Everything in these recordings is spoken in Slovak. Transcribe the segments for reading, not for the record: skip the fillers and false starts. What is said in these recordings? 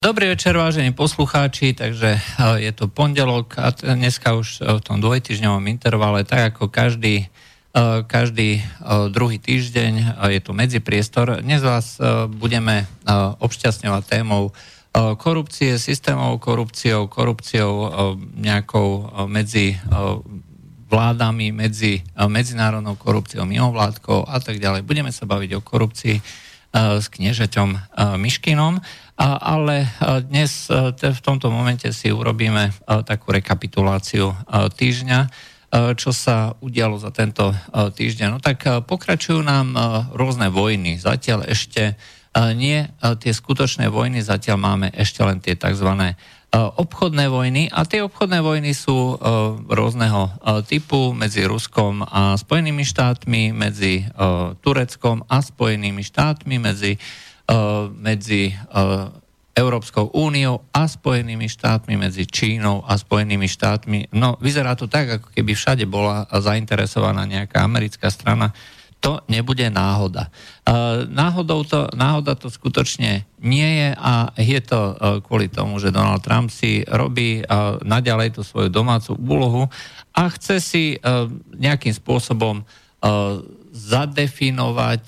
Dobrý večer, vážení poslucháči, takže je to pondelok a dneska už v tom dvojtýždňovom intervale, tak ako každý druhý týždeň je tu medzipriestor. Dnes vás budeme obšťastňovať témou korupcie, systémovou korupciou nejakou medzi vládami, medzi medzinárodnou korupciou, mimovládkou a tak ďalej. Budeme sa baviť o korupcii s kniežaťom Miškinom, ale dnes v tomto momente si urobíme takú rekapituláciu týždňa, čo sa udialo za tento týždeň. No tak pokračujú nám rôzne vojny. Zatiaľ ešte nie tie skutočné vojny, zatiaľ máme ešte len tie tzv. Obchodné vojny a tie obchodné vojny sú rôzneho typu medzi Ruskom a Spojenými štátmi, medzi Tureckom a Spojenými štátmi, medzi Európskou úniou a Spojenými štátmi, medzi Čínou a Spojenými štátmi. No, vyzerá to tak, ako keby všade bola zainteresovaná nejaká americká strana. To nebude náhoda. Náhoda to skutočne nie je a je to kvôli tomu, že Donald Trump si robí naďalej tú svoju domácu úlohu a chce si nejakým spôsobom zadefinovať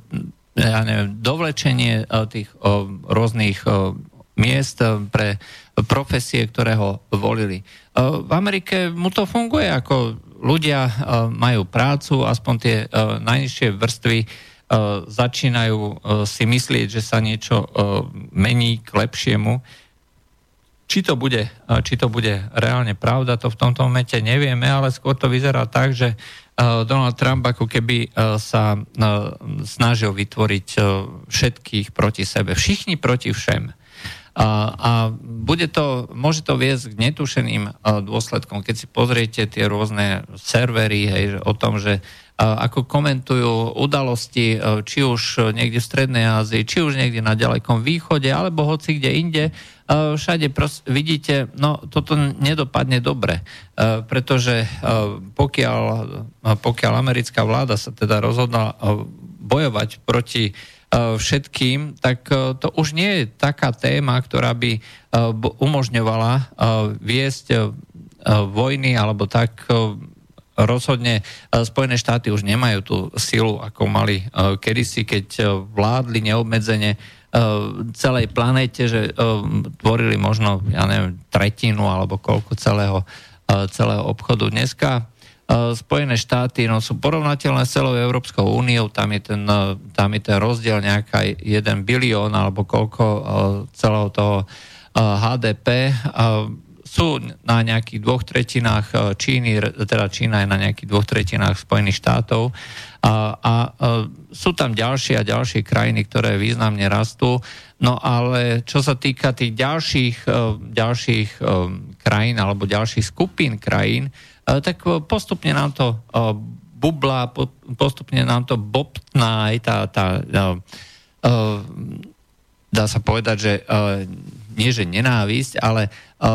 dovlečenie tých rôznych miest pre profesie, ktoré ho volili. V Amerike mu to funguje, ako ľudia majú prácu, aspoň tie najnižšie vrstvy začínajú si myslieť, že sa niečo mení k lepšiemu. Či to bude reálne pravda, to v tomto momente nevieme, ale skôr to vyzerá tak, že Donald Trump ako keby sa snažil vytvoriť všetkých proti sebe. Všichni proti všem. A môže to viesť k netušeným dôsledkom. Keď si pozriete tie rôzne servery, o tom, že ako komentujú udalosti, či už niekde v Strednej Ázii, či už niekde na ďalekom východe, alebo hoci kde inde, všade vidíte, no toto nedopadne dobre, pretože pokiaľ americká vláda sa teda rozhodla bojovať proti všetkým, tak to už nie je taká téma, ktorá by umožňovala viesť vojny, alebo tak rozhodne Spojené štáty už nemajú tú silu, ako mali kedysi, keď vládli neobmedzene celej planéte, že tvorili možno, tretinu alebo koľko celého obchodu. Dneska Spojené štáty sú porovnateľné s celou Európskou úniou, tam je ten rozdiel nejaká 1 bilión alebo koľko celého toho HDP. Sú na nejakých 2/3 Číny, teda Čína je na nejakých 2/3 Spojených štátov a sú tam ďalšie a ďalšie krajiny, ktoré významne rastú. No ale čo sa týka tých ďalších krajín alebo ďalších skupín krajín, tak postupne nám to bublá, postupne nám to bobtná aj dá sa povedať, že nie že nenávisť, ale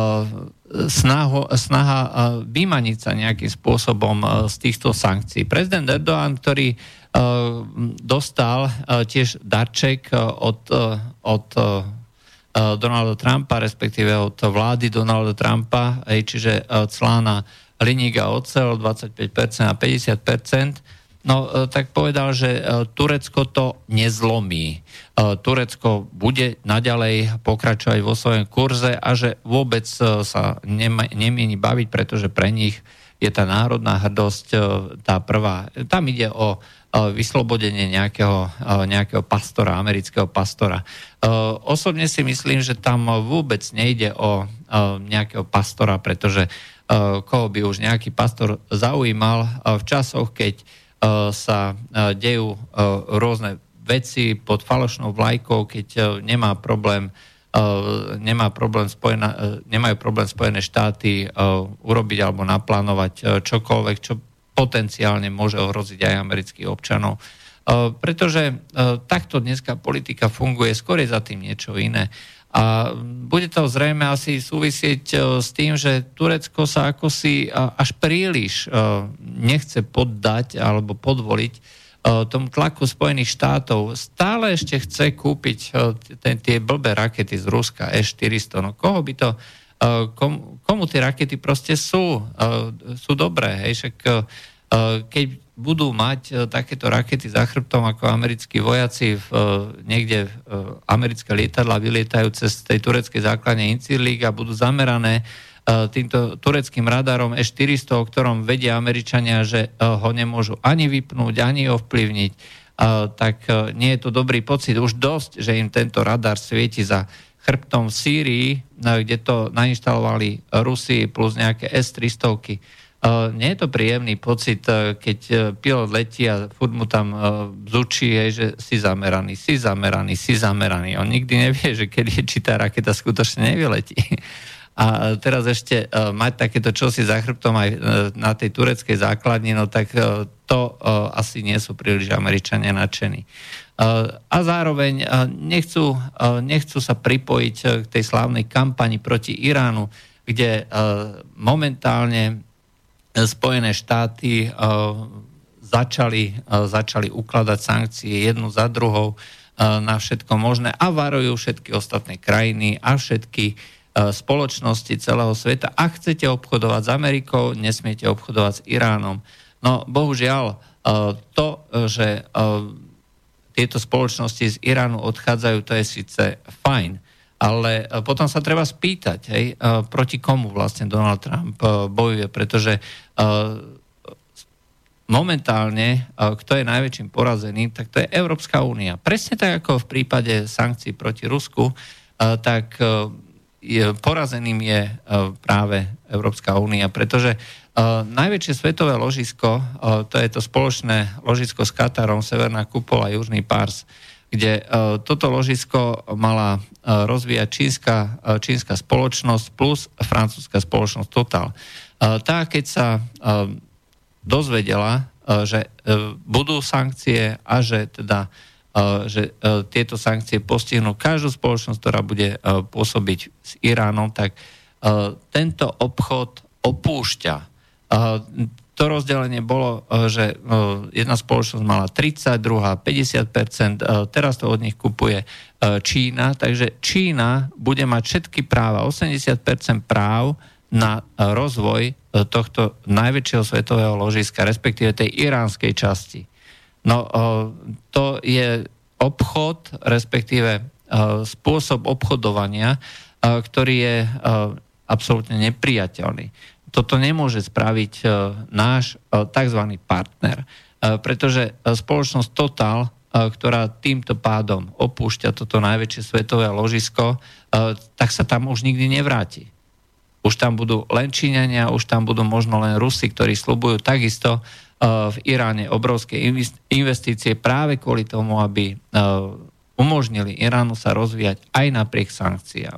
snaha vymaniť sa nejakým spôsobom z týchto sankcií. Prezident Erdogan, ktorý dostal tiež darček od Donalda Trumpa, respektíve od vlády Donalda Trumpa, čiže clá na hliník a oceľ 25% a 50%, tak povedal, že Turecko to nezlomí. Turecko bude naďalej pokračovať vo svojom kurze a že vôbec sa nemieni baviť, pretože pre nich je tá národná hrdosť tá prvá. Tam ide o vyslobodenie nejakého pastora, amerického pastora. Osobne si myslím, že tam vôbec nejde o nejakého pastora, pretože koho by už nejaký pastor zaujímal v časoch, keď sa dejú rôzne veci pod falošnou vlajkou, keď nemajú problém Spojené štáty urobiť alebo naplánovať čokoľvek, čo potenciálne môže ohroziť aj amerických občanov. Pretože takto dneska politika funguje, skôr je za tým niečo iné. A bude to zrejme asi súvisieť s tým, že Turecko sa akosi až príliš nechce poddať alebo podvoliť tomu tlaku Spojených štátov stále ešte chce kúpiť tie blbé rakety z Ruska S-400. No koho by to, komu tie rakety proste sú dobré, hej, však keď budú mať takéto rakety za chrbtom ako americkí vojaci niekde americké lietadlá vylietajú cez tej tureckej základne Incirlik a budú zamerané týmto tureckým radarom S-400, o ktorom vedia Američania, že ho nemôžu ani vypnúť, ani ovplyvniť, tak nie je to dobrý pocit. Už dosť, že im tento radar svieti za chrbtom v Sýrii, kde to nainštalovali Rusi plus nejaké S-300. Nie je to príjemný pocit, keď pilot letí a furt mu tam bzučí, že si zameraný. On nikdy nevie, že kedy či tá raketa skutočne nevyletí. A teraz ešte mať takéto čosi za chrbtom aj na tej tureckej základni, no tak to asi nie sú príliš Američania nadšení. A zároveň nechcú sa pripojiť k tej slávnej kampani proti Iránu, kde momentálne Spojené štáty začali ukladať sankcie jednu za druhou na všetko možné a varujú všetky ostatné krajiny a všetky spoločnosti celého sveta. Ak chcete obchodovať s Amerikou, nesmiete obchodovať s Iránom. No bohužiaľ, to, že tieto spoločnosti z Iránu odchádzajú, to je síce fajn, ale potom sa treba spýtať, proti komu vlastne Donald Trump bojuje, pretože momentálne, kto je najväčším porazeným, tak to je Európska únia. Presne tak, ako v prípade sankcií proti Rusku, tak porazeným je práve Európska únia, pretože najväčšie svetové ložisko, to je to spoločné ložisko s Katarom, Severná kupola, Južný Pars, kde toto ložisko mala rozvíjať čínska spoločnosť plus francúzska spoločnosť Total. Tá, keď sa dozvedela, že budú sankcie a že tieto sankcie postihnú každú spoločnosť, ktorá bude pôsobiť s Iránom, tak tento obchod opúšťa. To rozdelenie bolo, že jedna spoločnosť mala 30, druhá 50%, teraz to od nich kupuje Čína, takže Čína bude mať všetky práva, 80% práv na rozvoj tohto najväčšieho svetového ložiska, respektíve tej iránskej časti. No, to je obchod, respektíve spôsob obchodovania, ktorý je absolútne nepriateľný. Toto nemôže spraviť náš tzv. Partner, pretože spoločnosť Total, ktorá týmto pádom opúšťa toto najväčšie svetové ložisko, tak sa tam už nikdy nevráti. Už tam budú len Číňania, už tam budú možno len Rusi, ktorí sľubujú takisto v Iráne obrovské investície práve kvôli tomu, aby umožnili Iránu sa rozvíjať aj napriek sankciám.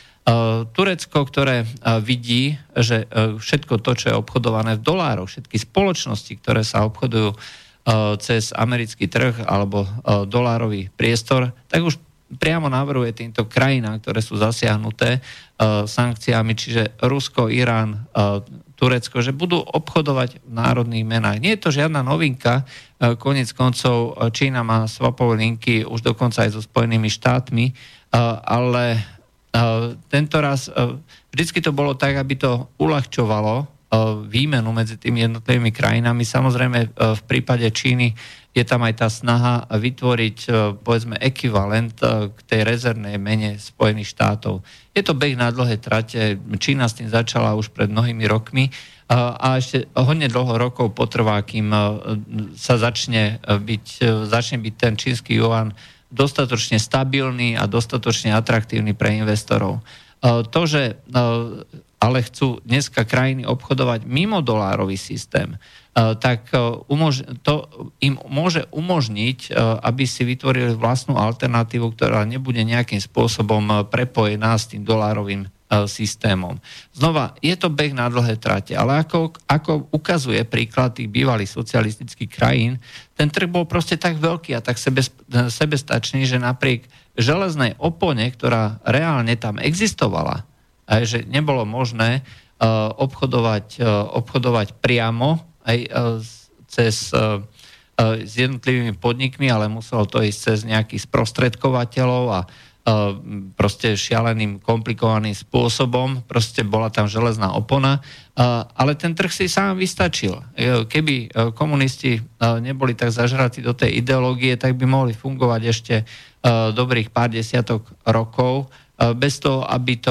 Turecko, ktoré vidí, že všetko to, čo je obchodované v dolároch, všetky spoločnosti, ktoré sa obchodujú cez americký trh alebo dolárový priestor, tak už priamo navrhuje týmto krajinám, ktoré sú zasiahnuté sankciami, čiže Rusko, Irán, Turecko, že budú obchodovať v národných menách. Nie je to žiadna novinka, koniec koncov Čína má swapové linky už dokonca aj so Spojenými štátmi, ale tento raz vždycky to bolo tak, aby to uľahčovalo výmenu medzi tými jednotlivými krajinami. Samozrejme v prípade Číny je tam aj tá snaha vytvoriť povedzme ekvivalent k tej rezervnej mene Spojených štátov. Je to beh na dlhé trate. Čína s tým začala už pred mnohými rokmi a ešte hodne dlho rokov potrvá, kým sa začne byť ten čínsky juan dostatočne stabilný a dostatočne atraktívny pre investorov. To, že ale chcú dneska krajiny obchodovať mimo dolárový systém, tak to im môže umožniť, aby si vytvorili vlastnú alternatívu, ktorá nebude nejakým spôsobom prepojená s tým dolárovým systémom. Znova, je to beh na dlhé trate, ale ako ukazuje príklad tých bývalých socialistických krajín, ten trh bol proste tak veľký a tak sebestačný, že napriek železnej opone, ktorá reálne tam existovala, že nebolo možné obchodovať priamo aj cez s jednotlivými podnikmi, ale muselo to ísť cez nejakých sprostredkovateľov a proste šialeným, komplikovaným spôsobom. Proste bola tam železná opona, ale ten trh si sám vystačil. Keby komunisti neboli tak zažratí do tej ideológie, tak by mohli fungovať ešte dobrých pár desiatok rokov, bez toho, aby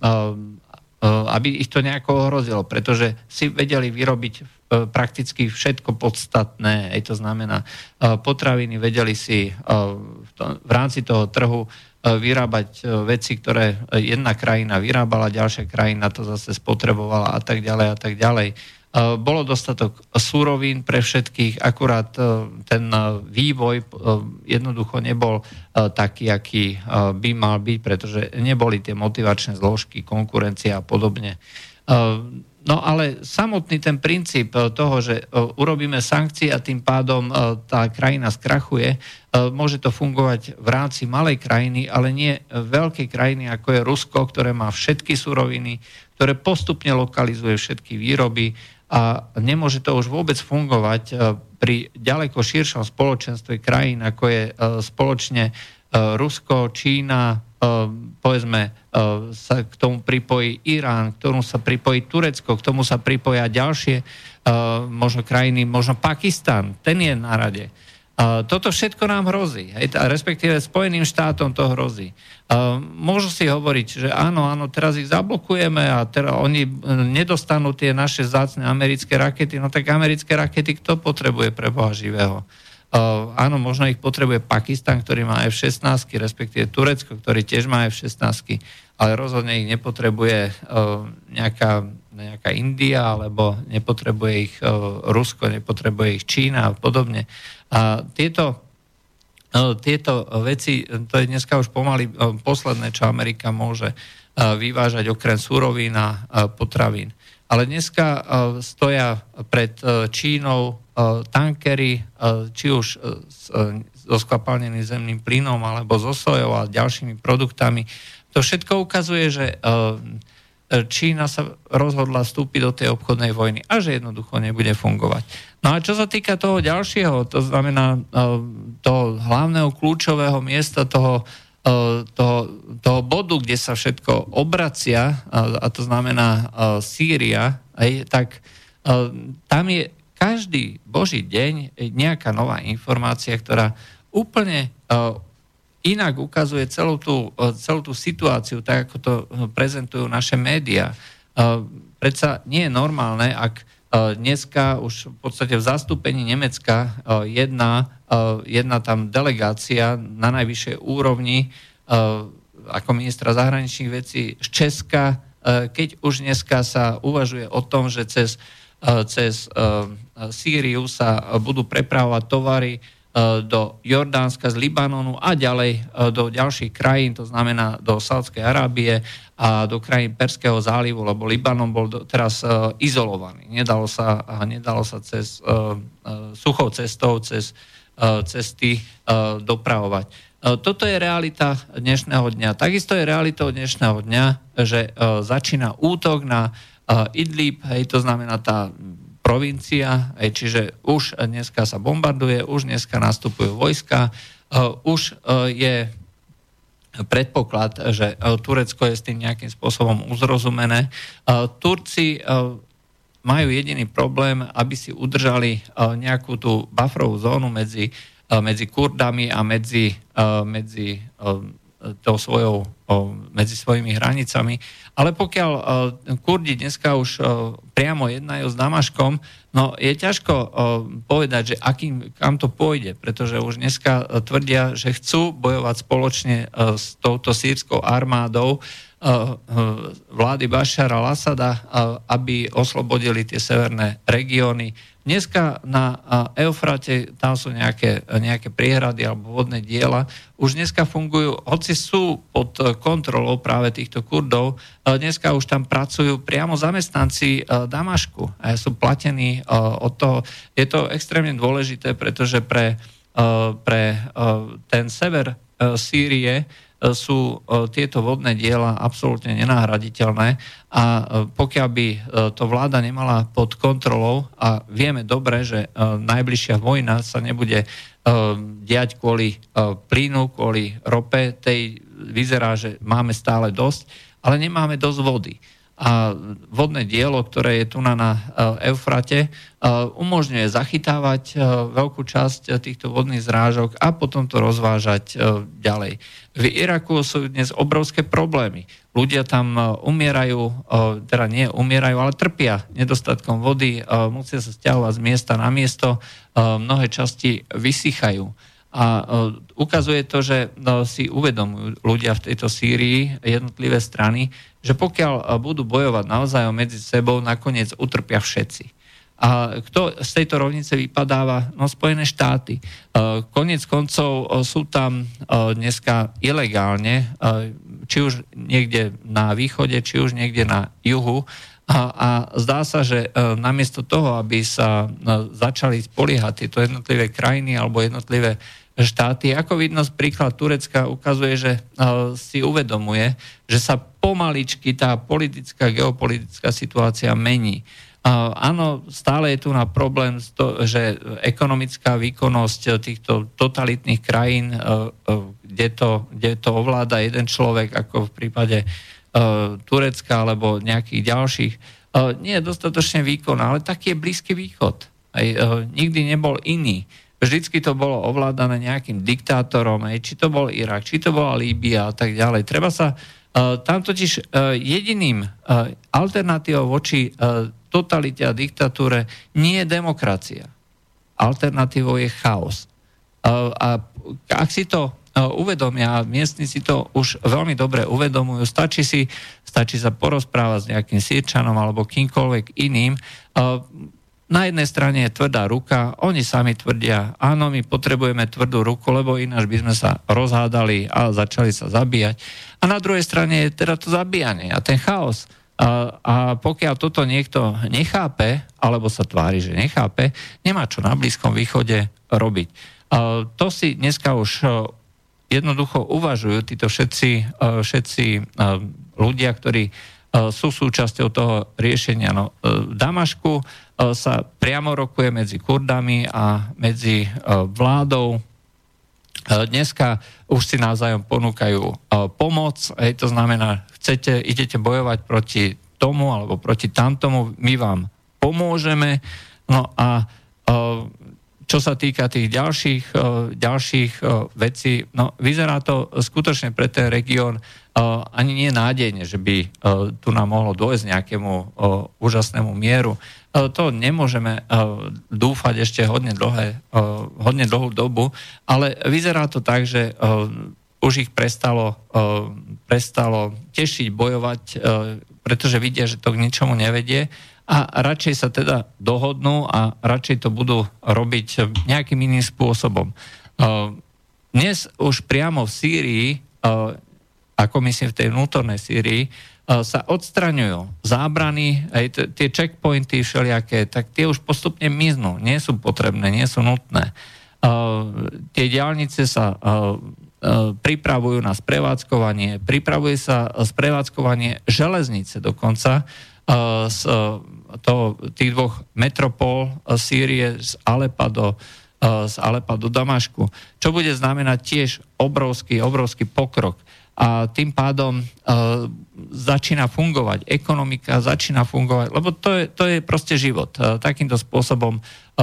ich to nejako ohrozilo, pretože si vedeli vyrobiť prakticky všetko podstatné. To znamená, potraviny vedeli si v rámci toho trhu vyrábať veci, ktoré jedna krajina vyrábala, ďalšia krajina to zase spotrebovala a tak ďalej a tak ďalej. Bolo dostatok surovín pre všetkých, akurát ten vývoj jednoducho nebol taký, aký by mal byť, pretože neboli tie motivačné zložky, konkurencia a podobne. No ale samotný ten princíp toho, že urobíme sankcie a tým pádom tá krajina skrachuje, môže to fungovať v rámci malej krajiny, ale nie veľkej krajiny, ako je Rusko, ktoré má všetky suroviny, ktoré postupne lokalizuje všetky výroby a nemôže to už vôbec fungovať pri ďaleko širšom spoločenstve krajín, ako je spoločne Rusko, Čína, povedzme, sa k tomu pripojí Irán, k tomu sa pripojí Turecko, k tomu sa pripoja ďalšie možno krajiny, možno Pakistan, ten je na rade. Toto všetko nám hrozí, respektíve Spojeným štátom to hrozí. Môžu si hovoriť, že áno, teraz ich zablokujeme a teraz oni nedostanú tie naše vzácne americké rakety, no tak americké rakety kto potrebuje pre Boha živého? Áno, možno ich potrebuje Pakistan, ktorý má F-16, respektíve Turecko, ktorý tiež má F-16, ale rozhodne ich nepotrebuje nejaká India, alebo nepotrebuje ich Rusko, nepotrebuje ich Čína a podobne. A tieto veci, to je dneska už pomaly posledné, čo Amerika môže vyvážať okrem surovín a potravín. Ale dneska stoja pred Čínou tankery, či už so skvapalneným zemným plynom, alebo so sojou a ďalšími produktami. To všetko ukazuje, že Čína sa rozhodla vstúpiť do tej obchodnej vojny a že jednoducho nebude fungovať. No a čo sa týka toho ďalšieho, to znamená toho hlavného kľúčového miesta, toho bodu, kde sa všetko obracia, a to znamená Sýria, tak tam je každý boží deň nejaká nová informácia, ktorá úplne inak ukazuje celú tú situáciu, tak ako to prezentujú naše médiá. Predsa nie je normálne, ak dneska už v podstate v zastúpení Nemecka jedna tam delegácia na najvyššej úrovni ako ministra zahraničných vecí z Česka, keď už dneska sa uvažuje o tom, že cez Sýriu sa budú prepravovať tovary do Jordánska, z Libanonu a ďalej do ďalších krajín, to znamená do Saúdskej Arábie a do krajín Perského zálivu, lebo Libanon bol teraz izolovaný. Nedalo sa cez suchou cestou, cez cesty dopravovať. Toto je realita dnešného dňa. Takisto je realitou dnešného dňa, že začína útok na Idlib, to znamená tá provincia, čiže už dneska sa bombarduje, už dneska nastupujú vojska, už je predpoklad, že Turecko je s tým nejakým spôsobom uzrozumené. Turci majú jediný problém, aby si udržali nejakú tú bufferovú zónu medzi Kurdami a medzi svojimi hranicami. Ale pokiaľ Kurdi dneska už priamo jednajú s Damaškom, no je ťažko povedať, že kam to pôjde, pretože už dneska tvrdia, že chcú bojovať spoločne s touto sýrskou armádou vlády Bašara al-Asada, aby oslobodili tie severné regióny. Dneska na Eufrate, tam sú nejaké priehrady alebo vodné diela, už dneska fungujú, hoci sú pod kontrolou práve týchto Kurdov, dneska už tam pracujú priamo zamestnanci Damašku a sú platení od toho. Je to extrémne dôležité, pretože pre ten sever Sýrie sú tieto vodné diela absolútne nenahraditeľné a pokiaľ by to vláda nemala pod kontrolou a vieme dobre, že najbližšia vojna sa nebude diať kvôli plynu, kvôli rope, tej vyzerá, že máme stále dosť, ale nemáme dosť vody. A vodné dielo, ktoré je tu na Eufrate, umožňuje zachytávať veľkú časť týchto vodných zrážok a potom to rozvážať ďalej. V Iraku sú dnes obrovské problémy. Ľudia tam umierajú, teda nie umierajú, ale trpia nedostatkom vody, musia sa sťahovať z miesta na miesto, mnohé časti vysychajú. A ukazuje to, že si uvedomujú ľudia v tejto Sýrii, jednotlivé strany, že pokiaľ budú bojovať naozaj medzi sebou, nakoniec utrpia všetci. A kto z tejto rovnice vypadáva? No Spojené štáty. Koniec koncov sú tam dneska ilegálne, či už niekde na východe, či už niekde na juhu. A zdá sa, že namiesto toho, aby sa začali spoliehať tieto jednotlivé krajiny alebo jednotlivé štáty, ako vidno príklad Turecka ukazuje, že si uvedomuje, že sa pomaličky tá politická, geopolitická situácia mení. Áno, stále je tu na problém, že ekonomická výkonnosť týchto totalitných krajín, kde to ovláda jeden človek, ako v prípade Turecka alebo nejakých ďalších, nie je dostatočne výkonná, ale taký je Blízky východ. Nikdy nebol iný. Vždycky to bolo ovládané nejakým diktátorom, či to bol Irak, či to bola Líbia a tak ďalej. Treba sa tam totiž jediným alternatívou voči totalite a diktatúre nie je demokracia. Alternatívou je chaos. A ak si to uvedomia, miestni si to už veľmi dobre uvedomujú, stačí sa porozprávať s nejakým Sýrčanom alebo kýmkoľvek iným. Na jednej strane je tvrdá ruka, oni sami tvrdia, áno, my potrebujeme tvrdú ruku, lebo ináč by sme sa rozhádali a začali sa zabíjať. A na druhej strane je teda to zabíjanie a ten chaos. A pokiaľ toto niekto nechápe, alebo sa tvári, že nechápe, nemá čo na Blízkom východe robiť. To si dneska už jednoducho uvažujú títo všetci ľudia, ktorí sú súčasťou toho riešenia. No, v Damašku sa priamo rokuje medzi Kurdami a medzi vládou. Dneska už si navzájom ponúkajú pomoc, to znamená, idete bojovať proti tomu alebo proti tamtomu, my vám pomôžeme. No a čo sa týka tých ďalších vecí, no vyzerá to skutočne pre ten región ani nie nádejne, že by tu nám mohlo dôjsť nejakému úžasnému mieru. To nemôžeme dúfať ešte hodne dlhú dobu, ale vyzerá to tak, že už ich prestalo tešiť, bojovať, pretože vidia, že to k ničomu nevedie a radšej sa teda dohodnú a radšej to budú robiť nejakým iným spôsobom. Dnes už priamo v Sýrii, ako myslím v tej vnútornej Sýrii, sa odstraňujú zábrany, aj tie checkpointy všelijaké, tak tie už postupne miznú, nie sú potrebné, nie sú nutné. Tie diaľnice sa pripravujú na sprevádzkovanie, pripravuje sa sprevádzkovanie železnice dokonca z tých dvoch metropol Sýrie z Alepa do Damašku, čo bude znamenať tiež obrovský pokrok. A tým pádom začína fungovať, ekonomika začína fungovať, lebo to je proste život. Takýmto spôsobom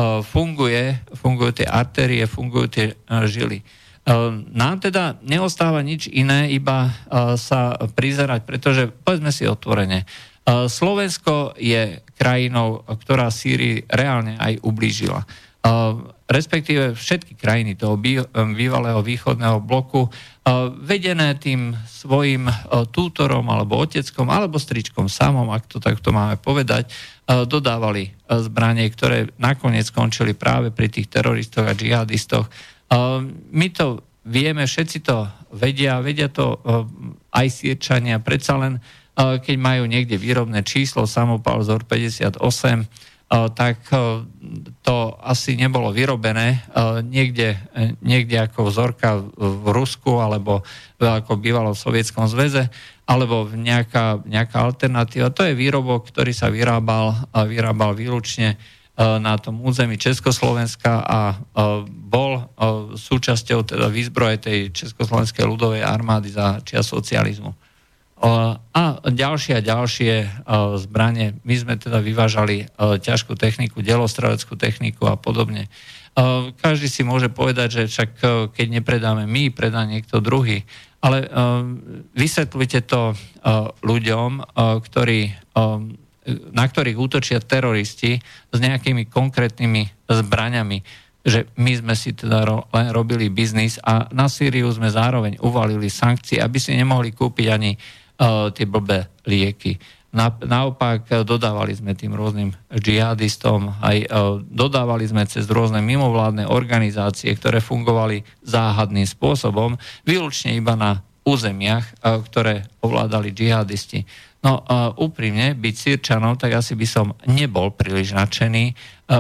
fungujú tie artérie, fungujú tie žily. Nám teda neostáva nič iné, iba sa prizerať, pretože povedzme si otvorene, Slovensko je krajinou, ktorá Sýrii reálne aj ublížila. Respektíve všetky krajiny toho bývalého východného bloku, vedené tým svojim tútorom alebo oteckom alebo stričkom samom, ak to takto máme povedať, dodávali zbranie, ktoré nakoniec skončili práve pri tých teroristoch a džihadistoch. My to vieme, všetci to vedia to aj Sýrčania, predsa len keď majú niekde výrobné číslo, samopal ZOR 58, tak to asi nebolo vyrobené niekde ako vzorka v Rusku alebo ako bývalo v Sovietskom zväze, alebo nejaká alternatíva. To je výrobok, ktorý sa vyrábal výlučne na tom území Československa a bol súčasťou teda výzbroje tej Československej ľudovej armády za čias socializmu. A ďalšie zbranie. My sme teda vyvážali ťažkú techniku, delostreleckú techniku a podobne. Každý si môže povedať, že však keď nepredáme my, predá niekto druhý. Ale vysvetľujte to ľuďom, na ktorých útočia teroristi s nejakými konkrétnymi zbraňami, že my sme si teda len robili biznis a na Sýriu sme zároveň uvalili sankcie, aby si nemohli kúpiť ani tie blbé lieky. Naopak dodávali sme tým rôznym džihadistom, aj dodávali sme cez rôzne mimovládne organizácie, ktoré fungovali záhadným spôsobom, výlučne iba na územiach, ktoré ovládali džihadisti. No úprimne, byť Sýrčanom, tak asi by som nebol príliš nadšený,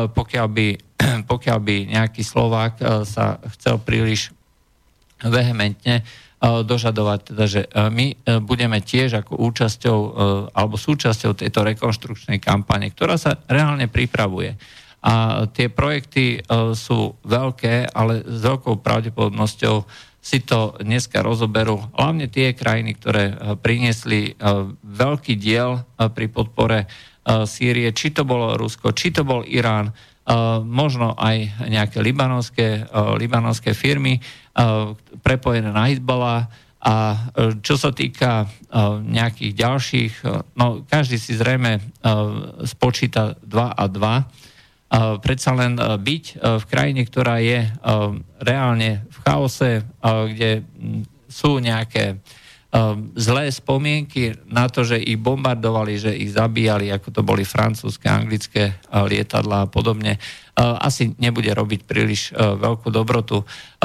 pokiaľ by nejaký Slovák sa chcel príliš vehementne dožadovať, teda, že my budeme tiež ako súčasťou tejto rekonštrukčnej kampane, ktorá sa reálne pripravuje. A tie projekty sú veľké, ale s veľkou pravdepodobnosťou si to dneska rozoberú hlavne tie krajiny, ktoré priniesli veľký diel pri podpore Sýrie, či to bolo Rusko, či to bol Irán, možno aj nejaké libanonské firmy prepojené na Hizballah. A čo sa týka nejakých ďalších, no každý si zrejme spočíta 2 a 2. Predsa len byť v krajine, ktorá je reálne v chaose, kde sú nejaké zlé spomienky na to, že ich bombardovali, že ich zabíjali, ako to boli francúzske, anglické lietadlá a podobne, asi nebude robiť príliš veľkú dobrotu.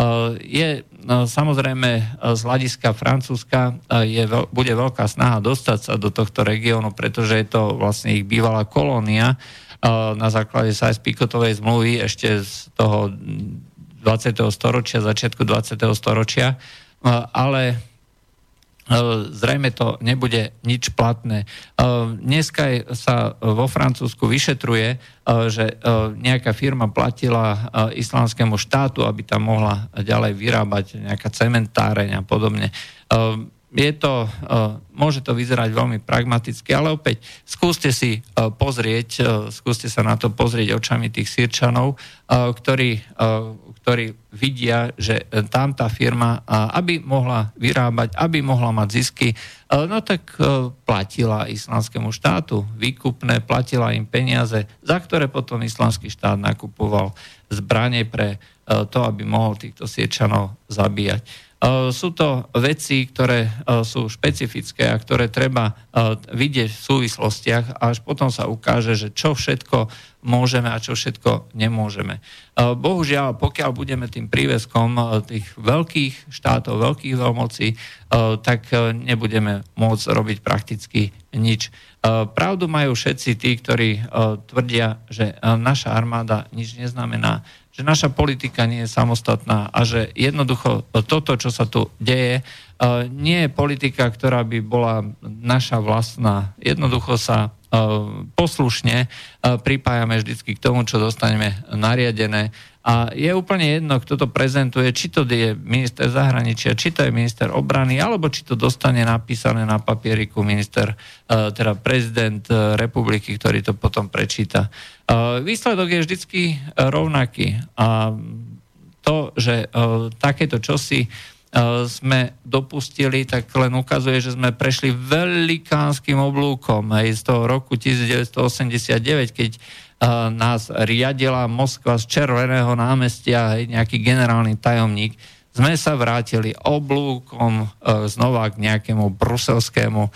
Samozrejme z hľadiska Francúzska bude veľká snaha dostať sa do tohto regiónu, pretože je to vlastne ich bývalá kolónia na základe Sykes-Picotovej zmluvy ešte z toho 20. storočia, začiatku 20. storočia, ale zrejme to nebude nič platné. Dneska sa vo Francúzsku vyšetruje, že nejaká firma platila islamskému štátu, aby tam mohla ďalej vyrábať nejaká cementáreň a podobne. Môže to vyzerať veľmi pragmaticky, ale opäť skúste sa na to pozrieť očami tých Sýrčanov, ktorí vidia, že tam tá firma, aby mohla vyrábať, aby mohla mať zisky, no tak platila islamskému štátu výkupné, platila im peniaze, za ktoré potom islamský štát nakupoval zbrane pre to, aby mohol týchto Sýrčanov zabíjať. Sú to veci, ktoré sú špecifické a ktoré treba vidieť v súvislostiach a až potom sa ukáže, že čo všetko môžeme a čo všetko nemôžeme. Bohužiaľ, pokiaľ budeme tým príveskom tých veľkých štátov, veľkých veľmocí, tak nebudeme môcť robiť prakticky nič. Pravdu majú všetci tí, ktorí tvrdia, že naša armáda nič neznamená, že naša politika nie je samostatná a že jednoducho toto, čo sa tu deje, nie je politika, ktorá by bola naša vlastná. Jednoducho sa poslušne pripájame vždycky k tomu, čo dostaneme nariadené. A je úplne jedno, kto to prezentuje, či to je minister zahraničia, či to je minister obrany, alebo či to dostane napísané na papieriku teda prezident republiky, ktorý to potom prečíta. Výsledok je vždycky rovnaký. A to, že takéto čosi sme dopustili, tak len ukazuje, že sme prešli velikánskym oblúkom aj z toho roku 1989, keď nás riadila Moskva z Červeného námestia, aj nejaký generálny tajomník. Sme sa vrátili oblúkom znova k nejakému bruselskému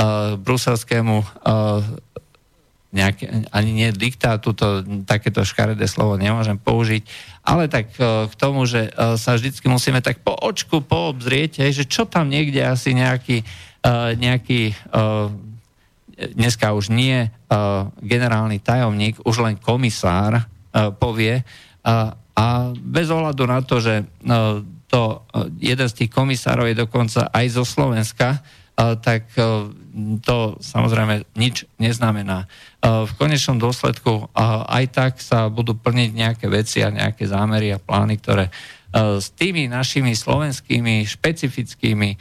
ani nie diktátu, takéto škaredé slovo nemôžem použiť, ale tak k tomu, že sa vždycky musíme tak po očku poobzrieť, že čo tam niekde asi dneska už nie generálny tajomník, už len komisár povie a bez ohľadu na to, že jeden z tých komisárov je dokonca aj zo Slovenska, tak to samozrejme nič neznamená. V konečnom dôsledku aj tak sa budú plniť nejaké veci a nejaké zámery a plány, ktoré s tými našimi slovenskými špecifickými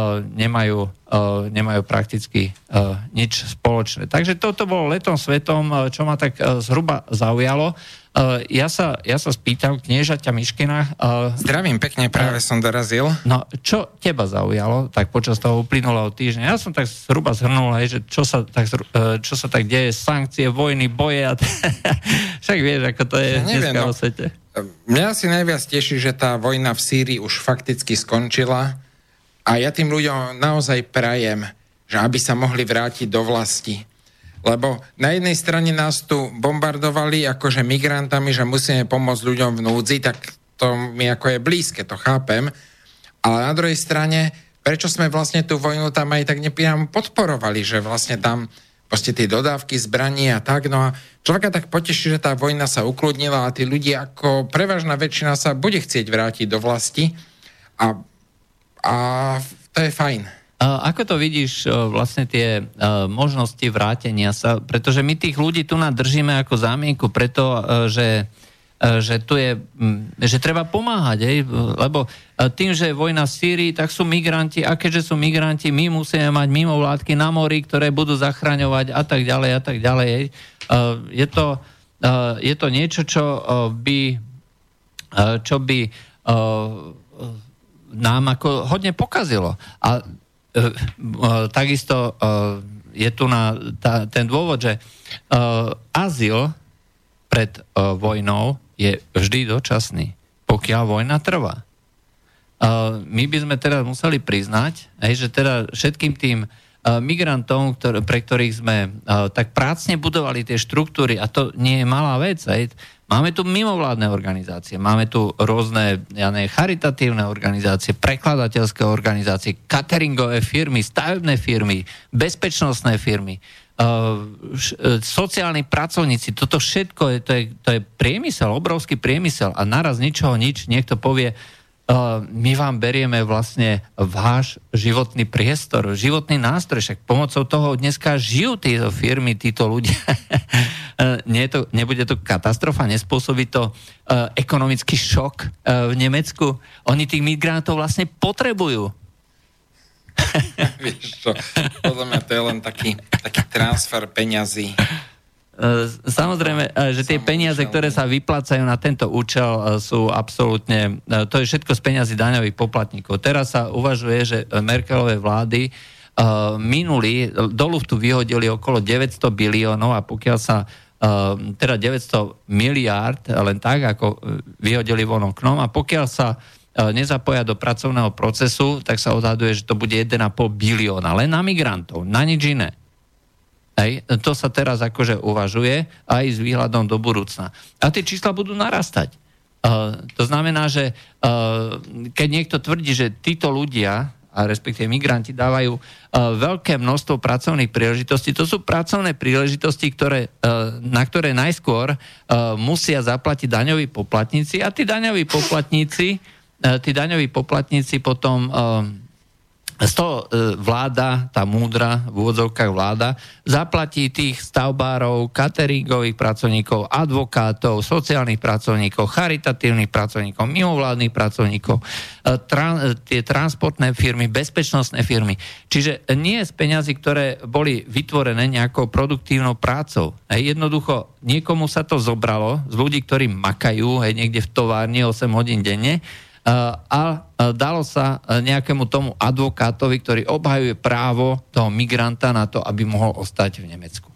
nemajú prakticky nič spoločné. Takže toto bolo letom svetom, čo ma tak zhruba zaujalo. Ja sa spýtam kniežaťa Miškina. Zdravím pekne, práve som dorazil. No, čo teba zaujalo tak počas toho uplynulého týždňa? Ja som tak zhruba zhrnul, že čo sa tak deje, sankcie, vojny, boje a však vieš, ako to je dneska vo svete. Mňa si najviac teší, že tá vojna v Sýrii už fakticky skončila a ja tým ľuďom naozaj prajem, že aby sa mohli vrátiť do vlasti. Lebo na jednej strane nás tu bombardovali akože migrantami, že musíme pomôcť ľuďom v núdzi, tak to mi ako je blízke, to chápem. Ale na druhej strane, prečo sme vlastne tú vojnu tam aj tak nepriamo podporovali, že vlastne tam proste tie dodávky zbraní a tak, no a človeka tak poteší, že tá vojna sa ukludnila a tí ľudia ako prevažná väčšina sa bude chcieť vrátiť do vlasti a to je fajn. Ako to vidíš vlastne tie možnosti vrátenia sa, pretože my tých ľudí tu držíme ako zámienku preto, že tu je, že treba pomáhať, lebo tým, že je vojna v Sýrii, tak sú migranti a keďže sú migranti, my musíme mať mimovládky na mori, ktoré budú zachraňovať a tak ďalej. Je to niečo, čo by nám ako hodne pokazilo. A takisto je tu ten dôvod, že azyl pred vojnou je vždy dočasný, pokiaľ vojna trvá. My by sme teraz museli priznať, že teda všetkým tým migrantom, pre ktorých sme tak prácne budovali tie štruktúry, a to nie je malá vec, máme tu mimovládne organizácie, máme tu rôzne charitatívne organizácie, prekladateľské organizácie, cateringové firmy, stavebné firmy, bezpečnostné firmy, sociálni pracovníci, toto všetko, to je priemysel, obrovský priemysel a naraz nič, niekto povie, my vám berieme vlastne váš životný priestor, životný nástroj, však pomocou toho dneska žijú tieto firmy, títo ľudia. Nebude to katastrofa, nespôsobí to ekonomický šok v Nemecku. Oni tých migrantov vlastne potrebujú. Vieš čo, podľa mňa to je len taký transfer peňazí. Samozrejme, že tie peniaze, ktoré sa vyplácajú na tento účel, sú absolútne, to je všetko z peňazí daňových poplatníkov. Teraz sa uvažuje, že Merkelové vlády minuli, do luftu vyhodili okolo 900 biliónov a pokiaľ sa teda 900 miliárd len tak, ako vyhodili von oknom a pokiaľ sa nezapoja do pracovného procesu, tak sa odhaduje, že to bude 1,5 bilióna len na migrantov, na nič iné. To sa teraz akože uvažuje aj s výhľadom do budúcna. A tie čísla budú narastať. To znamená, že keď niekto tvrdí, že títo ľudia, a respektíve migranti, dávajú veľké množstvo pracovných príležitostí, to sú pracovné príležitosti, na ktoré najskôr musia zaplatiť daňoví poplatníci a tí daňoví poplatníci potom z toho vláda, tá múdra, v úvodzovkách vláda, zaplatí tých stavbárov, cateringových pracovníkov, advokátov, sociálnych pracovníkov, charitatívnych pracovníkov, mimovládnych pracovníkov, tie transportné firmy, bezpečnostné firmy. Čiže nie z peňazí, ktoré boli vytvorené nejakou produktívnou prácou. Jednoducho, niekomu sa to zobralo z ľudí, ktorí makajú niekde v továrni 8 hodín denne, a dalo sa nejakému tomu advokátovi, ktorý obhajuje právo toho migranta na to, aby mohol ostať v Nemecku.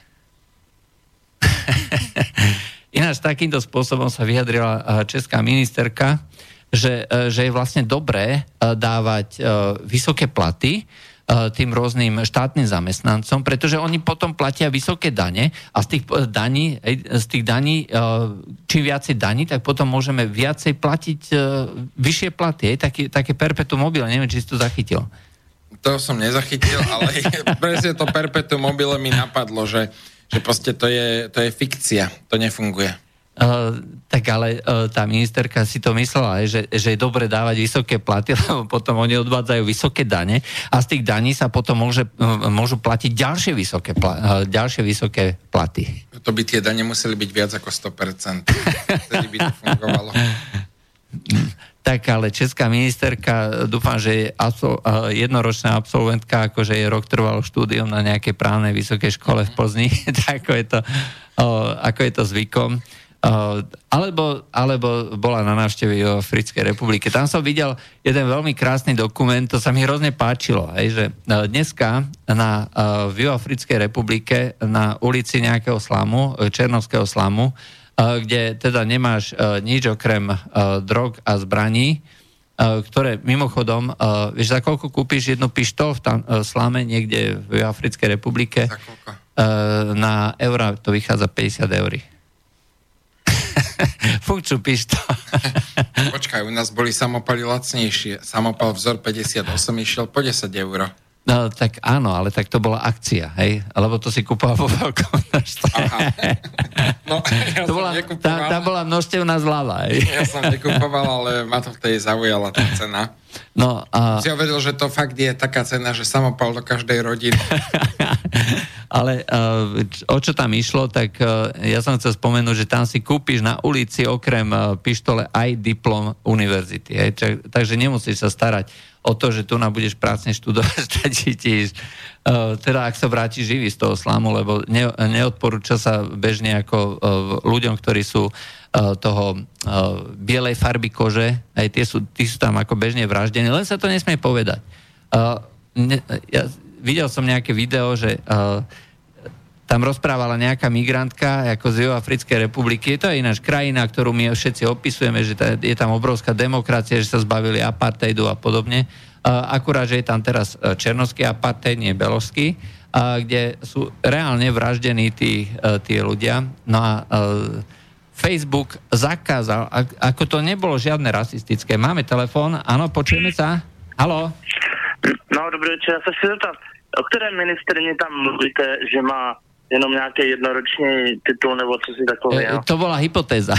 Ináč takýmto spôsobom sa vyjadrila česká ministerka, že je vlastne dobré dávať vysoké platy tým rôznym štátnym zamestnancom, pretože oni potom platia vysoké dane a z tých daní, čím viacej daní, tak potom môžeme viacej platiť vyššie platy. Také perpetuum mobile, neviem, či si to zachytil. To som nezachytil, ale presne to perpetuum mobile mi napadlo, že proste to je fikcia, to nefunguje. Tak ale tá ministerka si to myslela, že je dobre dávať vysoké platy, lebo potom oni odvádzajú vysoké dane a z tých daní sa potom môžu platiť ďalšie vysoké platy. To by tie dane museli byť viac ako 100%. Vtedy by to fungovalo. Tak ale česká ministerka, dúfam, že je jednoročná absolventka, akože je rok trvalo štúdium na nejakej právnej vysokej škole v Plzni, tak ako je to zvykom. Alebo bola na návšteve v Africkej republike. Tam som videl jeden veľmi krásny dokument, to sa mi hrozne páčilo, že dneska v Juhoafrickej republike na ulici nejakého slamu, černovského slamu, kde teda nemáš nič okrem drog a zbraní, ktoré mimochodom, vieš, za koľko kúpiš jednu pištol v slame niekde v Juhoafrickej republike? Za koľko? Na eura to vychádza 50 eur. Funkčnú pištol. Počkaj, u nás boli samopaly lacnejšie. Samopal vzor 58 išiel po 10 eur. No, tak áno, ale tak to bola akcia, hej? Lebo to si kúpoval vo veľkom množstve. No, ja tam bola množstevná zľava, hej? Ja som nekupoval, ale ma to vtedy zaujala tá cena. No, si hovoril, že to fakt je taká cena, že samopal do každej rodiny. Ale o čo tam išlo, tak ja som chcel spomenúť, že tam si kúpiš na ulici okrem pištole aj diplom univerzity. Hej? Takže nemusíš sa starať o to, že tu budeš prácne študovať, stačí ti teda ak sa vrátiš živý z toho slamu, lebo neodporúča sa bežne ako ľuďom, ktorí sú toho bielej farby kože, aj tí sú tam ako bežne vraždení, len sa to nesmie povedať. Ja videl som nejaké video, že tam rozprávala nejaká migrantka ako z Juhoafrickej republiky. To je ináč krajina, ktorú my všetci opisujeme, že je tam obrovská demokracia, že sa zbavili apartheidu a podobne. Akurát, že je tam teraz černovský apartheid, nie beložský, kde sú reálne vraždení tí ľudia. No a Facebook zakázal, ako to nebolo žiadne rasistické. Máme telefón, áno, počujeme sa? Haló? No, dobrý večer, ja sa chci zeptat, o které ministrině tam mluvíte, že má jenom nějaký jednoročný titul, nebo co si takového? To bola hypotéza.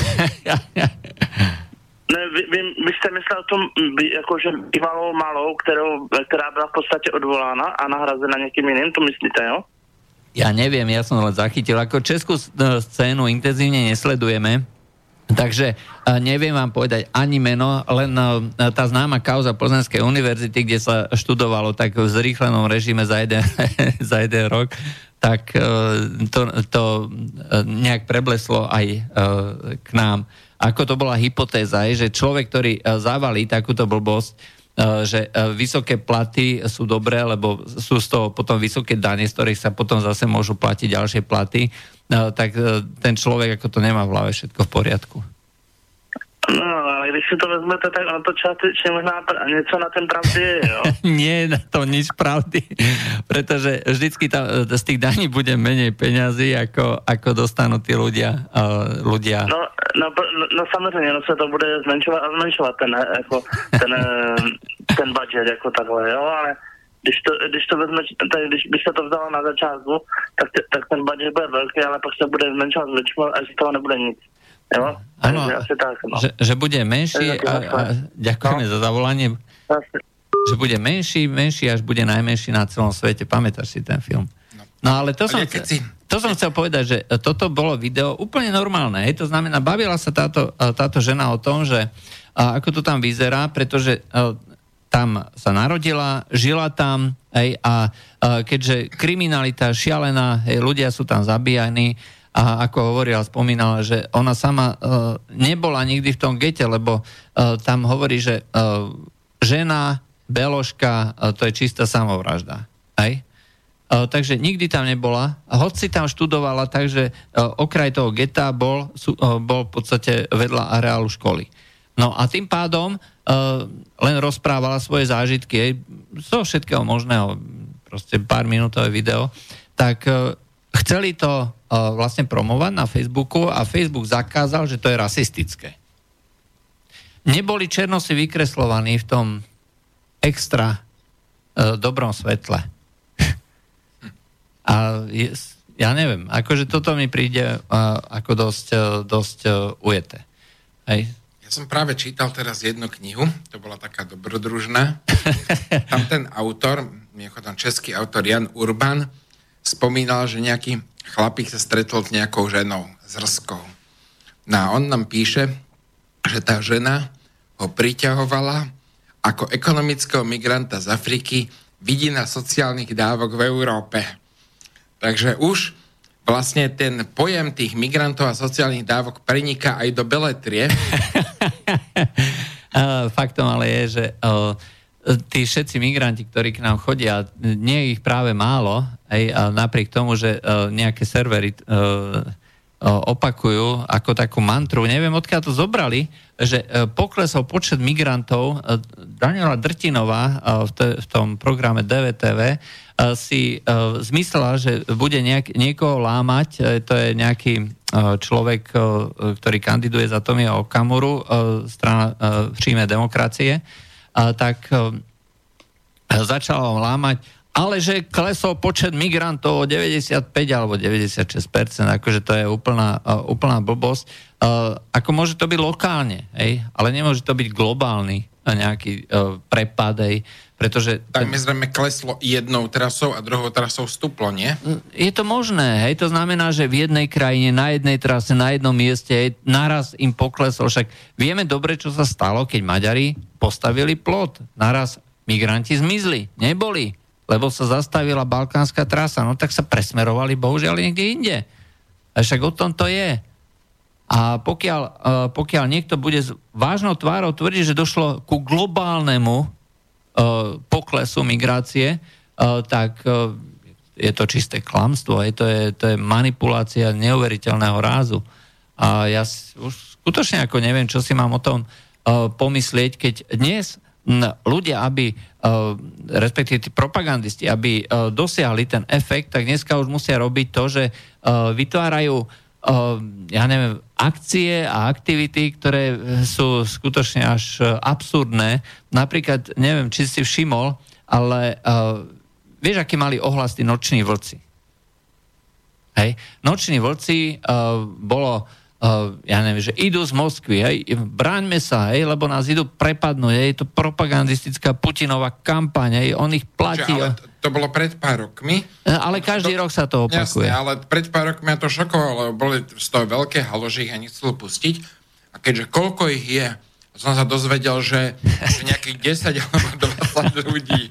Ne, vy jste myslel tom, jakože bývalou malou, která byla v podstatě odvolána a nahrazena někým jiným, to myslíte, jo? Ja neviem, ja som len zachytil. Ako českú scénu intenzívne nesledujeme, takže neviem vám povedať ani meno, len tá známa kauza Plzenskej univerzity, kde sa študovalo tak v zrýchlenom režime za jeden rok, tak to nejak prebleslo aj k nám. Ako to bola hypotéza, že človek, ktorý zavalí takúto blbosť, že vysoké platy sú dobré, lebo sú z toho potom vysoké dane, z ktorých sa potom zase môžu platiť ďalšie platy, tak ten človek ako to nemá v hlave všetko v poriadku. No, ale když si to vezmete, tak ono to částečne možná něco na ten pravdy je, jo? Nie je na to nič pravdy, pretože vždycky z tých daní bude menej peňazí, ako dostanú tí ľudia. No samozřejmě, se to bude zmenšovat ten budget jako takhle, jo, ale když to vezme, když by se to vzalo na začátku, tak ten budget bude velký, ale pak se bude zmenšovat, až z toho nebude nic. Jo? Áno, tak, no. že bude menší a ďakujeme za zavolanie, že bude menší, až bude najmenší na celom svete. Pamätáš si ten film? No ale to som chcel povedať, že toto bolo video úplne normálne. To znamená, bavila sa táto žena o tom, že ako to tam vyzerá, pretože tam sa narodila, žila tam a keďže kriminalita šialená, ľudia sú tam zabíjani, a ako hovorila, spomínala, že ona sama nebola nikdy v tom gete, lebo tam hovorí, že žena, beložka, to je čistá samovražda. Takže nikdy tam nebola. Hoď si tam študovala, takže okraj toho geta bol v podstate vedľa areálu školy. No a tým pádom len rozprávala svoje zážitky zo všetkého možného, proste pár minútové video, tak chceli to vlastne promovať na Facebooku a Facebook zakázal, že to je rasistické. Neboli černosi vykreslovaní v tom extra dobrom svetle. A ja neviem, akože toto mi príde ako dosť ujeté. Hej. Ja som práve čítal teraz jednu knihu, to bola taká dobrodružná. Tam ten autor, mimochodom český autor Jan Urban, spomínal, že nejaký chlapík sa stretol s nejakou ženou, s Rskou. No a on nám píše, že tá žena ho priťahovala ako ekonomického migranta z Afriky, vidina sociálnych dávok v Európe. Takže už vlastne ten pojem tých migrantov a sociálnych dávok preniká aj do beletrie. Faktom ale je, že tí všetci migranti, ktorí k nám chodia, nie je ich práve málo, aj napriek tomu, že nejaké servery opakujú ako takú mantru. Neviem, odkiaľ to zobrali, že poklesol počet migrantov. Daniela Drtinová v tom programe DVTV si zmyslela, že bude niekoho lámať. To je nejaký človek, ktorý kandiduje za Tomia Okamuru, strana Přímé demokracie. Tak začala ho lámať, ale že klesol počet migrantov o 95 alebo 96%, akože to je úplná blbosť. Ako môže to byť lokálne, ale nemôže to byť globálny nejaký prepad, pretože... Tak mi zrejme kleslo jednou trasou a druhou trasou stúplo, nie? Je to možné, to znamená, že v jednej krajine, na jednej trase, na jednom mieste naraz im poklesol, však vieme dobre, čo sa stalo, keď Maďari postavili plot. Naraz migranti zmizli, neboli, lebo sa zastavila balkánska trasa, no tak sa presmerovali bohužiaľ niekde inde. A však o tom to je. A pokiaľ niekto bude s vážnou tvárou tvrdiť, že došlo ku globálnemu poklesu migrácie, tak je to čisté klamstvo, to je manipulácia neuveriteľného rázu. A ja už skutočne ako neviem, čo si mám o tom pomyslieť, keď dnes ľudia, respektíve tí propagandisti, aby dosiahli ten efekt, tak dneska už musia robiť to, že vytvárajú akcie a aktivity, ktoré sú skutočne až absurdné. Napríklad, neviem, či si všimol, ale vieš, aký mali ohlas tí noční vlci? Hej? Noční vlci bolo ja neviem, že idú z Moskvy, bráňme sa, lebo nás idú prepadnúť, je to propagandistická Putinová kampaň, on ich platí. Ale to bolo pred pár rokmi. Ale každý rok sa to opakuje. Jasne, ale pred pár rokmi ma to šokovalo, lebo boli z toho veľké halože, ich ani nechcel pustiť. A keďže koľko ich je, som sa dozvedel, že nejakých 10 alebo 20 ľudí.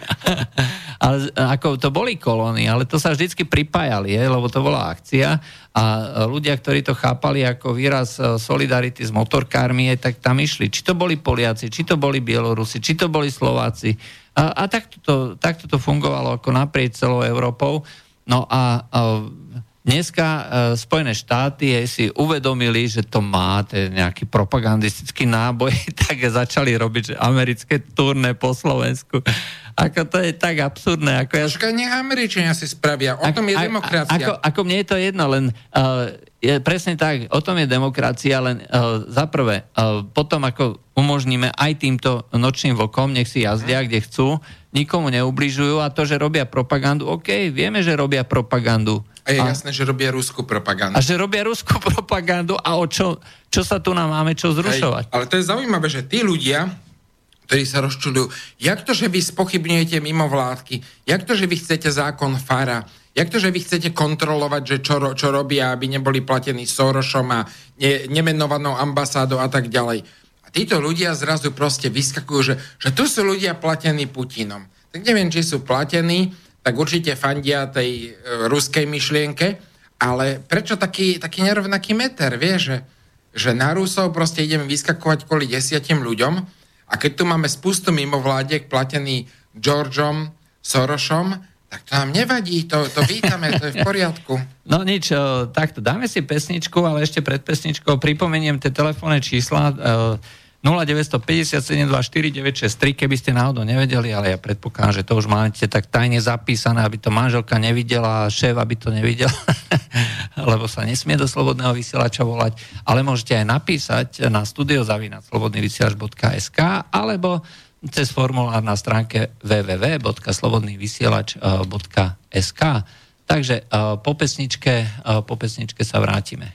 Ale ako to boli kolóny, ale to sa vždycky pripájali, lebo to bola akcia a ľudia, ktorí to chápali ako výraz solidarity s motorkármi, tak tam išli. Či to boli Poliaci, či to boli Bielorusi, či to boli Slováci. A takto to fungovalo ako naprieč celou Európou. No a dneska Spojené štáty si uvedomili, že to má nejaký propagandistický náboj, tak začali robiť americké turné po Slovensku. Ako to je tak absurdné. Počkaj, nech Američania si spravia. O tom je demokracia. Ako mne je to jedno, len je presne tak, o tom je demokracia, len za prvé, potom ako umožníme aj týmto nočným vlkom, nech si jazdia, kde chcú, nikomu neubližujú a to, že robia propagandu, OK, vieme, že robia propagandu. A je jasné, že robia ruskú propagandu. A že robia ruskú propagandu a o čo sa tu nám máme čo zrušovať. Ale to je zaujímavé, že tí ľudia, ktorí sa rozčudujú, jak to, že vy spochybňujete mimovládky, jak to, že vy chcete zákon Fara, jak to, že vy chcete kontrolovať, že čo robia, aby neboli platení Sorošom a nemenovanou ambasádou a tak ďalej. A títo ľudia zrazu proste vyskakujú, že tu sú ľudia platení Putinom. Tak neviem, či sú platení, tak určite fandia tej ruskej myšlienke, ale prečo taký nerovnaký meter, vieš, že na Rusov proste ideme vyskakovať kvôli 10 ľuďom. A keď tu máme spustu mimovládiek platený Georgeom Sorošom, tak to nám nevadí, to vítame, to je v poriadku. No nič, takto, dáme si pesničku, ale ešte pred pesničkou pripomeniem tie telefónne čísla 0957249963, keby ste náhodou nevedeli, ale ja predpokladám, že to už máte tak tajne zapísané, aby to manželka nevidela a šéf, aby to nevidel, lebo sa nesmie do Slobodného vysielača volať, ale môžete aj napísať na studio@slobodnyvysielac.sk alebo cez formulár na stránke www.slobodnyvysielac.sk. Takže po pesničke sa vrátime.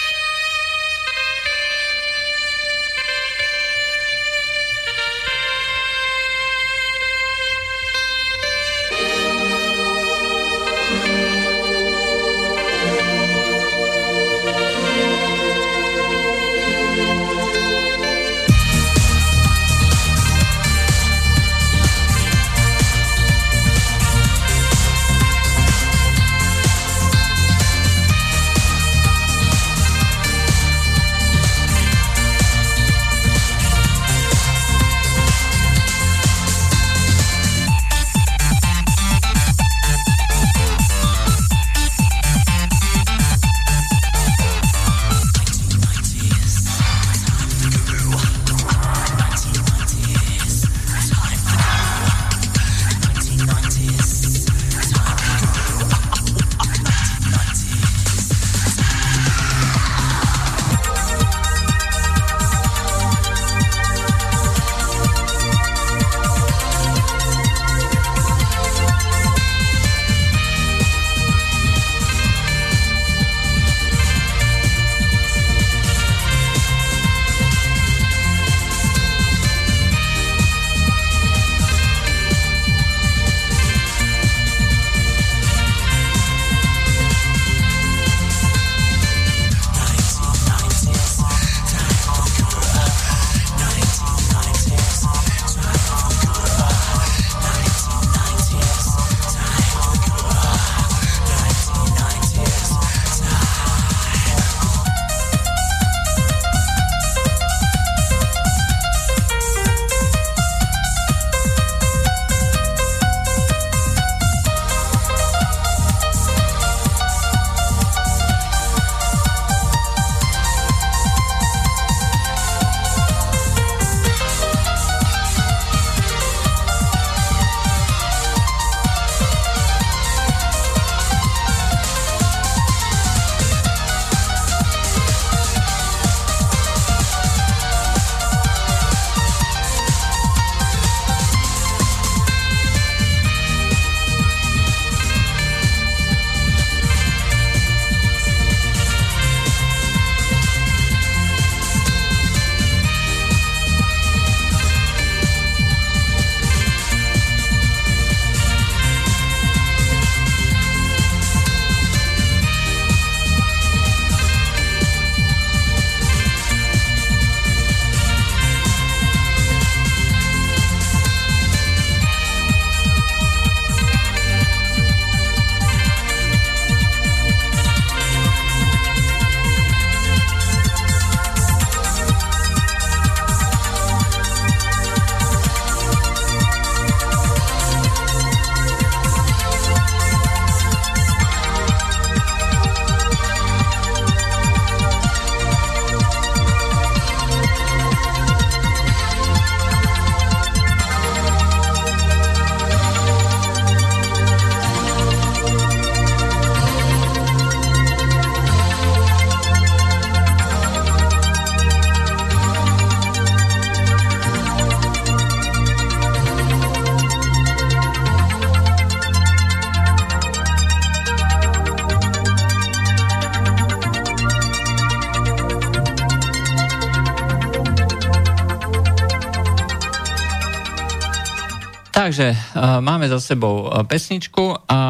Takže máme za sebou pesničku a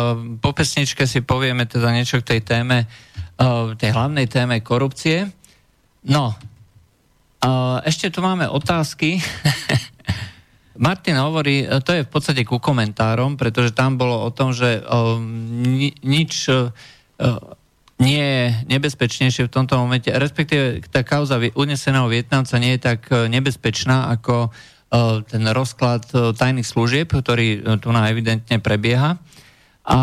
po pesničke si povieme teda niečo k tej téme, tej hlavnej téme korupcie. No, ešte tu máme otázky. Martin hovorí, to je v podstate ku komentárom, pretože tam bolo o tom, že nič nie je nebezpečnejšie v tomto momente, respektíve tá kauza uneseného Vietnamca nie je tak nebezpečná ako ten rozklad tajných služieb, ktorý tu na evidentne prebieha. A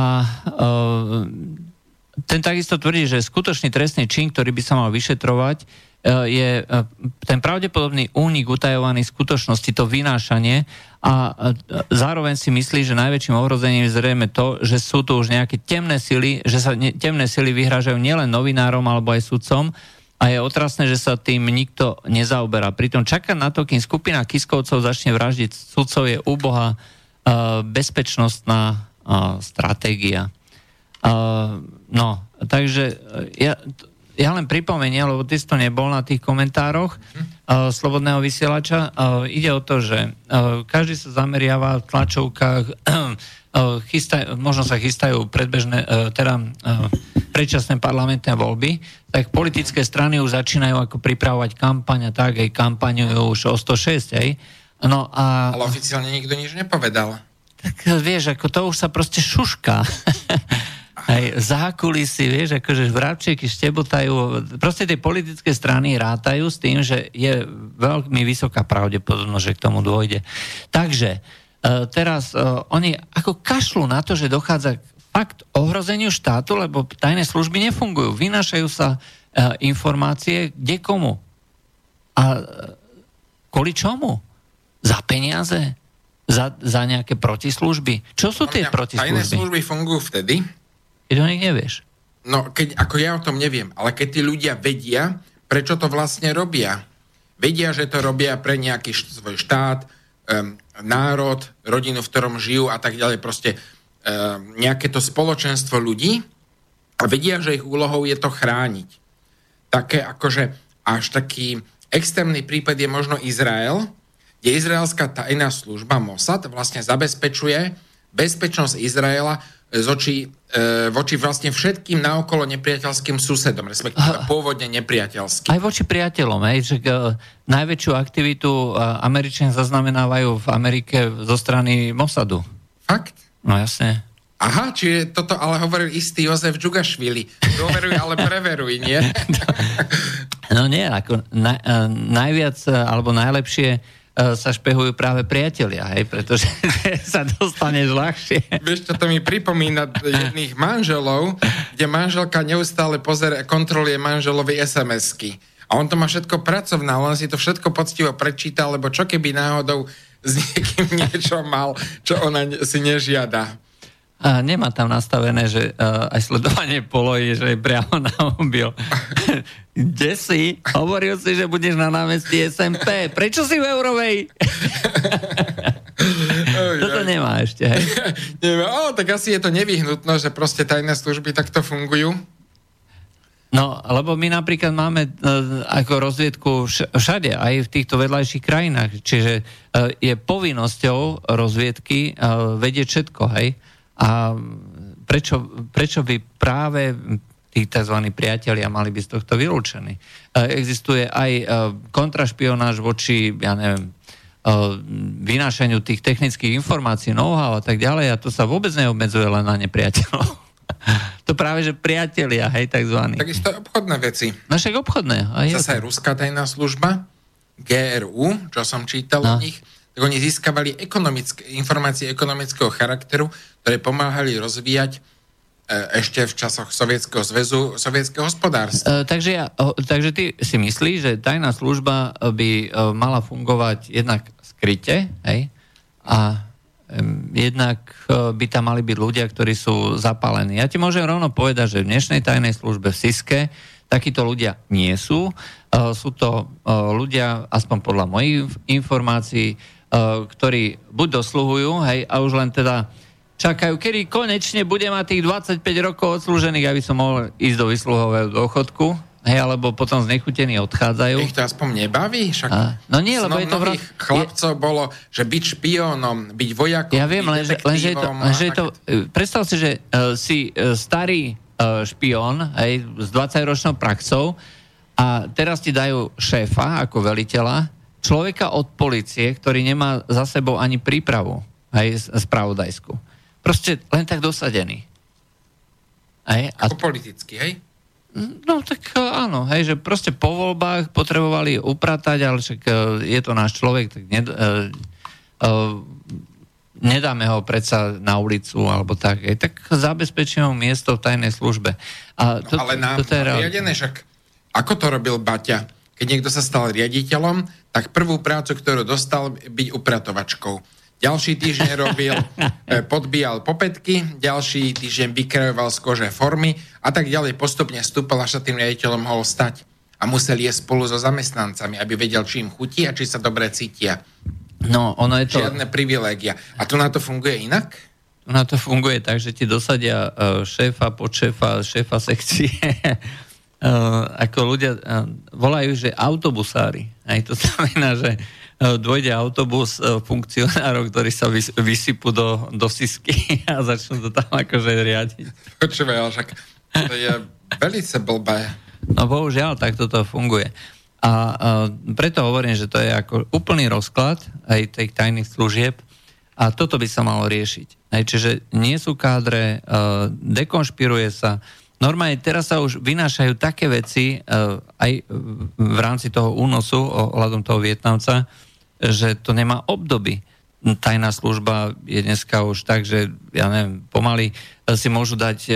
ten takisto tvrdí, že skutočný trestný čin, ktorý by sa mal vyšetrovať, je ten pravdepodobný únik utajovaných skutočností, to vynášanie, a zároveň si myslí, že najväčším ohrozením je zrejme to, že sú tu už nejaké temné sily, že sa temné sily vyhrážajú nielen novinárom alebo aj sudcom, A je otrasné, že sa tým nikto nezaoberá. Pritom čakať na to, kým skupina Kiskovcov začne vraždiť sudcov, je úbohá bezpečnostná stratégia. No, takže ja len pripomeniem, lebo ty si to nebol na tých komentároch Slobodného vysielača. Ide o to, že každý sa zameriava v tlačovkách, možno sa chystajú predčasné parlamentné voľby, tak politické strany už začínajú ako pripravovať kampaň a tak, aj kampaňujú už o 106, hej. No a... Ale oficiálne nikto nič nepovedal. Tak vieš, ako to už sa proste šušká. Aj zákulisy, vieš, akože vrabčeky štebotajú. Proste tie politické strany rátajú s tým, že je veľmi vysoká pravdepodobnosť, že k tomu dôjde. Takže teraz oni ako kašľú na to, že dochádza fakt ohrozeniu štátu, lebo tajné služby nefungujú. Vynášajú sa informácie kde komu. A kvôli čomu? Za peniaze? Za nejaké protislužby? Čo sú tie protislužby? Tajné služby fungujú vtedy, keď o nich nevieš. No, ako ja o tom neviem, ale keď tí ľudia vedia, prečo to vlastne robia. Vedia, že to robia pre nejaký svoj štát, národ, rodinu, v ktorom žijú a tak ďalej, proste nejaké to spoločenstvo ľudí a vedia, že ich úlohou je to chrániť. Také akože až taký extrémny prípad je možno Izrael, kde izraelská tajná služba Mossad vlastne zabezpečuje bezpečnosť Izraela voči vlastne všetkým naokolo nepriateľským susedom, respektíve pôvodne nepriateľským. Aj voči priateľom, že najväčšiu aktivitu Američania zaznamenávajú v Amerike zo strany Mossadu. Fakt? No jasne. Aha, čiže toto ale hovoril istý Jozef Džugašvili. Doveruj, ale preveruj, nie? No nie, ako najviac alebo najlepšie sa špehujú práve priatelia, hej, pretože sa dostaneš ľahšie. Vieš, čo to mi pripomína jedných manželov, kde manželka neustále kontroluje manželovi SMS-ky. A on to má všetko pracovné, ale on si to všetko poctivo prečíta, lebo čo keby náhodou s niekým niečo mal, čo ona si nežiada. A nemá tam nastavené, že aj sledovanie polohy, že je priamo na mobil. Kde si? Hovoril si, že budeš na námestí SMP. Prečo si v Eurovej? Toto nemá ešte, hej? Tak asi je to nevyhnutno, že proste tajné služby takto fungujú. No, lebo my napríklad máme ako rozviedku všade, aj v týchto vedľajších krajinách. Čiže je povinnosťou rozviedky vedieť všetko, hej? A prečo by práve tí tzv. Priatelia mali byť z tohto vylúčení? Existuje aj kontrašpionáž voči, ja neviem, vynášaniu tých technických informácií, know-how a tak ďalej, a to sa vôbec neobmedzuje len na nepriateľov. To práve, že priatelia, hej, takzvaní. Takisto obchodné veci. No však obchodné. Zase aj ruská tajná služba, GRU, čo som čítal o nich, tak oni získavali informácie ekonomického charakteru, ktoré pomáhali rozvíjať ešte v časoch Sovietskeho zväzu, sovietské hospodárstvo. Takže ty si myslíš, že tajná služba by mala fungovať jednak skryte, hej? A jednak by tam mali byť ľudia, ktorí sú zapálení. Ja ti môžem rovno povedať, že v dnešnej tajnej službe v SISKE takíto ľudia nie sú. Sú to ľudia, aspoň podľa mojich informácií, ktorí buď dosluhujú, hej, a už len teda čakajú, kedy konečne bude mať tých 25 rokov odslúžených, aby som mohol ísť do výsluhového dôchodku, hej, alebo potom znechutení odchádzajú. Ich to aspoň nebaví? Však no nie, lebo je to chlapcov bolo, že byť špiónom, byť vojakom, ja viem, lenže je to predstav si, že si starý špión, hej, s 20-ročnou praxou a teraz ti dajú šéfa ako veliteľa, človeka od polície, ktorý nemá za sebou ani prípravu, hej, spravodajskú. Proste len tak dosadený. Hej? Ako politicky, hej? No tak áno, hej, že proste po voľbách potrebovali upratať, ale však je to náš človek, tak nedáme ho predsa na ulicu, alebo tak. Hej, tak zabezpečíme miesto v tajnej službe. Ale nám riadené, však ako to robil Baťa? Keď niekto sa stal riaditeľom, tak prvú prácu, ktorú dostal, byť upratovačkou. Ďalší týždeň robil, podbíjal popetky, ďalší týždeň vykrajoval z kože formy a tak ďalej postupne stúpal, až sa tým riaditeľom mohol stať. a musel jesť spolu so zamestnancami, aby vedel, či im chutí a či sa dobre cítia. No, ono je to... Žiadne privilégia. A tu na to funguje inak? Tu na to funguje tak, že ti dosadia šéfa, podšéfa, šéfa sekcie. Ako ľudia volajú, že autobusári. Aj to znamená, že dôjde autobus funkcionárov, ktorí sa vysypú do sisky a začnú to tam akože riadiť. Počúvaj, ale však to je veľmi blbé. No bohužiaľ, tak toto funguje. A preto hovorím, že to je ako úplný rozklad aj tých tajných služieb a toto by sa malo riešiť. Aj, čiže nie sú kádre, dekonšpiruje sa. Normálne teraz sa už vynášajú také veci aj v rámci toho únosu ohľadom toho Vietnamca, že to nemá obdoby. Tajná služba je dneska už tak, že ja neviem, pomaly si môžu dať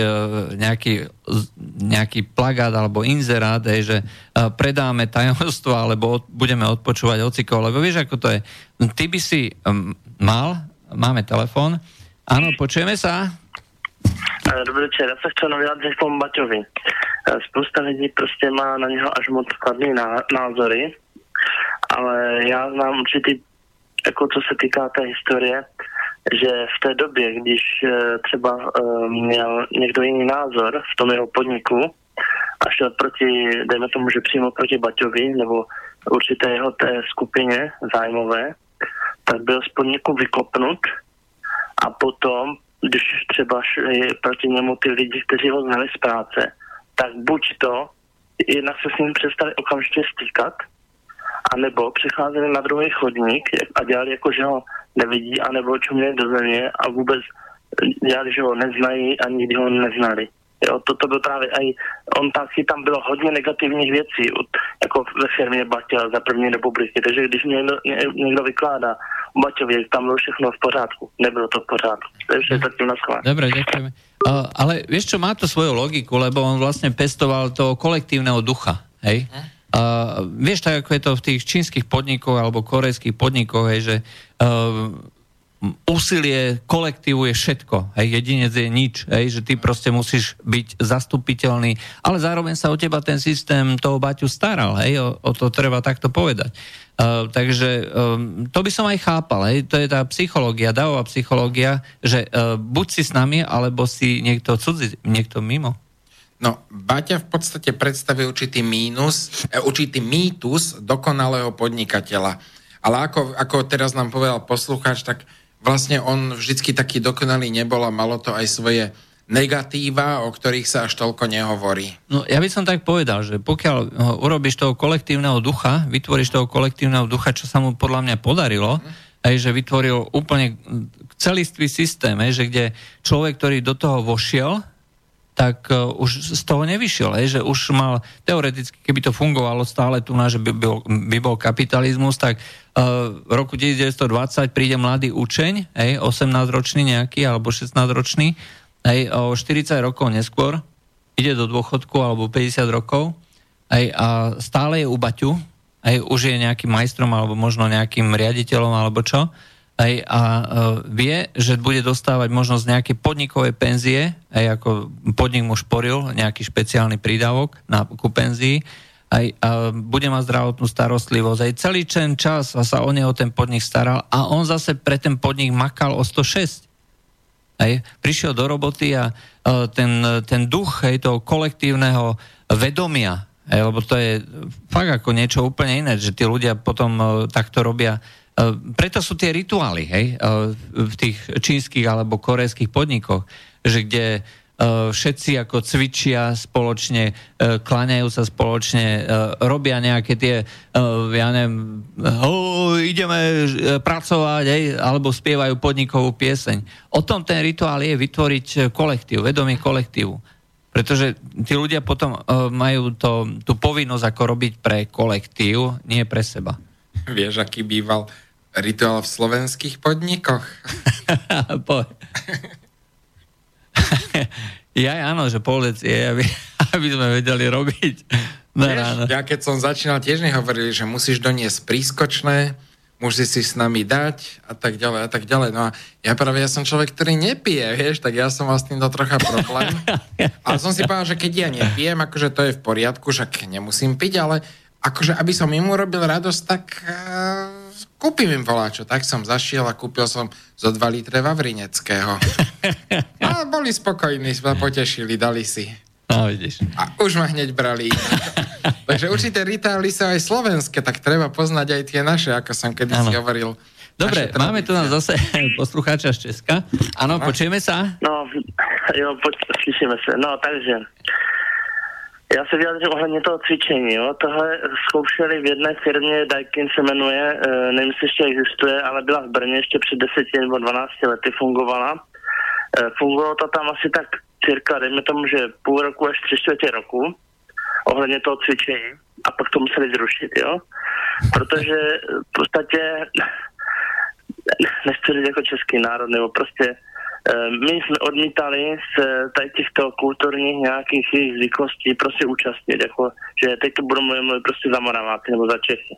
nejaký plagát alebo inzerát, že predáme tajomstvo alebo budeme odpočúvať ocikov, lebo vieš, ako to je. Ty by si máme telefón. Áno, počujeme sa? Dobrý večer, ja sa chcem vyjadriť k tomu Baťovi. Spousta lidí prostě má na něho až moc kladný názory, ale já znám určitý, jako co se týká té historie, že v té době, když třeba měl někdo jiný názor v tom jeho podniku a šel proti, dejme tomu, že přímo proti Baťovi nebo určité jeho té skupině zájmové, tak byl z podniku vykopnut a potom, když třeba šli proti němu ty lidi, kteří ho znali z práce, tak buď to, jednak se s ním přestali okamžitě stýkat, anebo přecházeli na druhý chodník a dělali jako, že ho nevidí, anebo čuměli do země a vůbec dělali, že ho neznají a nikdy ho neznali. Jo, to byl právě aj, on taky tam bylo hodně negativních věcí, jako ve firmě Baťa za první republiky, takže když někdo vykládá Baťovi, tam bylo všechno v pořádku, nebylo to v pořádku. Takže zatím na schvál. Dobre, ďakujeme. Ale vieš čo, má to svoju logiku, lebo on vlastne pestoval toho kolektívneho ducha, hej? Vieš, tak ako je to v tých čínskych podnikoch alebo korejských podnikoch, hej, že úsilie kolektívu je všetko, hej, jedinec je nič, hej, že ty proste musíš byť zastupiteľný, ale zároveň sa o teba ten systém toho Baťu staral, hej, o to treba takto povedať. Takže to by som aj chápal, hej, to je tá psychológia, davová psychológia, že buď si s nami, alebo si niekto cudzí, niekto mimo. No, Baťa v podstate predstavuje určitý mýtus dokonalého podnikateľa. Ale ako teraz nám povedal poslucháč, tak vlastne on vždycky taký dokonalý nebol a malo to aj svoje negatíva, o ktorých sa až toľko nehovorí. No, ja by som tak povedal, že pokiaľ urobíš toho kolektívneho ducha, vytvoríš toho kolektívneho ducha, čo sa mu podľa mňa podarilo, aj že vytvoril úplne celistvý systém, že kde človek, ktorý do toho vošiel, tak už z toho nevyšiel, že už mal, teoreticky, keby to fungovalo stále tu, že by bol kapitalizmus, tak v roku 1920 príde mladý učeň, 18-ročný nejaký, alebo 16-ročný, o 40 rokov neskôr ide do dôchodku, alebo 50 rokov, a stále je u Baťu, už je nejakým majstrom, alebo možno nejakým riaditeľom, alebo čo, a vie, že bude dostávať možnosť nejaké podnikové penzie, ako podnik mu šporil nejaký špeciálny prídavok ku penzii, a bude mať zdravotnú starostlivosť. Aj celý ten čas sa o neho ten podnik staral a on zase pre ten podnik makal o 106. Prišiel do roboty a ten duch toho kolektívneho vedomia, lebo to je fakt ako niečo úplne iné, že tí ľudia potom takto robia. Preto sú tie rituály, v tých čínskych alebo korejských podnikoch, že kde všetci ako cvičia spoločne, kláňajú sa spoločne, robia nejaké tie, ja neviem, ideme pracovať, alebo spievajú podnikovú pieseň. O tom ten rituál je vytvoriť kolektív, vedomie kolektívu. Pretože tí ľudia potom majú tú povinnosť ako robiť pre kolektív, nie pre seba. Vieš, aký býval rituál v slovenských podnikoch? Áno, že polec je, aby sme vedeli robiť na ráno. Ja keď som začínal, tiež nehovorili, že musíš doniesť prískočné, musí si s nami dať a tak ďalej a tak ďalej. No a ja som človek, ktorý nepije, vieš, tak ja som mal s týmto trocha problém. Ale som si povedal, že keď ja nepijem, akože to je v poriadku, však nemusím piť, ale akože aby som im urobil radosť, tak kúpim im voláčo. Tak som zašiel a kúpil som zo 2 litre Vavrineckého. A boli spokojní, sa potešili, dali si. No, vidíš. A už ma hneď brali. Takže určité rituály sú aj slovenské, tak treba poznať aj tie naše, ako som kedysi hovoril. Dobre, máme tu nás zase poslucháča z Česka. Áno, počujeme sa? No, jo, slyšíme se. No, takže já se vyjádřím ohledně toho cvičení. Jo. Tohle zkoušeli v jedné firmě, Daikin se jmenuje, nevím, jestli ještě existuje, ale byla v Brně ještě před 10 nebo 12 lety fungovala. Fungovalo to tam asi tak cirka, dejme tomu, že půl roku až 3/4 roku ohledně toho cvičení a pak to museli zrušit, jo. Protože v podstatě nechci říct jako český národ, nebo prostě my jsme odmítali z tady těchto kulturních nějakých jejich zvyklostí prostě účastnit, jako, že teď to budu mluvit prostě za Moraváky nebo za Čechy.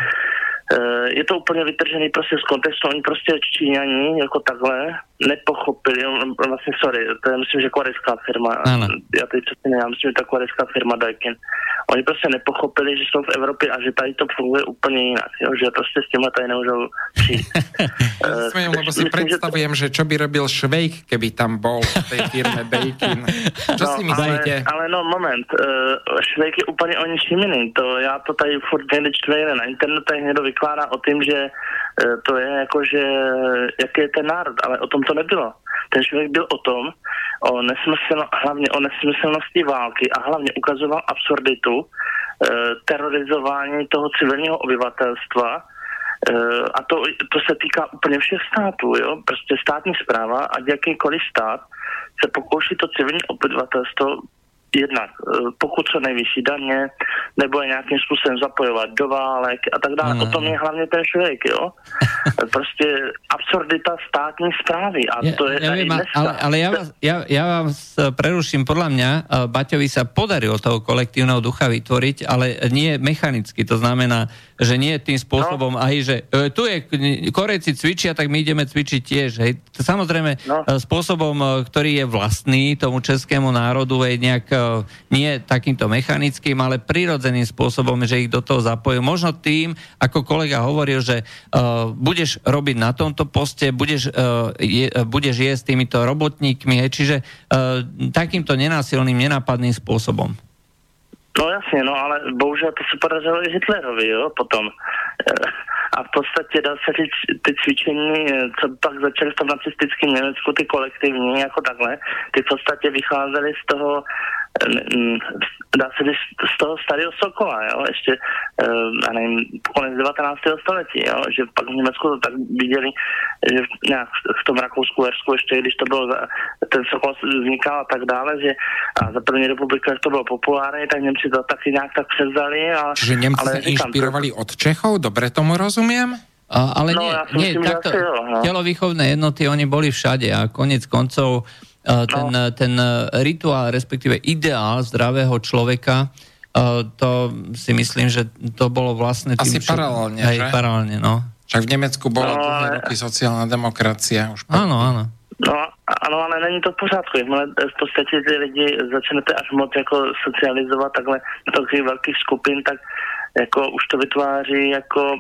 Je to úplně vytržený prostě z kontextu, oni prostě Číňani jako takhle nepochopili, vlastně sorry, to je myslím, že korejská firma, já teď přesně nevím, myslím, že to je korejská firma Daikin. Oni prostě nepochopili, že jsou v Evropě a že tady to funguje úplně jinak, jo? Že prostě s těma tady nemůžou přijít. Lebo si predstavujem, že čo by robil Švejk, keby tam bol v tej firme Daikin. Čo si myslíte? Ale no, moment. Švejk je úplně o ničím jiným. Já to tady furt někde čtu na internetu, někdo vykládá o tom, že to je jako, že jaký je ten národ, ale o tom to nebylo. Ten člověk byl o tom, hlavně o nesmyslnosti války a hlavně ukazoval absurditu terorizování toho civilního obyvatelstva. A to se týká úplně všech států, jo? Prostě státní správa a jakýkoliv stát se pokouší to civilní obyvatelstvo jednak pokud co nejvyšší daně, nebo je nějakým způsobem zapojovat do válek a tak dále. O tom je hlavně ten člověk, jo? Prostě absurdita státní správy. A to je neviem, ale ja vás preruším. Podľa mňa Baťovi sa podarilo toho kolektívneho ducha vytvoriť, ale nie mechanicky. To znamená, že nie tým spôsobom, že tu je Korejci cvičia, tak my ideme cvičiť tiež. Hej. Samozrejme, spôsobom, ktorý je vlastný tomu českému národu, je nejak nie takýmto mechanickým, ale prirodzeným spôsobom, že ich do toho zapojú. Možno tým, ako kolega hovoril, že budeš robiť na tomto poste, budeš jesť s týmito robotníkmi, hej, čiže takýmto nenásilným, nenápadným spôsobom. No jasně, no ale bohužel to se podařilo i Hitlerovi, jo, potom. A v podstatě dá se říct, ty cvičení, co pak začaly v tom nacistickém Německu, ty kolektivní, jako takhle, ty v podstatě vycházely z toho, dá se říct, z toho starého Sokola, jo, ještě, já nevím, konec 19. století, jo, že pak v Německu to tak viděli, že nějak v tom Rakousku, Hersku ještě, když to bylo, ten Sokol vznikal a tak dále, že a za první republiky, jak to bylo populární, tak Němci to taky nějak tak převzali. Čiže Němci se inšpirovali od Čechov, dobre tomu rozumiem? Ale nie, takto telovýchovné jednoty, oni boli všade a konec koncov ten rituál, respektíve ideál zdravého človeka, to si myslím, že to bolo vlastne tým... Asi paralelne, že? Paralelne, no. Však v Nemecku bola dlhé roky sociálna demokracia. Áno, áno. No, ano, ale není to v pořádku. Jakmile v podstatě ty lidi začnete až moc jako socializovat takhle do takových velkých skupin, tak jako už to vytváří jako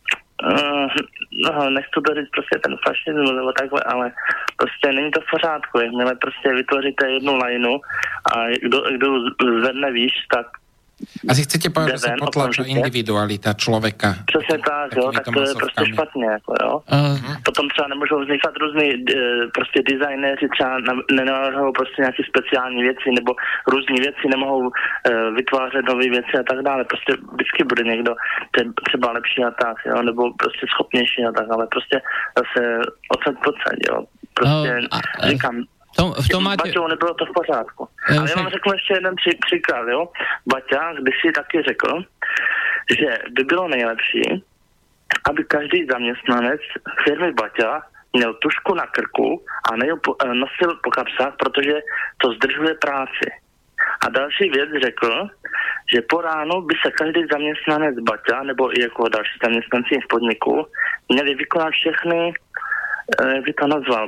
nechci to říct prostě ten fašismus nebo takhle, ale prostě není to v pořádku. Jakmile prostě vytvoříte jednu lajnu a kdo zvedne výš, tak asi chcete povedať, že sa potlačí individualita človeka. Přesně tak, jo, tak to je prostě špatně, jako, jo. Potom třeba nemůžou vznikat různý prostě designéři, třeba nenavrhou prostě nějaké speciální věci, nebo různý věci nemohou vytvářet nové věci a tak dále. Prostě vždycky bude někdo třeba lepší a tak, jo, nebo prostě schopnější a tak, ale prostě zase odsaď, jo. Prostě říkám, v tom Baťou nebylo to v pořádku. Ale já vám řeknu ještě jeden příklad, jo. Baťa, když si taky řekl, že by bylo nejlepší, aby každý zaměstnanec firmy Baťa měl tužku na krku a nosil po kapsách, protože to zdržuje práci. A další věc řekl, že po ránu by se každý zaměstnanec Baťa, nebo i jako další zaměstnanci v podniku, měli vykonat všechny, jak by to nazval,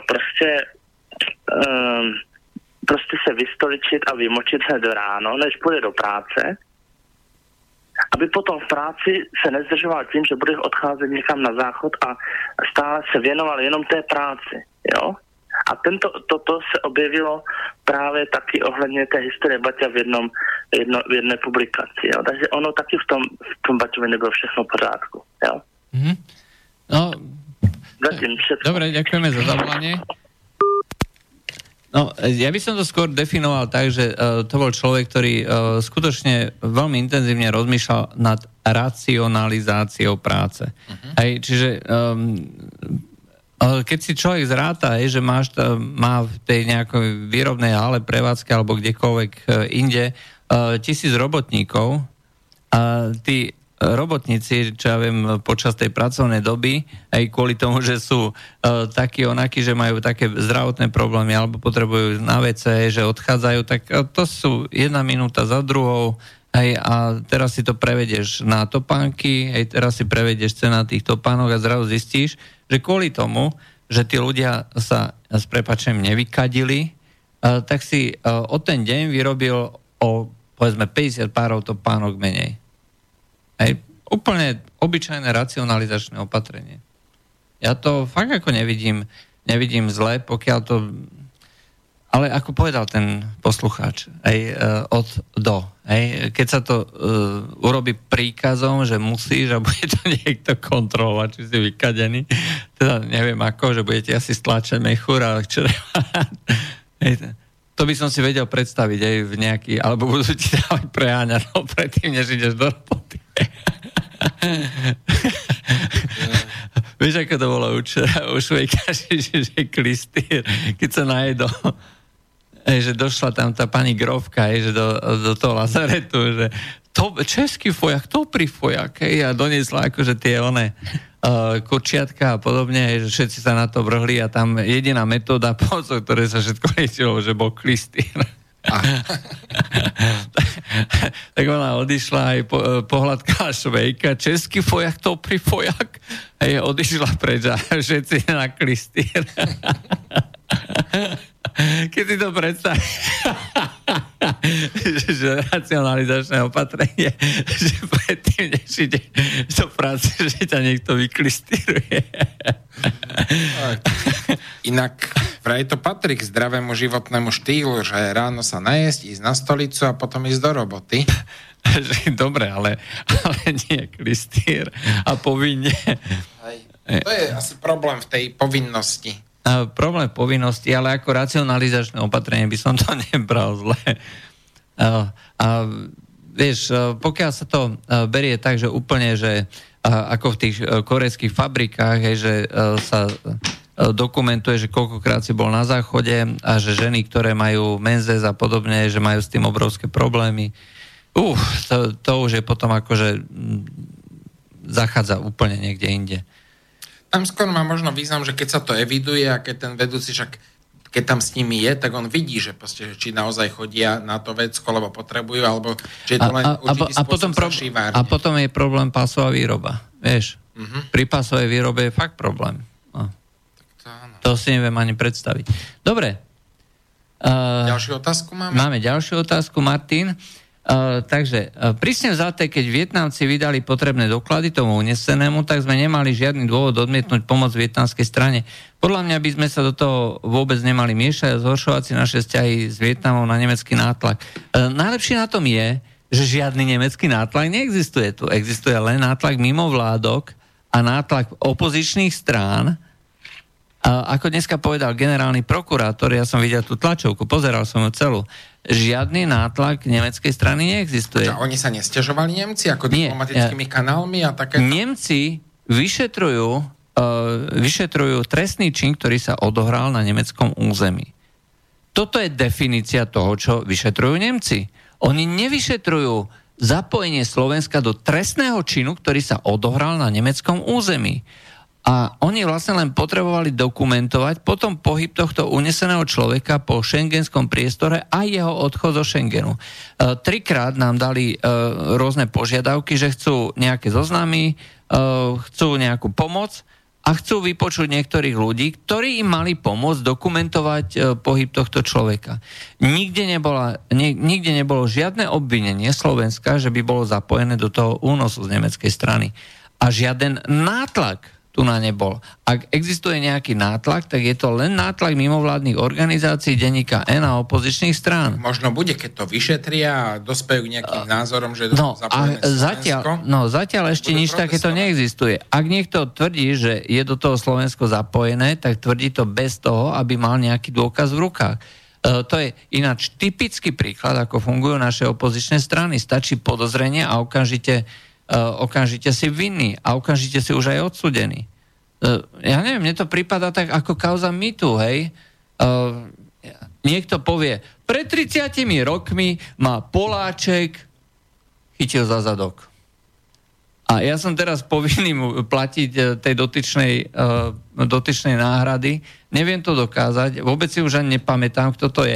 prostě se vystoličit a vymočit hned ráno, než půjde do práce, aby potom v práci se nezdržoval tím, že bude odcházet někam na záchod a stále se věnoval jenom té práci, jo? A toto se objevilo právě taky ohledně té historie Baťa v jedné publikaci, jo? Takže ono taky v tom Baťovi nebylo všechno v pořádku, jo? Mm-hmm. No, zatím všetko. Dobre, ďakujeme za zavolanie. No, ja by som to skôr definoval tak, že to bol človek, ktorý skutočne veľmi intenzívne rozmýšľal nad racionalizáciou práce. Čiže keď si človek zráta, že má v tej nejakej výrobnej hale, prevádzke alebo kdekoľvek inde 1000 robotníkov a tí robotníci, čo ja viem, počas tej pracovnej doby, aj kvôli tomu, že sú takí onakí, že majú také zdravotné problémy alebo potrebujú na WC, že odchádzajú, tak to sú 1 minúta za druhou, hej, a teraz si to prevedieš na topánky, hej, teraz si prevedieš cena tých topánok a zrazu zistíš, že kvôli tomu, že tí ľudia sa s prepáčením nevykadili, tak si o ten deň vyrobil o, povedzme, 50 párov topánok menej. Hej, úplne obyčajné racionalizačné opatrenie. Ja to fakt ako nevidím zle, pokiaľ to... Ale ako povedal ten poslucháč, hej, od do. Hej, keď sa to urobí príkazom, že musíš a bude to niekto kontrolovať, či si vykadený, teda neviem ako, že budete asi stlačať mechúr, ale to by som si vedel predstaviť aj v nejaký, alebo budú ti dávať preháňať predtým, než ideš do roboty. Vieš, ako to bolo u Švejkaši, že klistýr, keď sa najedol, že došla tam tá pani Grovka, že do toho lazaretu, že český fojak, dobrý fojak, a doniesla akože tie kurčiatka a podobne, že všetci sa na to vrhli a tam jediná metóda, pomocou ktorej sa všetko liečilo, že bol klistýr. Tak ona odišla aj pohľadkala Švejka, český fojak, dobrý fojak, a je odišla preč a všetci na klistýr. Keď si to predstavíš, že racionalizačné opatrenie, že predtým, než ide do práce, že ťa niekto vyklistíruje. Inak vraj to patrí k zdravému životnému štýlu, že ráno sa najesť, ísť na stolicu a potom ísť do roboty. Dobre, ale nie klistýr a povinne. To je asi problém v tej povinnosti. Problém povinnosti, ale ako racionalizačné opatrenie by som to nebral zle. A vieš, pokiaľ sa to berie tak, že úplne, že ako v tých korejských fabrikách, že sa dokumentuje, že koľkokrát si bol na záchode a že ženy, ktoré majú menzes a podobne, že majú s tým obrovské problémy. To už je potom akože zachádza úplne niekde inde. Tam skôr má možno význam, že keď sa to eviduje a keď ten vedúci, však keď tam s nimi je, tak on vidí, že proste, či naozaj chodia na to vecko, lebo potrebujú, alebo či je to len určitý spôsob zašívárne. A potom je problém pásová výroba. Vieš, pri pásovej výrobe je fakt problém. To si neviem ani predstaviť. Dobre. Ďalšiu otázku máme? Máme ďalšiu otázku, Martin. Takže prísne vzaté, keď Vietnamci vydali potrebné doklady tomu unesenému, tak sme nemali žiadny dôvod odmietnúť pomoc vietnamskej strane. Podľa mňa by sme sa do toho vôbec nemali miešať a zhoršovať si naše vzťahy s Vietnamom na nemecký nátlak. Najlepšie na tom je, že žiadny nemecký nátlak neexistuje. Tu existuje len nátlak mimo vládok a nátlak opozičných strán. Ako dneska povedal generálny prokurátor, ja som videl tú tlačovku, pozeral som ju celú, žiadny nátlak nemeckej strany neexistuje. A oni sa nesťažovali Nemci ako diplomatickými kanálmi a také? Nemci vyšetrujú trestný čin, ktorý sa odohral na nemeckom území. Toto je definícia toho, čo vyšetrujú Nemci. Oni nevyšetrujú zapojenie Slovenska do trestného činu, ktorý sa odohral na nemeckom území. A oni vlastne len potrebovali dokumentovať potom pohyb tohto uneseného človeka po schengenskom priestore a jeho odchod zo Schengenu. 3-krát nám dali rôzne požiadavky, že chcú nejaké zoznamy, chcú nejakú pomoc a chcú vypočuť niektorých ľudí, ktorí im mali pomôcť dokumentovať pohyb tohto človeka. Nikde nebolo žiadne obvinenie Slovenska, že by bolo zapojené do toho únosu z nemeckej strany. A žiaden nátlak tu na nebol. Ak existuje nejaký nátlak, tak je to len nátlak mimovládnych organizácií, denníka N a opozičných strán. Možno bude, keď to vyšetria a dospejú k nejakým názorom, že zapojené Slovensko. Zatiaľ ešte nič takéto neexistuje. Ak niekto tvrdí, že je do toho Slovensko zapojené, tak tvrdí to bez toho, aby mal nejaký dôkaz v rukách. To je ináč typický príklad, ako fungujú naše opozičné strany. Stačí podozrenie a okamžite si vinný a okamžite si už aj odsudený. Ja neviem, mne to prípada tak ako kauza MeToo, hej? Niekto povie, pred 30 rokmi ma Poláček chytil za zadok. A ja som teraz povinný mu platiť tej dotyčnej náhrady. Neviem to dokázať, vôbec si už ani nepamätám, kto to je.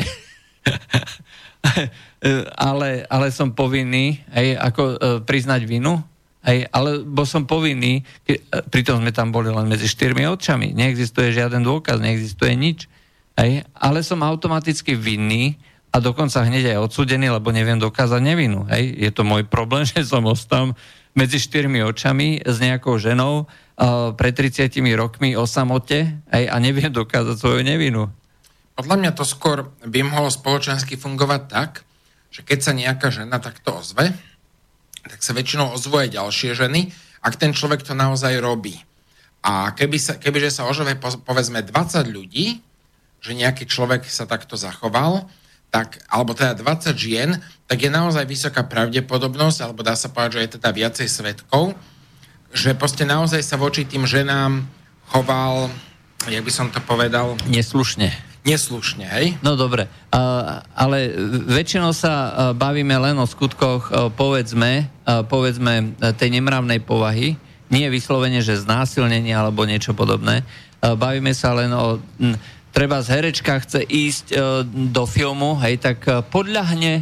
ale som povinný priznať vinu, alebo som povinný, pritom sme tam boli len medzi 4 očami, neexistuje žiaden dôkaz, neexistuje nič, ale som automaticky vinný a dokonca hneď aj odsúdený, lebo neviem dokázať nevinu. Je to môj problém, že som ostal medzi 4 očami s nejakou ženou pred 30 rokmi o samote a neviem dokázať svoju nevinu. Podľa mňa to skôr by mohlo spoločensky fungovať tak, že keď sa nejaká žena takto ozve, tak sa väčšinou ozvú aj ďalšie ženy, ak ten človek to naozaj robí. A kebyže sa ozve povedzme 20 ľudí, že nejaký človek sa takto zachoval, tak, alebo teda 20 žien, tak je naozaj vysoká pravdepodobnosť, alebo dá sa povedať, že je teda viacej svedkov, že proste naozaj sa voči tým ženám choval, jak by som to povedal... Neslušne, hej? No dobre, ale väčšinou sa bavíme len o skutkoch, povedzme, tej nemravnej povahy, nie vyslovene, že znásilnenie alebo niečo podobné. Bavíme sa len o... Treba z herečka chce ísť do filmu, hej, tak podľahne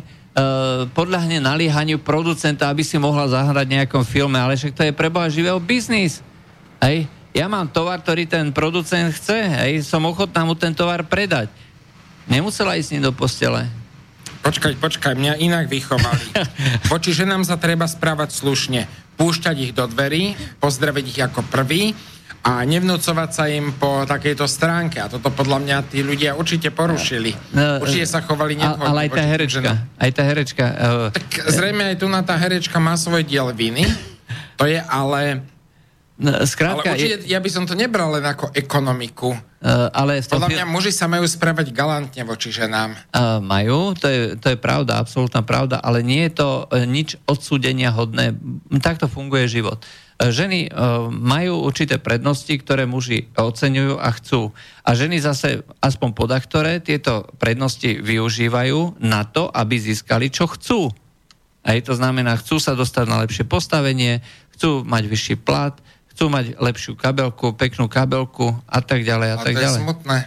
naliehaniu producenta, aby si mohla zahrať v nejakom filme, ale však to je preboha živého biznis, hej? Ja mám tovar, ktorý ten producent chce, hej, som ochotná mu ten tovar predať. Nemusela ísť s ním do postele. Počkaj, mňa inak vychovali. Voči ženám sa treba správať slušne. Púšťať ich do dverí, pozdraviť ich ako prvý a nevnúcovať sa im po takejto stránke. A toto podľa mňa tí ľudia určite porušili. Určite sa chovali nevhodne. Ale aj tá herečka. Tak zrejme aj tu na tá herečka má svoj diel viny. To je ale... Skrátka, ale určite ja by som to nebral len ako ekonomiku. Podľa mňa muži sa majú správať galantne voči ženám. Majú, to je pravda, absolútna pravda, ale nie je to nič odsúdenia hodné. Takto funguje život. Ženy majú určité prednosti, ktoré muži oceňujú a chcú. A ženy zase, aspoň podaktore, tieto prednosti využívajú na to, aby získali, čo chcú. A to znamená, chcú sa dostať na lepšie postavenie, chcú mať vyšší plat, chcú mať lepšiu kabelku, peknú kabelku a tak ďalej a tak ďalej. To je smutné.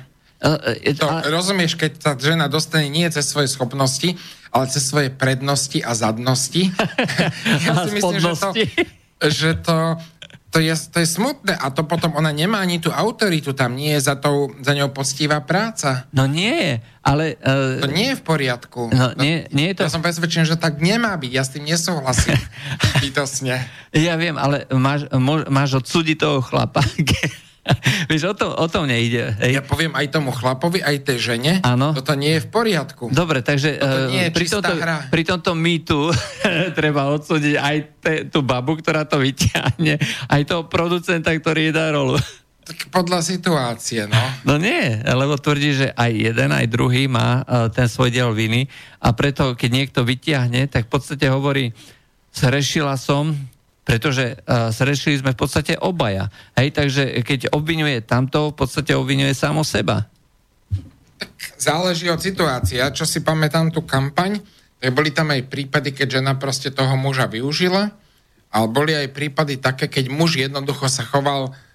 Rozumieš, keď tá žena dostane nie cez svoje schopnosti, ale cez svoje prednosti a zadnosti. Ja si myslím, že to je smutné a to potom ona nemá ani tú autoritu, tam nie je za ňou poctivá práca. No nie je, ale... To nie je v poriadku. Nie je to... Ja som presvedčený, že tak nemá byť, ja s tým nesúhlasím. Bytosne. Ja viem, ale máš odsúdiť toho chlapa. Víš, o tom nejde. Hej. Ja poviem aj tomu chlapovi, aj tej žene, ano. Toto nie je v poriadku. Dobre, takže pri tomto mýtu treba odsúdiť aj tú babu, ktorá to vyťahne, aj toho producenta, ktorý jej dá rolu. Tak podľa situácie, no. No nie, lebo tvrdí, že aj jeden, aj druhý má ten svoj diel viny a preto, keď niekto vyťahne, tak v podstate hovorí, zhrešila som, pretože zrešili sme v podstate obaja. Hej, takže keď obviňuje tamto, v podstate obviňuje samo seba. Tak záleží od situácie. Čo si pamätám tú kampaň, tak boli tam aj prípady, keď žena proste toho muža využila, ale boli aj prípady také, keď muž jednoducho sa choval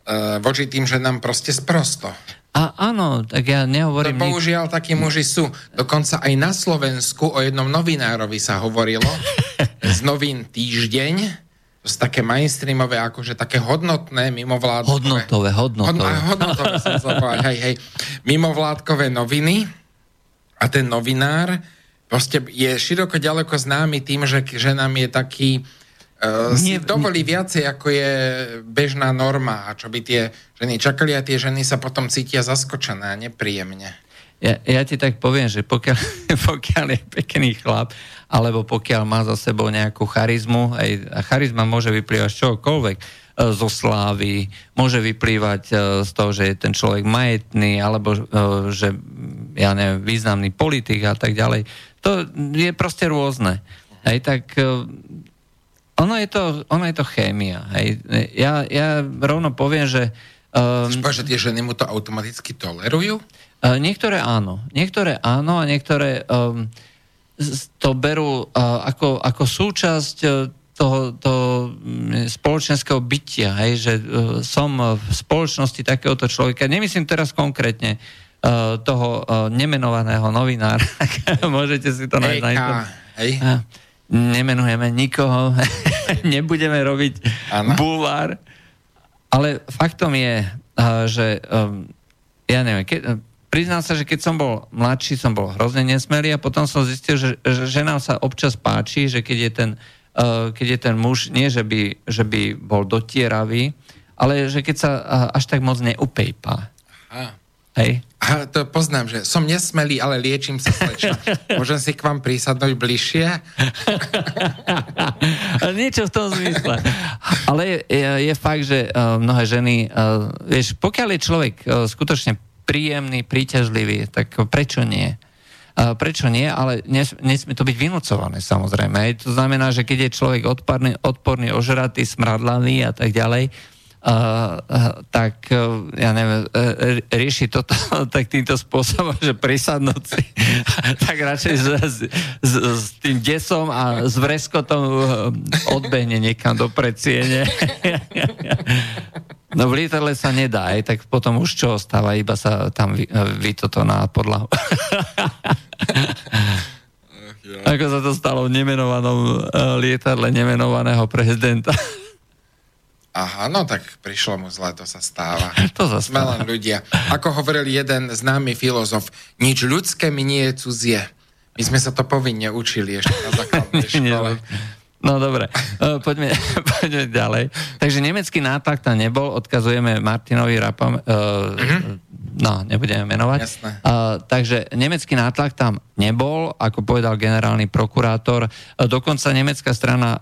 voči tým, že nám proste sprosto. A áno, tak ja nehovorím... To bohužiaľ takí muži sú. Dokonca aj na Slovensku o jednom novinárovi sa hovorilo z novín Týždeň. To sú také mainstreamové, akože také hodnotné, mimovládkové... Hodnotové som chcel povedať, hej. Mimovládkové noviny. A ten novinár proste je široko ďaleko známy tým, že nám je taký... si dovolí viacej, ako je bežná norma a čo by tie ženy čakali a tie ženy sa potom cítia zaskočené a nepríjemne. Ja ti tak poviem, že pokiaľ je pekný chlap, alebo pokiaľ má za sebou nejakú charizmu, a charizma môže vyplývať z čokoľvek, zo slávy, môže vyplývať z toho, že je ten človek majetný, alebo že, ja neviem, významný politik a tak ďalej. To je proste rôzne. Hej, tak... Ono je to chémia. Hej. Ja rovno poviem, že... Chceš povedať, že tie ženy mu to automaticky tolerujú? Niektoré áno. Niektoré áno a niektoré to berú ako súčasť toho spoločenského bytia. Hej, že som v spoločnosti takéhoto človeka. Nemyslím teraz konkrétne toho nemenovaného novinára. Môžete si to nájsť. Hej. Nemenujeme nikoho, nebudeme robiť bulvár, ale faktom je, že ja neviem, priznám sa, že keď som bol mladší, som bol hrozne nesmelý a potom som zistil, že nám sa občas páči, že keď je ten muž, nie že by bol dotieravý, ale že keď sa až tak moc neupejpá. Hej. A to poznám, že som nesmelý, ale liečím sa, slečna. Môžem si k vám prísadnúť bližšie? Niečo v tom zmysle. Ale je fakt, že mnohé ženy, vieš, pokiaľ je človek skutočne príjemný, príťažlivý, tak prečo nie? Prečo nie? Ale nesmie to byť vynúcované, samozrejme. To znamená, že keď je človek odporný, ožratý, smradlaný a tak ďalej, tak ja neviem, rieši toto tak týmto spôsobom, že prisadnúť si tak radšej s tým desom a s vreskotom odbehne niekam do predsiene. No v lietadle sa nedá, aj tak potom už čo ostáva, iba sa tam toto na podlahu. Ako sa to stalo v nemenovanom lietadle nemenovaného prezidenta. Aha, no tak prišlo mu zle, to sa stáva. To sa Sme len ľudia. Ako hovoril jeden známy filozof, nič ľudské mi nie je cudzie. My sme sa to povinne učili ešte na základnej škole. No dobre, poďme ďalej. Takže nemecký nátlak tam nebol, odkazujeme Martinovi Rapam, no, nebudeme menovať. Jasné. Takže nemecký nátlak tam nebol, ako povedal generálny prokurátor. Dokonca nemecká strana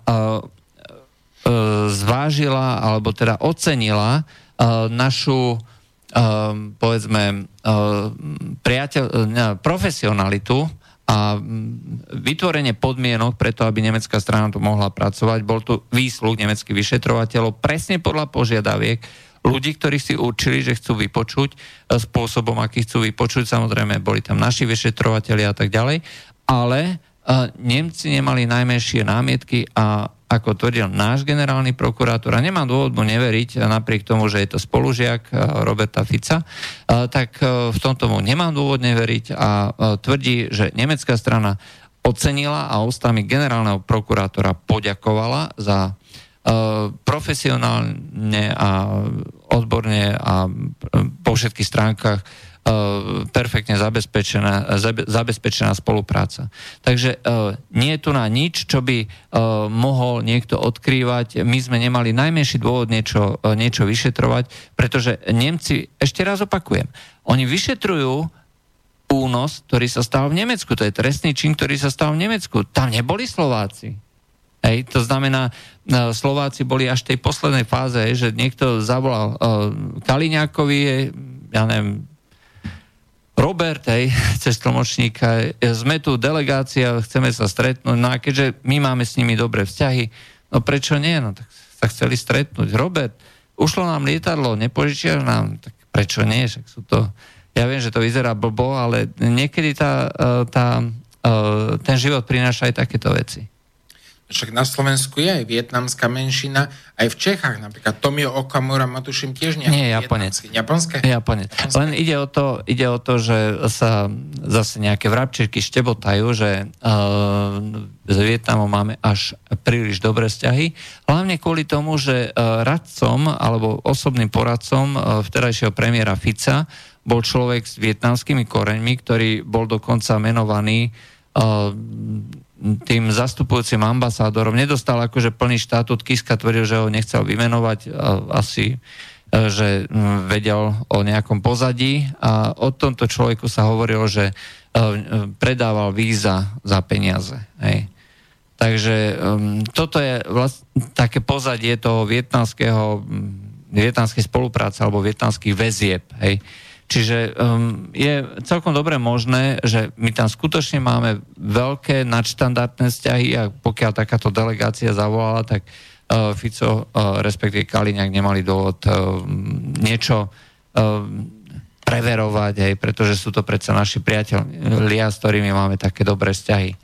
zvážila, alebo teda ocenila našu povedzme profesionalitu a vytvorenie podmienok preto, aby nemecká strana tu mohla pracovať. Bol tu výsluh nemeckých vyšetrovateľov presne podľa požiadaviek ľudí, ktorí si určili, že chcú vypočuť spôsobom, aký chcú vypočuť. Samozrejme, boli tam naši vyšetrovatelia a tak ďalej, ale Nemci nemali najmenšie námietky a ako tvrdil náš generálny prokurátor, a nemám dôvod mu neveriť, napriek tomu, že je to spolužiak Roberta Fica, tak v tomto mu nemám dôvod neveriť a tvrdí, že nemecká strana ocenila a ústami generálneho prokurátora poďakovala za profesionálne a odborne a po všetkých stránkach perfektne zabezpečená spolupráca. Takže nie je tu na nič, čo by mohol niekto odkrývať. My sme nemali najmenší dôvod niečo vyšetrovať, pretože Nemci, ešte raz opakujem, oni vyšetrujú únos, ktorý sa stal v Nemecku. To je trestný čin, ktorý sa stal v Nemecku. Tam neboli Slováci. Hej, to znamená, Slováci boli až v tej poslednej fáze, že niekto zavolal Kaliňákovi, ja neviem, Robert, cez tlmočníka, sme tu delegácia, chceme sa stretnúť, no a keďže my máme s nimi dobré vzťahy, no prečo nie? No tak sa chceli stretnúť. Robert, ušlo nám lietadlo, nepožičiaš nám? Tak prečo nie? Však sú to, ja viem, že to vyzerá blbo, ale niekedy ten život prináša aj takéto veci. Však na Slovensku je aj vietnamská menšina, aj v Čechách napríklad. Tomio Okamura má tuším tiež nejaký Japonec. Japonské? Japonec. Len ide o to, že sa zase nejaké vrabčeky štebotajú, že s Vietnamom máme až príliš dobré vzťahy. Hlavne kvôli tomu, že radcom alebo osobným poradcom vtedajšieho premiéra Fica bol človek s vietnamskými koreňmi, ktorý bol dokonca menovaný tým zastupujúcim ambasádorom. Nedostal akože plný štatút, Kiska tvrdil, že ho nechcel vymenovať, asi že vedel o nejakom pozadí a o tomto človeku sa hovorilo, že predával víza za peniaze. Hej. Takže toto je také pozadie toho vietnamskej spolupráce alebo vietnamských väzieb. Hej. Čiže je celkom dobre možné, že my tam skutočne máme veľké nadštandardné vzťahy a pokiaľ takáto delegácia zavolala, tak Fico, respektíve Kaliňák nemali dôvod niečo preverovať, hej, pretože sú to predsa naši priatelia, s ktorými máme také dobré vzťahy.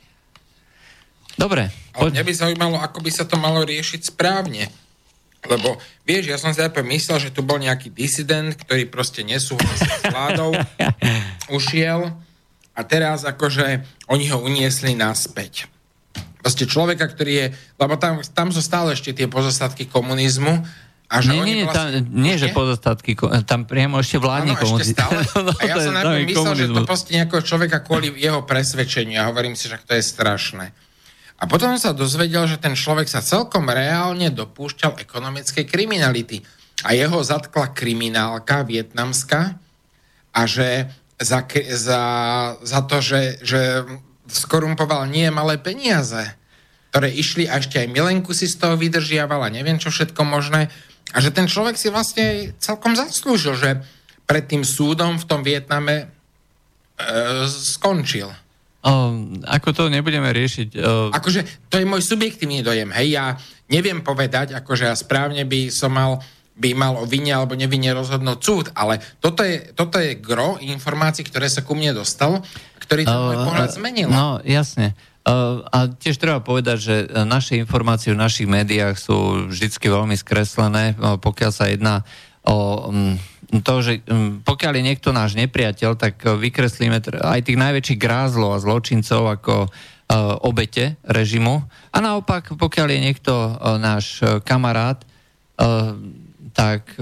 Dobre. Ale mňa by zaujímalo, ako by sa to malo riešiť správne. Lebo, vieš, ja som si aj myslel, že tu bol nejaký disident, ktorý proste nesúhlasil s vládou, ušiel a teraz akože oni ho uniesli naspäť. Proste človeka, ktorý je, lebo tam sú stále ešte tie pozostatky komunizmu a že nie, že pozostatky, tam priamo ešte vládni komunizmu. A ja som najprv myslel, že to proste nejakého človeka kvôli jeho presvedčeniu a hovorím si, že to je strašné. A potom sa dozvedel, že ten človek sa celkom reálne dopúšťal ekonomickej kriminality. A jeho zatkla kriminálka vietnamská a že za to, že skorumpoval nie malé peniaze, ktoré išli a ešte aj Milenku si z toho vydržiavala, neviem čo všetko možné. A že ten človek si vlastne celkom zaslúžil, že pred tým súdom v tom Vietname skončil. Ako to nebudeme riešiť? Akože to je môj subjektívny dojem. Hej, ja neviem povedať, akože ja správne by mal o vine alebo nevine rozhodnúť súd, ale toto je gro informácií, ktoré sa ku mne dostalo, ktorý ten môj pohľad zmenil. No, jasne. A tiež treba povedať, že naše informácie v našich médiách sú vždycky veľmi skreslené, pokiaľ sa jedná o to, že pokiaľ je niekto náš nepriateľ, tak vykreslíme aj tých najväčších grázlov a zločincov ako obete režimu. A naopak, pokiaľ je niekto náš kamarát, tak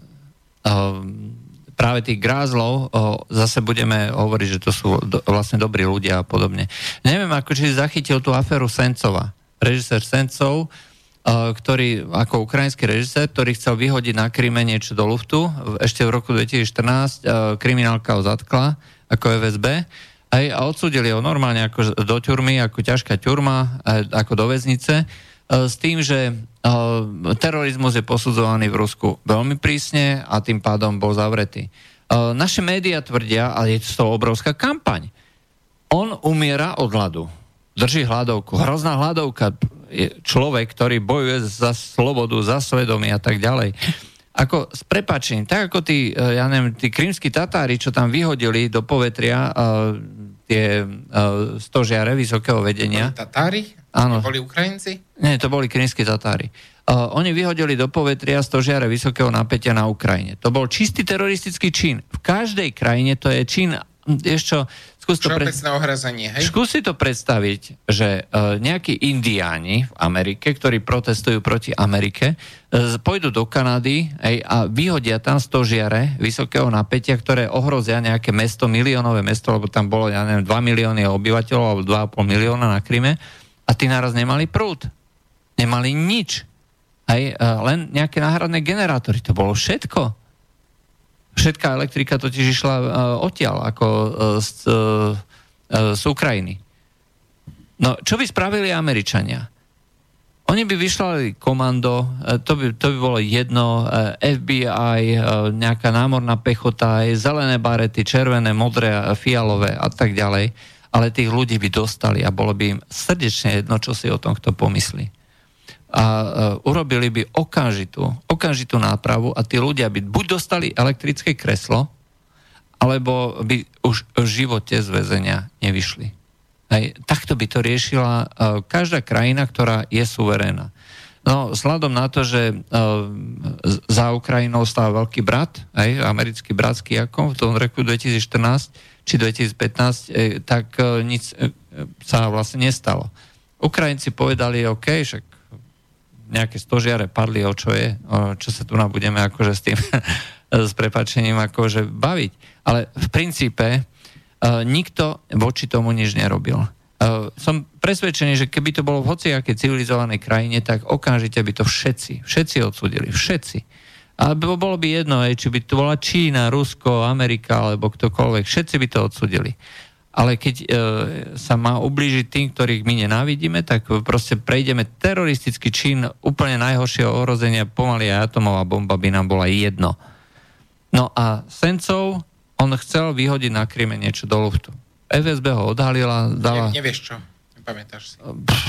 práve tých grázlov zase budeme hovoriť, že to sú vlastne dobrí ľudia a podobne. Neviem, ako či zachytil tú aféru Sencova. Režisér Sencov, ktorý ako ukrajinský režisér, ktorý chcel vyhodiť na Kryme niečo do luftu. Ešte v roku 2014 kriminálka ho zatkla ako FSB a odsúdili ho normálne ako do ťurmy, ako ťažká ťurma, ako do väznice, s tým, že terorizmus je posudzovaný v Rusku veľmi prísne a tým pádom bol zavretý. Naše médiá tvrdia, ale je to obrovská kampaň. On umiera od hladu. Drží hladovku. Hrozná hladovka. Je človek, ktorý bojuje za slobodu, za svedomie a tak ďalej. Ako s prepáčením, tak ako tí krymskí Tatári, čo tam vyhodili do povetria tie stožiare vysokého vedenia. Boli Tatári? Áno. Boli Ukrajinci? Nie, to boli krymskí Tatári. Oni vyhodili do povetria stožiare vysokého napätia na Ukrajine. To bol čistý teroristický čin. V každej krajine to je čin, všeobecné ohrazenie, hej? Skús si to predstaviť, že nejakí indiáni v Amerike, ktorí protestujú proti Amerike, pôjdu do Kanady a vyhodia tam stožiare vysokého napätia, ktoré ohrozia nejaké mesto, miliónové mesto, lebo tam bolo, 2 milióny obyvateľov alebo 2,5 milióna na Kryme a tí naraz nemali prúd. Nemali nič. Len nejaké náhradné generátory. To bolo všetko. Všetká elektrika totiž išla odtiaľ, ako z Ukrajiny. No, čo by spravili Američania? Oni by vyšľali komando, to by bolo jedno, FBI, nejaká námorná pechota, zelené barety, červené, modré, fialové a tak ďalej, ale tých ľudí by dostali a bolo by im srdečne jedno, čo si o tom kto pomyslí. A urobili by okamžitú nápravu a tí ľudia by buď dostali elektrické kreslo, alebo by už v živote z väzenia nevyšli. Takto by to riešila každá krajina, ktorá je suverénna. No, vzhľadom na to, že za Ukrajinou stál veľký brat, americký bratský ako v tom roku 2014 či 2015, tak nic sa vlastne nestalo. Ukrajinci povedali, OK, však nejaké stožiare padli, o čo je, čo sa tu budeme akože s tým s prepáčením akože baviť. Ale v princípe nikto voči tomu nič nerobil. Som presvedčený, že keby to bolo v hociakej civilizovanej krajine, tak okamžite by to všetci odsúdili. Všetci. A bolo by jedno, či by to bola Čína, Rusko, Amerika, alebo ktokoľvek. Všetci by to odsúdili. Ale keď sa má ublížiť tým, ktorých my nenávidíme, tak proste prejdeme teroristický čin úplne najhoršieho ohrozenia, pomaly aj atomová bomba by nám bola jedno. No a Sencov, on chcel vyhodiť na Kryme niečo do luftu. FSB ho odhalila, dala... Nevieš čo? Nepamätáš si?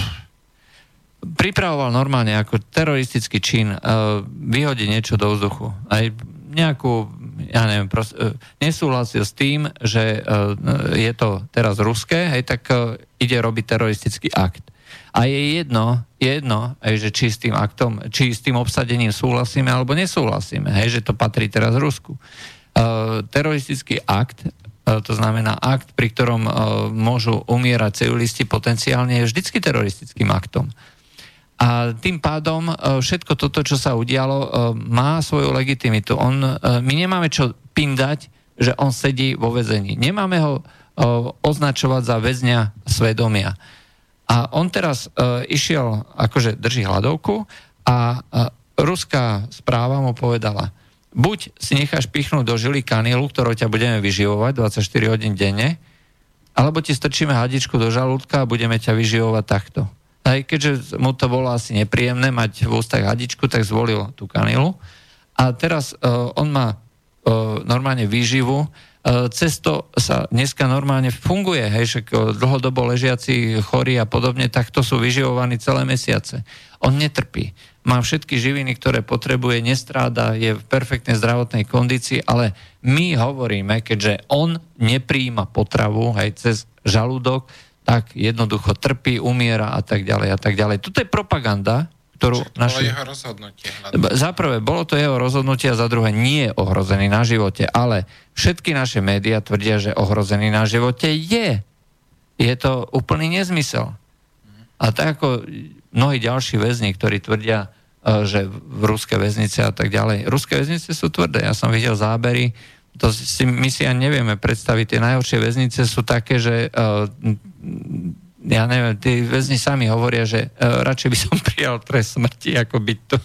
Pripravoval normálne ako teroristický čin vyhodiť niečo do vzduchu. Aj nejakú, ja neviem, nesúhlasil s tým, že je to teraz ruské, tak ide robiť teroristický akt. A je jedno, že či s tým aktom, či s tým obsadením súhlasíme alebo nesúhlasíme, že to patrí teraz Rusku. Teroristický akt, to znamená akt, pri ktorom môžu umierať civilisti potenciálne, je vždycky teroristickým aktom. A tým pádom všetko toto, čo sa udialo, má svoju legitimitu. My nemáme čo pindať, že on sedí vo väzení. Nemáme ho označovať za väzňa svedomia. A on teraz išiel, akože drží hladovku a ruská správa mu povedala, buď si necháš pichnúť do žily kanilu, ktorou ťa budeme vyživovať 24 hodín denne, alebo ti strčíme hadičku do žalúdka a budeme ťa vyživovať takto. Aj keďže mu to bolo asi nepríjemné mať v ústach hadičku, tak zvolil tú kanilu. A teraz on má normálne výživu. Cesto sa dneska normálne funguje, však dlhodobo ležiaci chorí a podobne, tak to sú vyživovaní celé mesiace. On netrpí. Má všetky živiny, ktoré potrebuje, nestráda, je v perfektnej zdravotnej kondícii, ale my hovoríme, keďže on nepríjima potravu cez žalúdok, tak jednoducho trpí, umiera a tak ďalej a tak ďalej. Toto je propaganda, ktorú... Bolo jeho rozhodnutie. Za prvé, bolo to jeho rozhodnutie a za druhé, nie je ohrozený na živote, ale všetky naše médiá tvrdia, že ohrozený na živote je. Je to úplný nezmysel. A tak ako mnohí ďalší väzni, ktorí tvrdia, že v ruské väznice a tak ďalej. Ruské väznice sú tvrdé. Ja som videl zábery, my si ani nevieme predstaviť. Tie najhoršie väznice sú také, že ja neviem, tí väzni sami hovoria, že radšej by som prijal trest smrti, ako byť tu.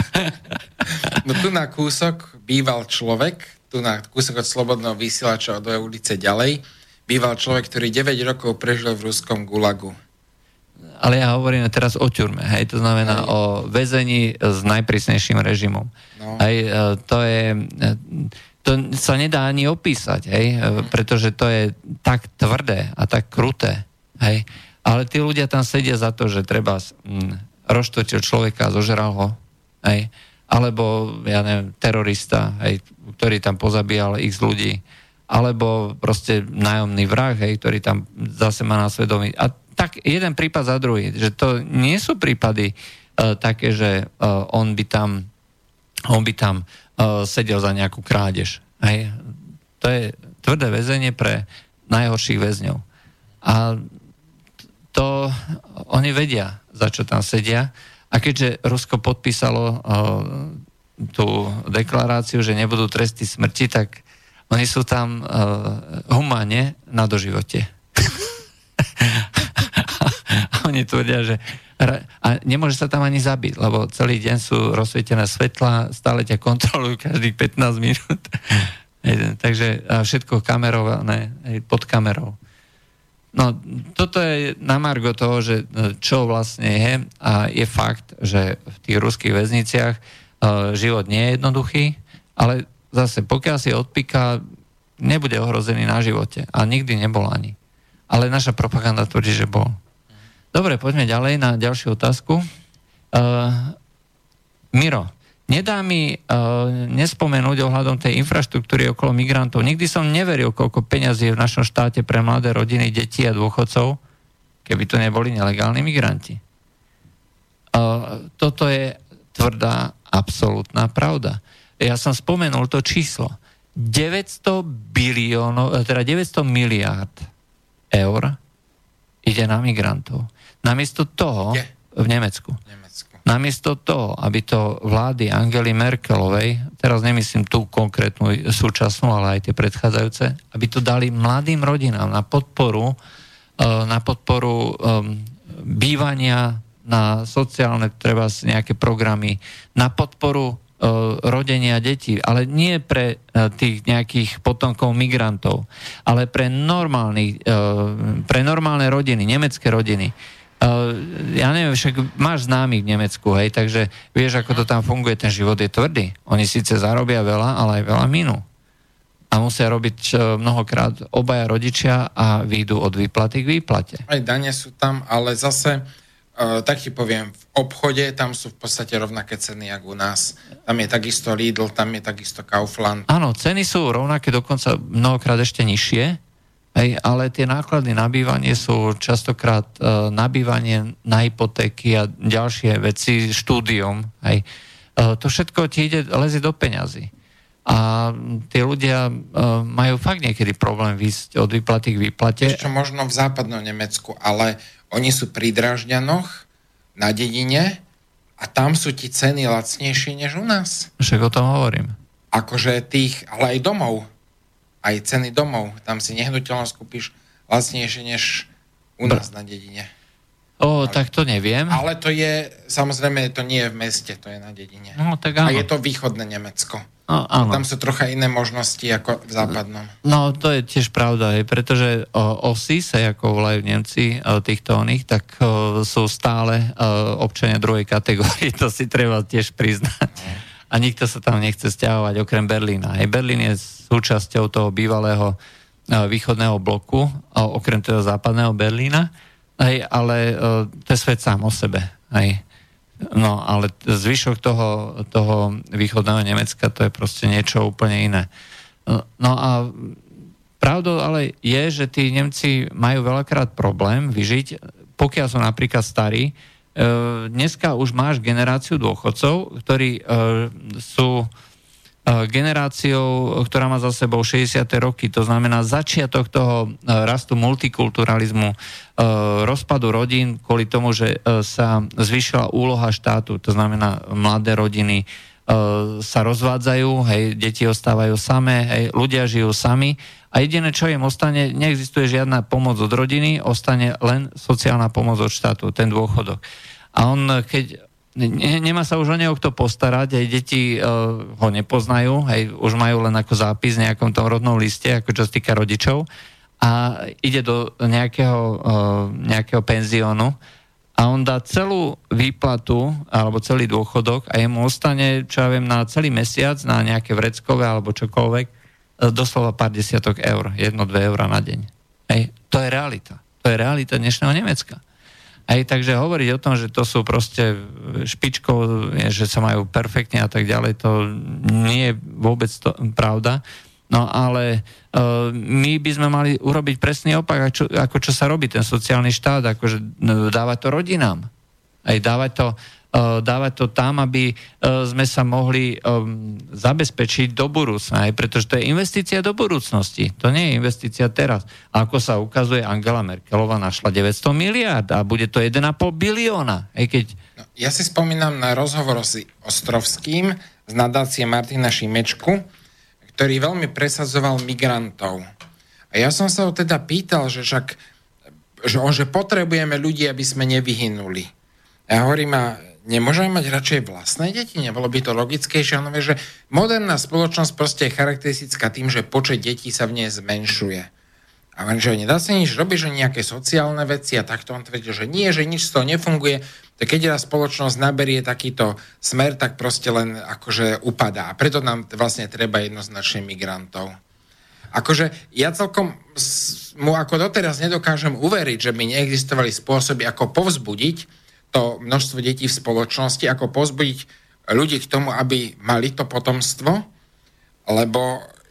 No tu na kúsok býval človek, tu na kúsok od Slobodného vysielača od ulice ďalej, býval človek, ktorý 9 rokov prežil v ruskom gulagu. Ale ja hovorím teraz o ťurme, to znamená o väzení s najprísnejším režimom. No. To sa nedá ani opísať, pretože to je tak tvrdé a tak kruté. Ale tí ľudia tam sedia za to, že treba rozštvrtil človeka a zožral ho. Alebo, ja neviem, terorista, ktorý tam pozabíjal x ľudí. Alebo proste nájomný vrah, ktorý tam zase má na svedomí. A tak jeden prípad za druhý. Že to nie sú prípady také, že on by tam sedel za nejakú krádež. To je tvrdé väzenie pre najhorších väzňov. A to oni vedia, za čo tam sedia. A keďže Rusko podpísalo tú deklaráciu, že nebudú tresty smrti, tak oni sú tam humánne na doživote. A oni tvrdia, že a nemôže sa tam ani zabiť, lebo celý deň sú rozsvietené svetla, stále ťa kontrolujú každých 15 minút. Takže všetko kamerované, pod kamerou. No, toto je na margo toho, že čo vlastne je, a je fakt, že v tých ruských väzniciach život nie je jednoduchý, ale zase pokiaľ si odpíka, nebude ohrozený na živote. A nikdy nebol ani. Ale naša propaganda tvrdí, že bol. Dobre, poďme ďalej na ďalšiu otázku. Miro, nedá mi nespomenúť ohľadom tej infraštruktúry okolo migrantov. Nikdy som neveril, koľko peňazí je v našom štáte pre mladé rodiny, deti a dôchodcov. keby to neboli nelegálni migranti. Toto je tvrdá, absolútna pravda. Ja som spomenul to číslo. 900 miliárd eur ide na migrantov. Namiesto toho v Nemecku. Namiesto toho, aby to vlády Angely Merkelovej, teraz nemyslím tú konkrétnu súčasnú, ale aj tie predchádzajúce, aby to dali mladým rodinám na podporu bývania, na sociálne, treba nejaké programy, na podporu rodenia detí, ale nie pre tých nejakých potomkov migrantov, ale pre normálne rodiny, nemecké rodiny. Ja neviem, však máš známych v Nemecku, hej, takže vieš, ako to tam funguje, ten život je tvrdý. Oni síce zarobia veľa, ale aj veľa minú. A musia robiť mnohokrát obaja rodičia a výjdu od výplaty k výplate. Aj dane sú tam, ale zase tak ti poviem, v obchode tam sú v podstate rovnaké ceny, jak u nás. Tam je takisto Lidl, tam je takisto Kaufland. Áno, ceny sú rovnaké, dokonca mnohokrát ešte nižšie, ale tie náklady na bývanie sú častokrát nabývanie na hypotéky a ďalšie veci, štúdium. To všetko ti lezie do peňazí. A tie ľudia majú fakt niekedy problém výjsť od výplaty k výplate. Ešte možno v západnom Nemecku, ale oni sú pri Drážďanoch na dedine a tam sú ti ceny lacnejšie než u nás. Však o tom hovorím. Akože ale aj domov. Aj ceny domov. Tam si nehnuteľnosť kúpiš lacnejšie než u nás na dedine. Tak to neviem. Ale to je, samozrejme, to nie je v meste, to je na dedine. No, tak áno. A je to východné Nemecko. Áno. Tam sú trocha iné možnosti ako v západnom. No, to je tiež pravda, pretože OSIS, ako volajú Nemci týchto oných, tak sú stále občania druhej kategórie, to si treba tiež priznať. A nikto sa tam nechce sťahovať okrem Berlína. Berlín je súčasťou toho bývalého východného bloku, okrem toho západného Berlína, ale to je svet sám o sebe. No, ale zvyšok toho východného Nemecka, to je proste niečo úplne iné. No a pravdou ale je, že tí Nemci majú veľakrát problém vyžiť, pokiaľ sú napríklad starí. Dneska už máš generáciu dôchodcov, ktorí sú generáciou, ktorá má za sebou 60. roky, to znamená začiatok toho rastu multikulturalizmu, rozpadu rodín kvôli tomu, že sa zvýšila úloha štátu, to znamená mladé rodiny sa rozvádzajú, deti ostávajú samé, ľudia žijú sami a jediné, čo im ostane, neexistuje žiadna pomoc od rodiny, ostane len sociálna pomoc od štátu, ten dôchodok. A on, keď nemá sa už o neho kto postarať, aj deti ho nepoznajú, už majú len ako zápis v nejakom tom rodnom liste, ako čo sa týka rodičov, a ide do nejakého penziónu a on dá celú výplatu alebo celý dôchodok a jemu ostane, čo ja viem, na celý mesiac, na nejaké vreckové alebo čokoľvek, doslova pár desiatok eur, 1-2 eurá na deň. To je realita. To je realita dnešného Nemecka. Takže hovoriť o tom, že to sú proste špičkou, že sa majú perfektne a tak ďalej, to nie je vôbec pravda. No ale my by sme mali urobiť presný opak, ako čo sa robí ten sociálny štát, akože dávať to rodinám. Dávať to tam, aby sme sa mohli zabezpečiť do budúcna, pretože to je investícia do budúcnosti. To nie je investícia teraz. A ako sa ukazuje, Angela Merkelová našla 900 miliárd a bude to 1,5 bilióna. Ja si spomínam na rozhovor s Ostrovským z nadácie Martina Šimečku, ktorý veľmi presadzoval migrantov. A ja som sa ho teda pýtal, že potrebujeme ľudí, aby sme nevyhynuli. Ja hovorím, nemôžeme mať radšej vlastné deti? Nebolo by to logickejšie? On vie, že moderná spoločnosť proste je charakteristická tým, že počet detí sa v nej zmenšuje. A on, že nedá sa nič robiť, že nejaké sociálne veci a takto on tvrdil, že nie, že nič z toho nefunguje. Tak keď raz spoločnosť naberie takýto smer, tak proste len akože upadá. A preto nám vlastne treba jednoznačne migrantov. Akože ja celkom mu ako doteraz nedokážem uveriť, že by neexistovali spôsoby, ako povzbudiť to množstvo detí v spoločnosti, ako pozbudiť ľudí k tomu, aby mali to potomstvo, lebo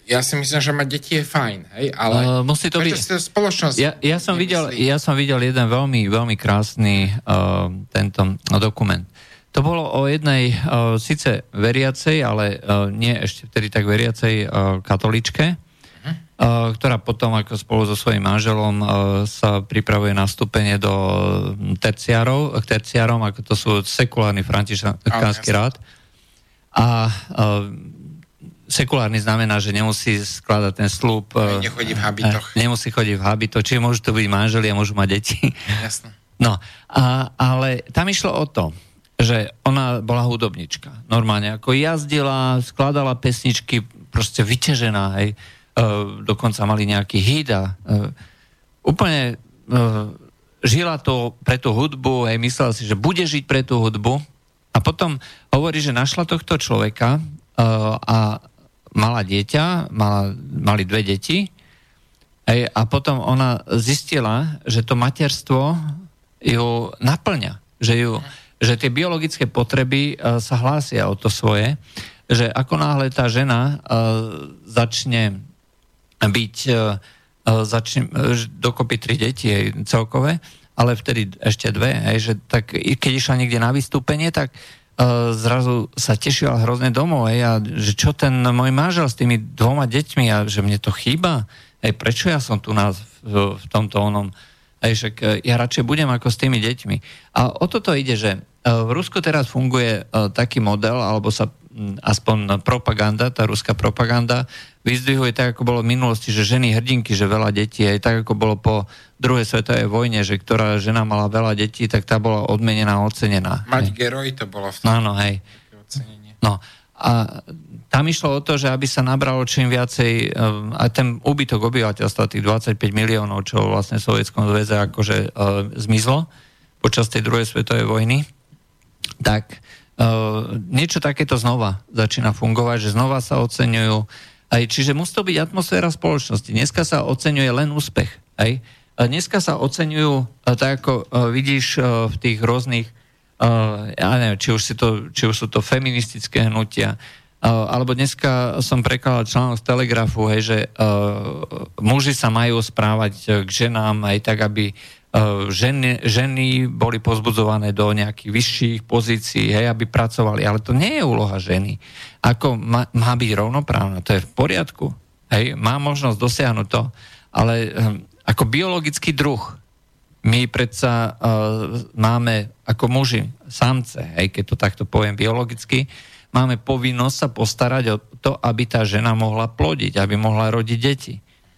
Ja si myslím, že mať deti je fajn, hej, ale musí to byť. Spoločnosť ja som videl jeden veľmi, veľmi krásny tento dokument. To bolo o jednej síce veriacej, ale nie ešte vtedy tak veriacej katolíčke, ktorá potom ako spolu so svojím manželom sa pripravuje na vstúpenie do terciárom, ako to sú sekulárny františkánsky rád. A sekulárny znamená, že nemusí skladať ten sľub. Nechodí v habitoch. Nemusí chodiť v habitoch, čiže môžu to byť manželi a môžu mať deti. Jasné. No, ale tam išlo o to, že ona bola hudobnička. Normálne ako jazdila, skladala pesničky, proste vyťažená, hej. Dokonca mali nejaký hit a úplne žila to pre tú hudbu, hej, myslela si, že bude žiť pre tú hudbu a potom hovorí, že našla tohto človeka a mala dieťa, mali 2 deti a potom ona zistila, že to materstvo ju naplňa, že tie biologické potreby sa hlásia o to svoje, že ako náhle tá žena začne dokopy 3 deti celkové, ale vtedy ešte 2, že tak keď išla niekde na vystúpenie, tak zrazu sa tešila hrozne domov, a že čo ten môj manžel s tými 2 deťmi a že mne to chýba, prečo ja som tu v tomto onom, však ja radšej budem ako s tými deťmi. A o toto ide, že v Rusku teraz funguje taký model, alebo sa aspoň propaganda, tá ruská propaganda vyzdvihuje tak, ako bolo v minulosti, že ženy hrdinky, že veľa detí, aj tak, ako bolo po druhej svetovej vojne, že ktorá žena mala veľa detí, tak tá bola odmenená, ocenená. Mať geroj, to bolo v tom. Áno, hej. No, a tam išlo o to, že aby sa nabralo čím viacej, a ten úbytok obyvateľstva, tých 25 miliónov, čo vlastne v Sovietskom zväze akože zmizlo počas tej druhej svetovej vojny, tak niečo takéto znova začína fungovať, že znova sa oceňujú. Čiže musí to byť atmosféra spoločnosti. Dneska sa oceňuje len úspech. Dneska sa oceňujú, tak ako vidíš v tých rôznych, ja neviem, či už sú to feministické hnutia, alebo dneska som prekladal článok z Telegrafu, že muži sa majú správať k ženám aj tak, aby ženy boli pozbudzované do nejakých vyšších pozícií, aby pracovali. Ale to nie je úloha ženy. Ako má byť rovnoprávna, to je v poriadku. Má možnosť dosiahnuť to. Ale ako biologický druh my predsa máme ako muži, samce, keď to takto poviem biologicky, máme povinnosť sa postarať o to, aby tá žena mohla plodiť, aby mohla rodiť deti.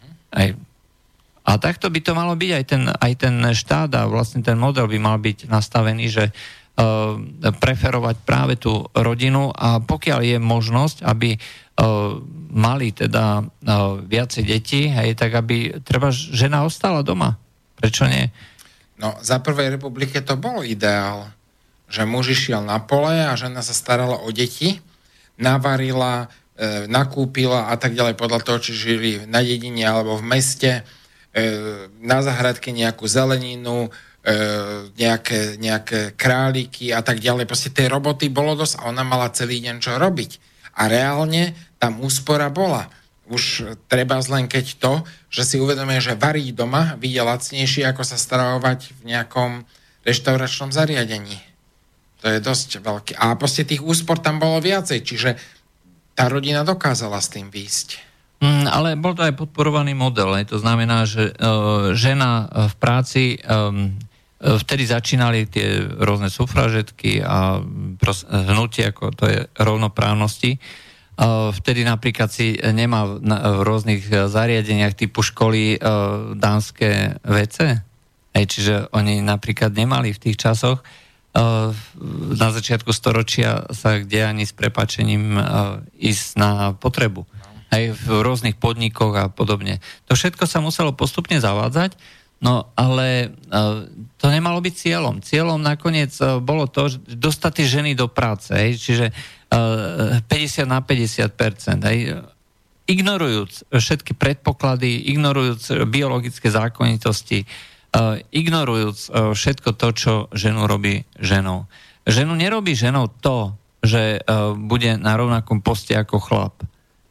A takto by to malo byť aj ten štát a vlastne ten model by mal byť nastavený, že preferovať práve tú rodinu a pokiaľ je možnosť, aby mali teda viacej detí, tak aby treba žena ostala doma. Prečo nie? No, za prvej republike to bol ideál, že muž išiel na pole a žena sa starala o deti, navarila, nakúpila a tak ďalej podľa toho, či žili na dedine alebo v meste, na záhradke nejakú zeleninu, nejaké králiky a tak ďalej. Proste tej roboty bolo dosť a ona mala celý deň čo robiť. A reálne tam úspora bola. Už treba len keď to, že si uvedomuje, že variť doma vyjde lacnejšie, ako sa stravovať v nejakom reštauračnom zariadení. To je dosť veľké. A proste tých úspor tam bolo viacej, čiže tá rodina dokázala s tým výjsť. Ale bol to aj podporovaný model. To znamená, že žena v práci, vtedy začínali tie rôzne sufražetky a hnutie, ako to je rovnoprávnosti. Vtedy napríklad si nemal v rôznych zariadeniach typu školy dánske WC. Čiže oni napríklad nemali v tých časoch na začiatku storočia sa kde ani s prepáčením ísť na potrebu. Aj v rôznych podnikoch a podobne. To všetko sa muselo postupne zavádzať, no ale to nemalo byť cieľom. Cieľom nakoniec bolo to, že dostať tie ženy do práce, čiže 50 na 50%, ignorujúc všetky predpoklady, ignorujúc biologické zákonitosti, ignorujúc všetko to, čo ženu robí ženou. Ženu nerobí ženou to, že bude na rovnakom poste ako chlap.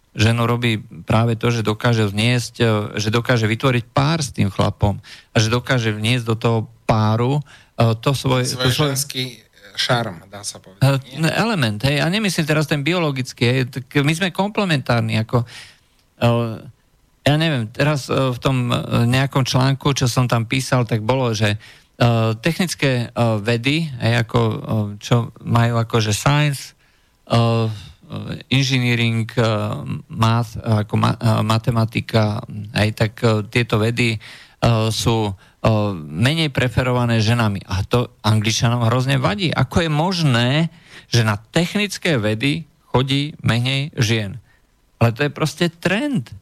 ženu robí práve to, že dokáže vzniesť, že dokáže vytvoriť pár s tým chlapom a že dokáže vniesť do toho páru to svoj ženský šarm, dá sa povedať. Element, hej. A nemyslím teraz ten biologický, hej. Tak my sme komplementárni, ako ja neviem, teraz v tom nejakom článku, čo som tam písal, tak bolo, že technické vedy, hej, ako, čo majú akože science, engineering, math, ako matematika, hej, tak tieto vedy sú menej preferované ženami. A to Angličanom hrozne vadí. Ako je možné, že na technické vedy chodí menej žien? Ale to je proste trend.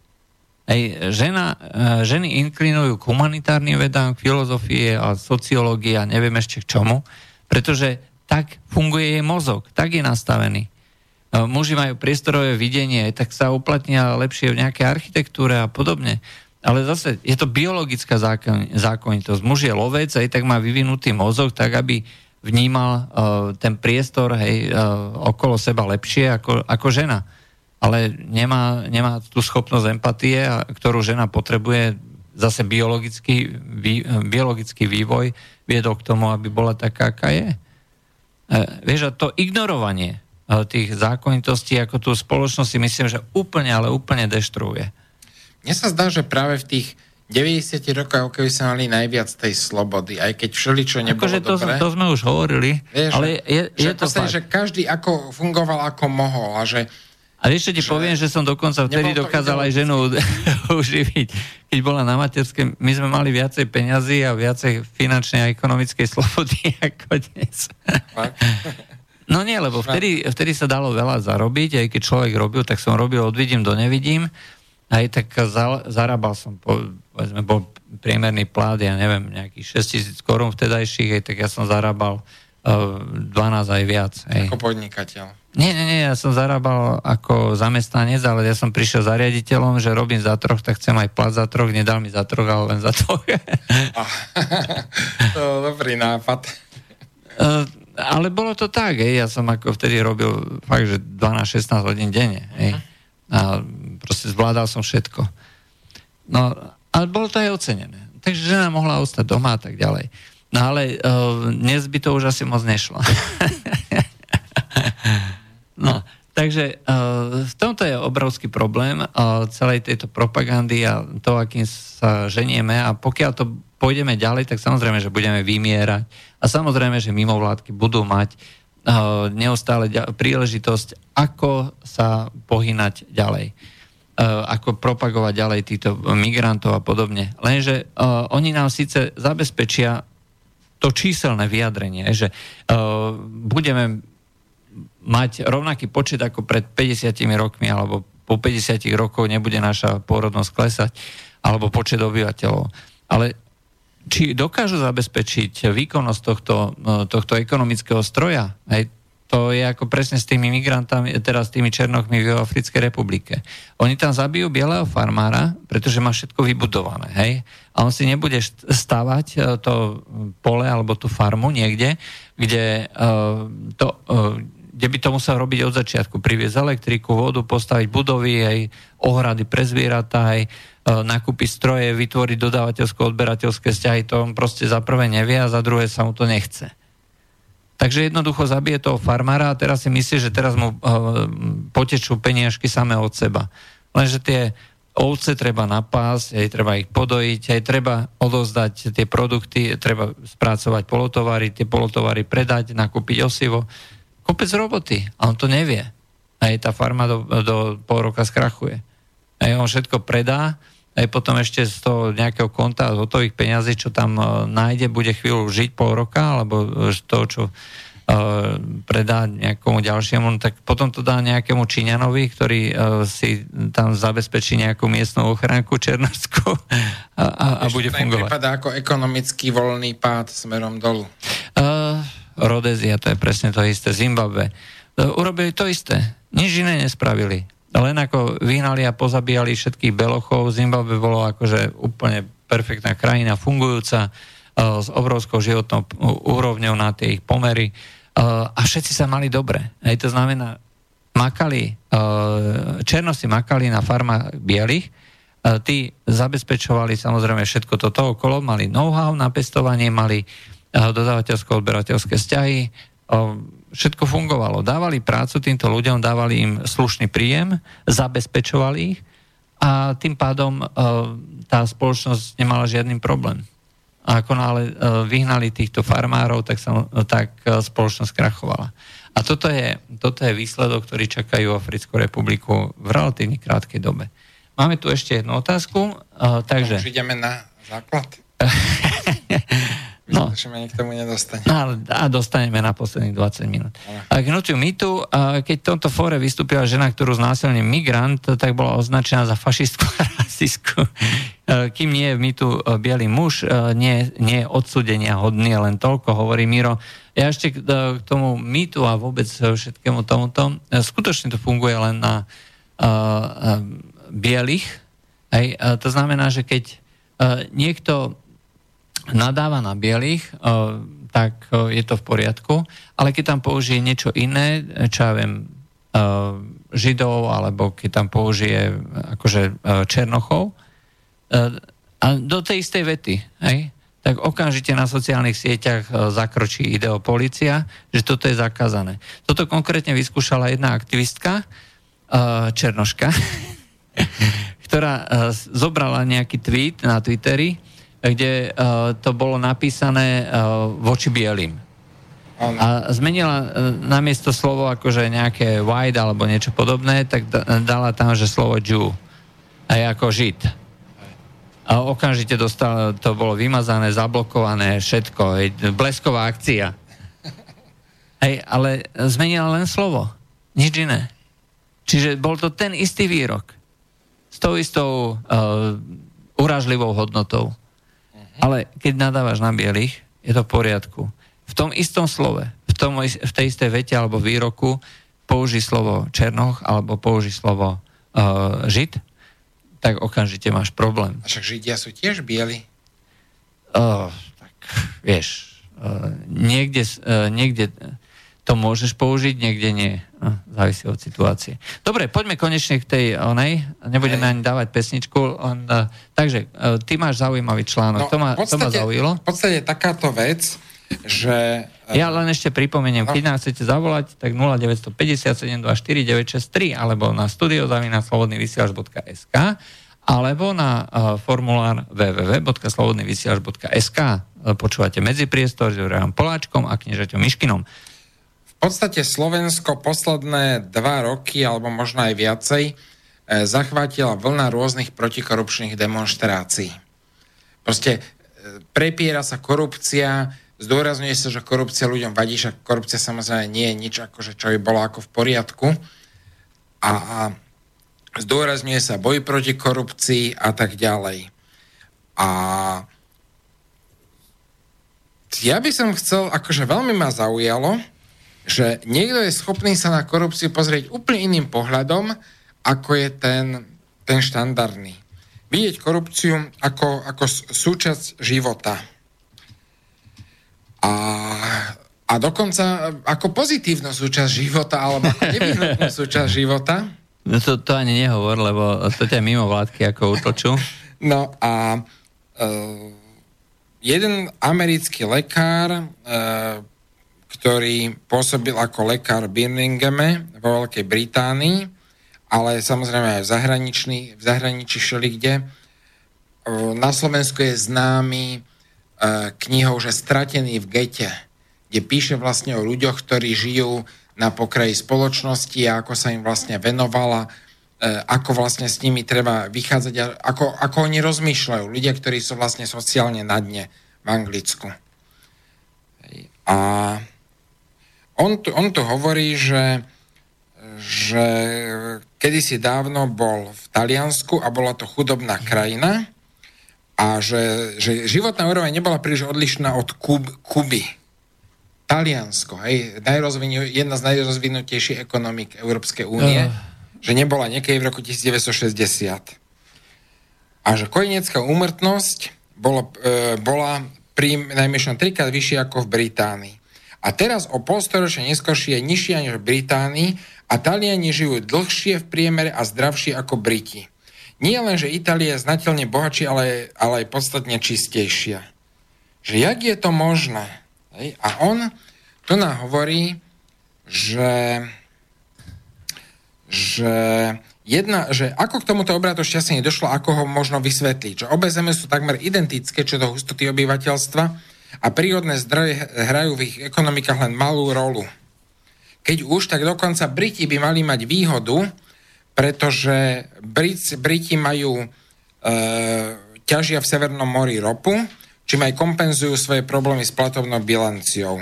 Ženy inklinujú k humanitárnym vedám, k filozofii a sociológii a neviem ešte k čomu, pretože tak funguje jej mozog, tak je nastavený. Muži majú priestorové videnie, tak sa uplatnia lepšie v nejakej architektúre a podobne. Ale zase je to biologická zákonitosť. Muž je lovec, aj tak má vyvinutý mozog, tak aby vnímal ten priestor okolo seba lepšie ako žena. Ale nemá tú schopnosť empatie, ktorú žena potrebuje. Zase biologický vývoj viedol k tomu, aby bola taká, aká je. Vieš, a to ignorovanie tých zákonitostí, ako tú spoločnosť si myslím, že úplne, ale úplne deštruuje. Mne sa zdá, že práve v tých 90 rokoch, keby sme mali najviac tej slobody, aj keď všeličo nebolo dobre. To sme už hovorili, vieš, ale je to fakt. Že každý ako fungoval, ako mohol. A ešte ti poviem, že som dokonca vtedy dokázal aj ženu uživiť. Keď bola na materskej, my sme mali viacej peňazí a viacej finančnej a ekonomickej slobody ako dnes. No nie, lebo vtedy sa dalo veľa zarobiť, aj keď človek robil, tak som robil od vidím do nevidím. Aj tak zarábal som, povedzme, bol priemerný plát, ja neviem, nejakých 6 000 korún vtedajších, aj tak ja som zarábal 12 aj viac. Ako podnikateľ. Nie, ja som zarábal ako zamestnanec, ale ja som prišiel za riaditeľom, že robím za 3, tak chcem aj plat za 3, nedal mi za 3, ale len za 2. To je dobrý nápad. Ale bolo to tak, ja som ako vtedy robil fakt, že 12-16 hodín denne. A proste zvládal som všetko. No, ale bolo to aj ocenené. Takže žena mohla ostať doma a tak ďalej. No ale dnes by to už asi moc nešlo. No, takže v tomto je obrovský problém celej tejto propagandy a to, akým sa ženieme, a pokiaľ to pôjdeme ďalej, tak samozrejme, že budeme vymierať a samozrejme, že mimovládky budú mať neustále príležitosť, ako sa pohynať ďalej, ako propagovať ďalej týchto migrantov a podobne. Lenže oni nám síce zabezpečia to číselné vyjadrenie, že budeme mať rovnaký počet ako pred 50 rokmi, alebo po 50 rokoch nebude naša pôrodnosť klesať, alebo počet obyvateľov. Ale či dokážu zabezpečiť výkonnosť tohto ekonomického stroja? To je ako presne s tými migrantami, teraz s tými černochmi v Africkej republike. Oni tam zabijú bieleho farmára, pretože má všetko vybudované. Hej? A on si nebude stavať to pole alebo tú farmu niekde, kde by to musel robiť od začiatku. Priviesť elektriku, vodu, postaviť budovy, aj ohrady pre zvieratá, aj nakúpiť stroje, vytvoriť dodávateľsko-odberateľské vzťahy. To on proste za prvé nevie a za druhé sa mu to nechce. Takže jednoducho zabije toho farmára a teraz si myslí, že teraz mu potečú peniažky samé od seba. Lenže tie ovce treba napásť, treba ich podojiť, aj treba odovzdať tie produkty, treba spracovať polotovary, tie polotovary predať, nakúpiť osivo. Kopec roboty, a on to nevie. Aj tá farma do pol roka skrachuje. Aj on všetko predá, aj potom ešte z toho nejakého konta z hotových peňazí, čo tam nájde, bude chvíľu žiť pol roka, alebo to, čo predá nejakomu ďalšiemu, tak potom to dá nejakému Číňanovi, ktorý si tam zabezpečí nejakú miestnu ochránku černárskú a bude fungovať. Prípada ako ekonomický voľný pád smerom dolu. Rodézia, to je presne to isté. Zimbabwe. Urobili to isté. Nič iné nespravili. Len ako vyhnali a pozabíjali všetkých belochov. Zimbabwe bolo akože úplne perfektná krajina, fungujúca, s obrovskou životnou úrovňou na tie ich pomery. A všetci sa mali dobre. To znamená, černosi makali na farmách bielých, tí zabezpečovali samozrejme všetko toto okolo, mali know-how na pestovanie, mali dodávateľsko-odberateľské vzťahy, všetko fungovalo. Dávali prácu týmto ľuďom, dávali im slušný príjem, zabezpečovali ich a tým pádom tá spoločnosť nemala žiadny problém. A ako náhle vyhnali týchto farmárov, tak spoločnosť krachovala. A toto je výsledok, ktorý čakajú Africkú republiku v relatívne krátkej dobe. Máme tu ešte jednu otázku. Takže... Už ideme na základ. No. Že ma k tomu nedostane. A dostaneme na posledných 20 minút. A k hnutiu mýtu, keď v tomto fóre vystúpila žena, ktorú znásilnil migrant, tak bola označená za fašistku a rasistku. Kým nie je v mýtu bielý muž, nie je odsúdenia hodný, len toľko, hovorí Miro. Ja ešte k tomu mýtu a vôbec všetkému tomuto, skutočne to funguje len na bielých. To znamená, že keď niekto nadáva na bielých, tak je to v poriadku, ale keď tam použije niečo iné, čo ja viem, Židov, alebo keď tam použije akože černochov, a do tej istej vety, tak okamžite na sociálnych sieťach zakročí ideopolícia, že toto je zakázané. Toto konkrétne vyskúšala jedna aktivistka, černoška, ktorá zobrala nejaký tweet na Twitteri, kde to bolo napísané voči bielým. A zmenila namiesto slovo akože nejaké white alebo niečo podobné, tak dala tam, že slovo Jew. Aj ako Žid. A okamžite to bolo vymazané, zablokované, všetko. Blesková akcia. Ale zmenila len slovo. Nič iné. Čiže bol to ten istý výrok. S tou istou urážlivou hodnotou. Ale keď nadávaš na bielých, je to v poriadku. V tom istom slove, v tej istej vete alebo výroku použij slovo černoch alebo použij slovo žid, tak okamžite máš problém. A však židia sú tiež bieli? Tak vieš, niekde to môžeš použiť, niekde nie. Závisí od situácie. Dobre, poďme konečne k tej onej. Nebudeme ani dávať pesničku. Takže, ty máš zaujímavý článok. No, to ma zaujilo. V podstate takáto vec, že... Ja len ešte pripomeniem, keď nás chcete zavolať, tak 0957244963 alebo na studio@slobodnyvysielac.sk alebo na formulár www.slobodnyvysielac.sk. Počúvate Medzipriestor s Jurajom Poláčkom a kniežaťom Miškinom. V podstate Slovensko posledné 2 roky, alebo možno aj viacej, zachvátila vlna rôznych protikorupčných demonštrácií. Proste prepiera sa korupcia, zdôrazňuje sa, že korupcia ľuďom vadí, že korupcia samozrejme nie je nič, akože čo by bolo ako v poriadku. A zdôrazňuje sa boj proti korupcii a tak ďalej. A ja by som chcel, akože veľmi ma zaujalo, že niekto je schopný sa na korupciu pozrieť úplne iným pohľadom, ako je ten štandardný. Vidieť korupciu ako súčasť života. A dokonca ako pozitívnu súčasť života, alebo ako nevyhnutnú súčasť života. No to ani nehovor, lebo to ťa mimo vládky ako utlčú. No a jeden americký lekár, ktorý pôsobil ako lekár v Birminghame vo Veľkej Británii, ale samozrejme aj v zahraničí všelikde. Na Slovensku je známy knihou, že Stratený v gete, kde píše vlastne o ľuďoch, ktorí žijú na pokraji spoločnosti a ako sa im vlastne venovala, ako vlastne s nimi treba vychádzať a ako oni rozmýšľajú. Ľudia, ktorí sú vlastne sociálne na dne v Anglicku. A on tu hovorí, že kedysi dávno bol v Taliansku a bola to chudobná krajina a že životná úroveň nebola príliš odlišná od Kuby. Taliansko, jedna z najrozvinutejších ekonomík Európskej únie, že nebola niekedy v roku 1960. A že kojenecká úmrtnosť bola pri najmenšom 3-krát vyššia ako v Británii. A teraz o polstoročie neskôršie je nižšia než v Británii a Taliani žijú dlhšie v priemere a zdravšie ako Briti. Nie len, že Itália je znateľne bohatšia, ale aj podstatne čistejšia. Že jak je to možné? A on tu nám hovorí, že ako k tomuto obratu šťastie nedošlo, ako ho možno vysvetliť. Že obe zeme sú takmer identické čo do hustoty obyvateľstva a prírodné zdroje hrajú v ich ekonomikách len malú rolu. Keď už, tak dokonca Briti by mali mať výhodu, pretože Briti ťažia v Severnom mori ropu, čím aj kompenzujú svoje problémy s platobnou bilanciou.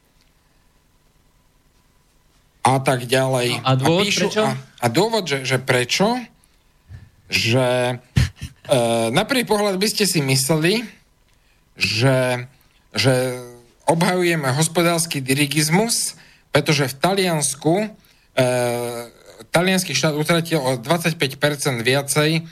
A tak ďalej. No, a dôvod prečo? A dôvod, že prečo? Že na prvý pohľad by ste si mysleli, že obhajujeme hospodársky dirigizmus, pretože v Taliansku taliansky štát utratil o 25% viacej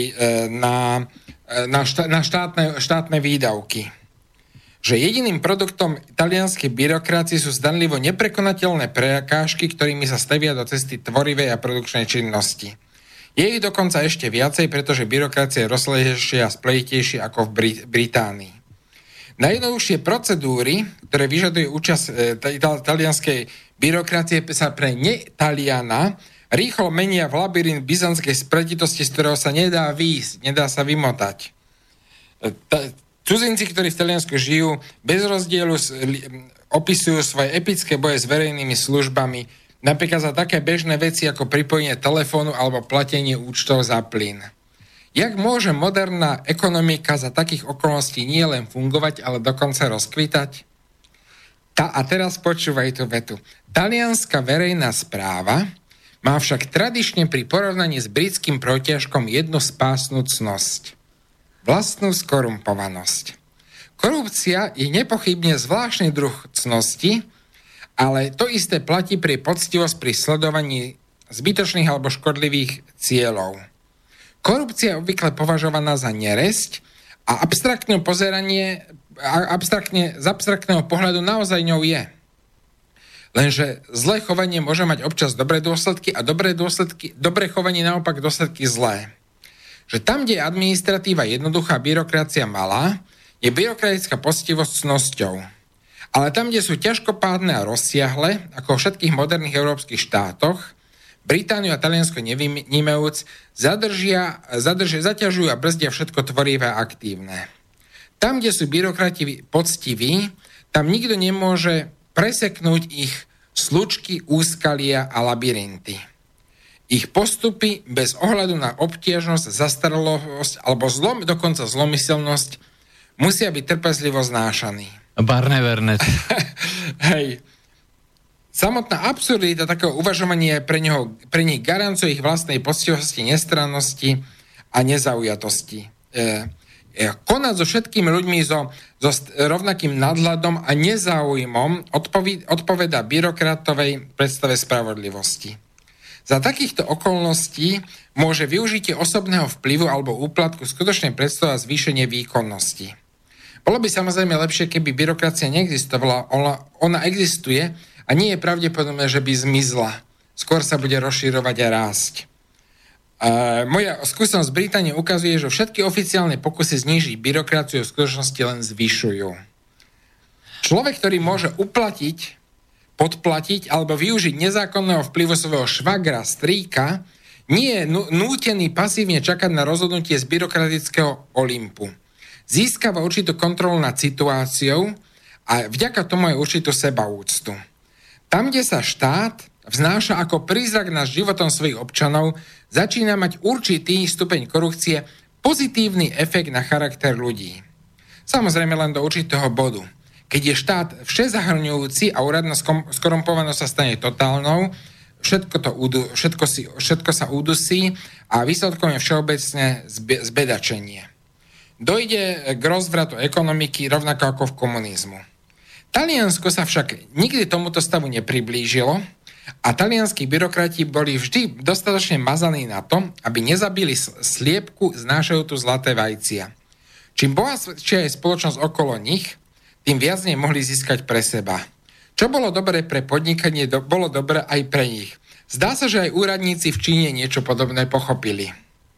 na štátne výdavky. Že jediným produktom talianskej byrokracie sú zdanlivo neprekonateľné prekážky, ktorými sa stavia do cesty tvorivej a produkčnej činnosti. Je ich dokonca ešte viacej, pretože byrokracia je rozsiahlejšia a spletitejšia ako v Británii. Najjednoduchšie procedúry, ktoré vyžadujú účasť talianskej byrokracie, sa pre netaliana rýchlo menia v labyrint byzantskej spletitosti, z ktorého sa nedá výjsť, nedá sa vymotať. Cudzinci, ktorí v Taliansku žijú, bez rozdielu opisujú svoje epické boje s verejnými službami, napríklad za také bežné veci ako pripojenie telefónu alebo platenie účtov za plyn. Jak môže moderná ekonomika za takých okolností nie len fungovať, ale dokonca rozkvitať? A teraz počúvaj tú vetu. Talianská verejná správa má však tradične pri porovnaní s britským protiažkom jednu spásnu cnosť. Vlastnú skorumpovanosť. Korupcia je nepochybne zvláštny druh cnosti, ale to isté platí pri poctivosť pri sledovaní zbytočných alebo škodlivých cieľov. Korupcia je obvykle považovaná za neresť a z abstraktného pohľadu naozaj ňou je. Lenže zlé chovanie môže mať občas dobré dôsledky a dobré chovanie naopak dôsledky zlé. Že tam, kde je administratíva jednoduchá, byrokracia malá, je byrokratická poctivosť cnosťou. Ale tam, kde sú ťažkopádne a rozsiahle, ako v všetkých moderných európskych štátoch, Britániu a Taliansko nevynímajúc, zaťažujú a brzdia všetko tvorivé a aktívne. Tam, kde sú byrokrati poctiví, tam nikto nemôže preseknúť ich slučky, úskalia a labyrinty. Ich postupy bez ohľadu na obtiežnosť, zastaralosť alebo dokonca zlomyselnosť musia byť trpezlivo znášaní. Barnevernet. Hej. Samotná absurdita takého uvažovania pre nich garancuje ich vlastnej poctivosti, nestrannosti a nezaujatosti. Konať so všetkými ľuďmi so rovnakým nadhľadom a nezáujmom odpoveda byrokratovej predstave spravodlivosti. Za takýchto okolností môže využitie osobného vplyvu alebo úplatku skutočne predstavovať zvýšenie výkonnosti. Bolo by samozrejme lepšie, keby byrokracia neexistovala, ona existuje a nie je pravdepodobné, že by zmizla. Skôr sa bude rozširovať a rásť. Moja skúsenosť z Británie ukazuje, že všetky oficiálne pokusy znížiť byrokraciu v skutočnosti len zvyšujú. Človek, ktorý môže podplatiť alebo využiť nezákonného vplyvu svojho švagra, strýka, nie je nútený pasívne čakať na rozhodnutie z byrokratického Olympu. Získava určitú kontrolu nad situáciou a vďaka tomu aj určitú sebaúctu. Tam, kde sa štát vznáša ako prízrak nad životom svojich občanov, začína mať určitý stupeň korupcie pozitívny efekt na charakter ľudí. Samozrejme len do určitého bodu. Keď je štát všezahrňujúci a úradná skorumpovanosť sa stane totálnou, všetko sa udusí a výsledkom je všeobecne zbedačenie. Dojde k rozvratu ekonomiky rovnako ako v komunizmu. Taliansko sa však nikdy tomuto stavu nepriblížilo a talianskí byrokrati boli vždy dostatočne mazaní na to, aby nezabili sliepku znášajúcu zlaté vajcia. Čím bohatšia je spoločnosť okolo nich, tým viac mohli získať pre seba. Čo bolo dobre pre podnikanie, bolo dobre aj pre nich. Zdá sa, že aj úradníci v Číne niečo podobné pochopili.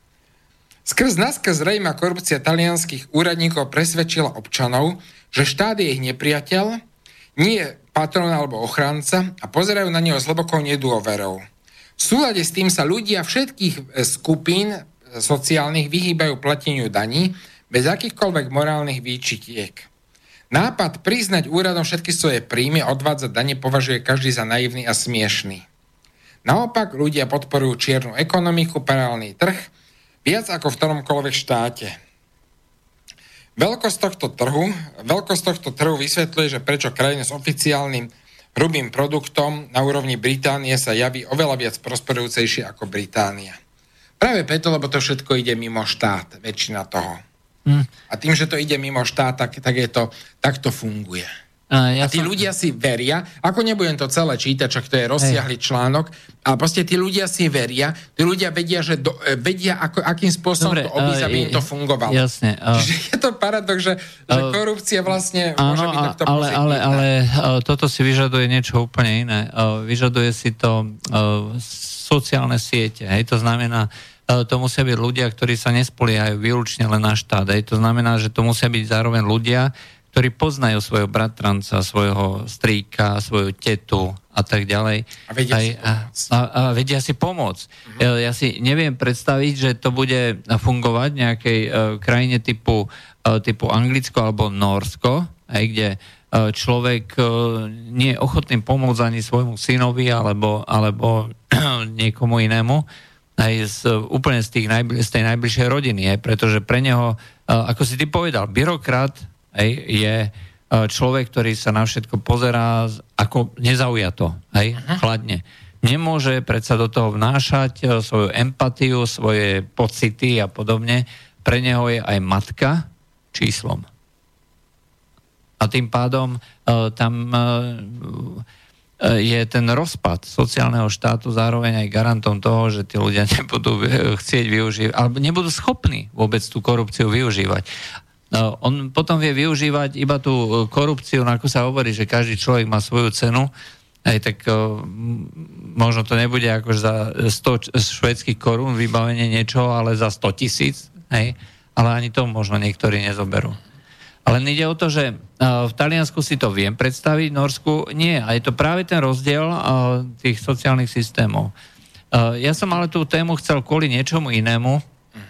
Skrz zrejmá korupcia talianskych úradníkov presvedčila občanov, že štát je ich nepriateľ, nie patrón alebo ochranca a pozerajú na neho s hlbokou nedôverou. V súlade s tým sa ľudia všetkých skupín sociálnych vyhýbajú plateniu daní bez akýchkoľvek morálnych výčitiek. Nápad priznať úradom všetky svoje príjmy a odvádzať dane považuje každý za naivný a smiešný. Naopak ľudia podporujú čiernu ekonomiku, paralelný trh, viac ako v ktoromkoľvek štáte. Veľkosť tohto trhu vysvetľuje, že prečo krajiny s oficiálnym hrubým produktom na úrovni Británie sa javí oveľa viac prosperujúcejšie ako Británia. Práve preto, lebo to všetko ide mimo štát, väčšina toho. A tým, že to ide mimo štát, tak to funguje. A tí ľudia si veria, ako nebudem to celé čítať, čak to je rozsiahly článok, ale proste tí ľudia si veria, tí ľudia vedia, že vedia, akým spôsobom to obísť, aby im to fungovalo. Jasne. Čiže je to paradox, že korupcia vlastne môže byť takto pozitívna. Ale toto si vyžaduje niečo úplne iné. Vyžaduje si to sociálne siete. To znamená, to musia byť ľudia, ktorí sa nespoliehajú výlučne len na štát. To znamená, že to musia byť zároveň ľudia, ktorí poznajú svojho bratranca, svojho strýka, svoju tetu a tak ďalej. A vedia si pomôcť. Ja si neviem predstaviť, že to bude fungovať v nejakej krajine typu Anglicko alebo Nórsko, kde človek nie je ochotný pomôcť ani svojmu synovi alebo niekomu inému, aj úplne z tej najbližšej rodiny, pretože pre neho, ako si ty povedal, byrokrat je človek, ktorý sa na všetko pozerá ako nezaujato, chladne. Nemôže predsa do toho vnášať svoju empatiu, svoje pocity a podobne. Pre neho je aj matka číslom. A tým pádom tam je ten rozpad sociálneho štátu zároveň aj garantom toho, že tí ľudia nebudú chcieť využívať, alebo nebudú schopní vôbec tú korupciu využívať. On potom vie využívať iba tú korupciu, ako sa hovorí, že každý človek má svoju cenu, tak možno to nebude ako za 100 švédskych korún vybavenie niečo, ale za 100 000, ale ani to možno niektorí nezoberú. Ale ide o to, že v Taliansku si to viem predstaviť, v Norsku nie. A je to práve ten rozdiel tých sociálnych systémov. Ja som ale tú tému chcel kvôli niečomu inému.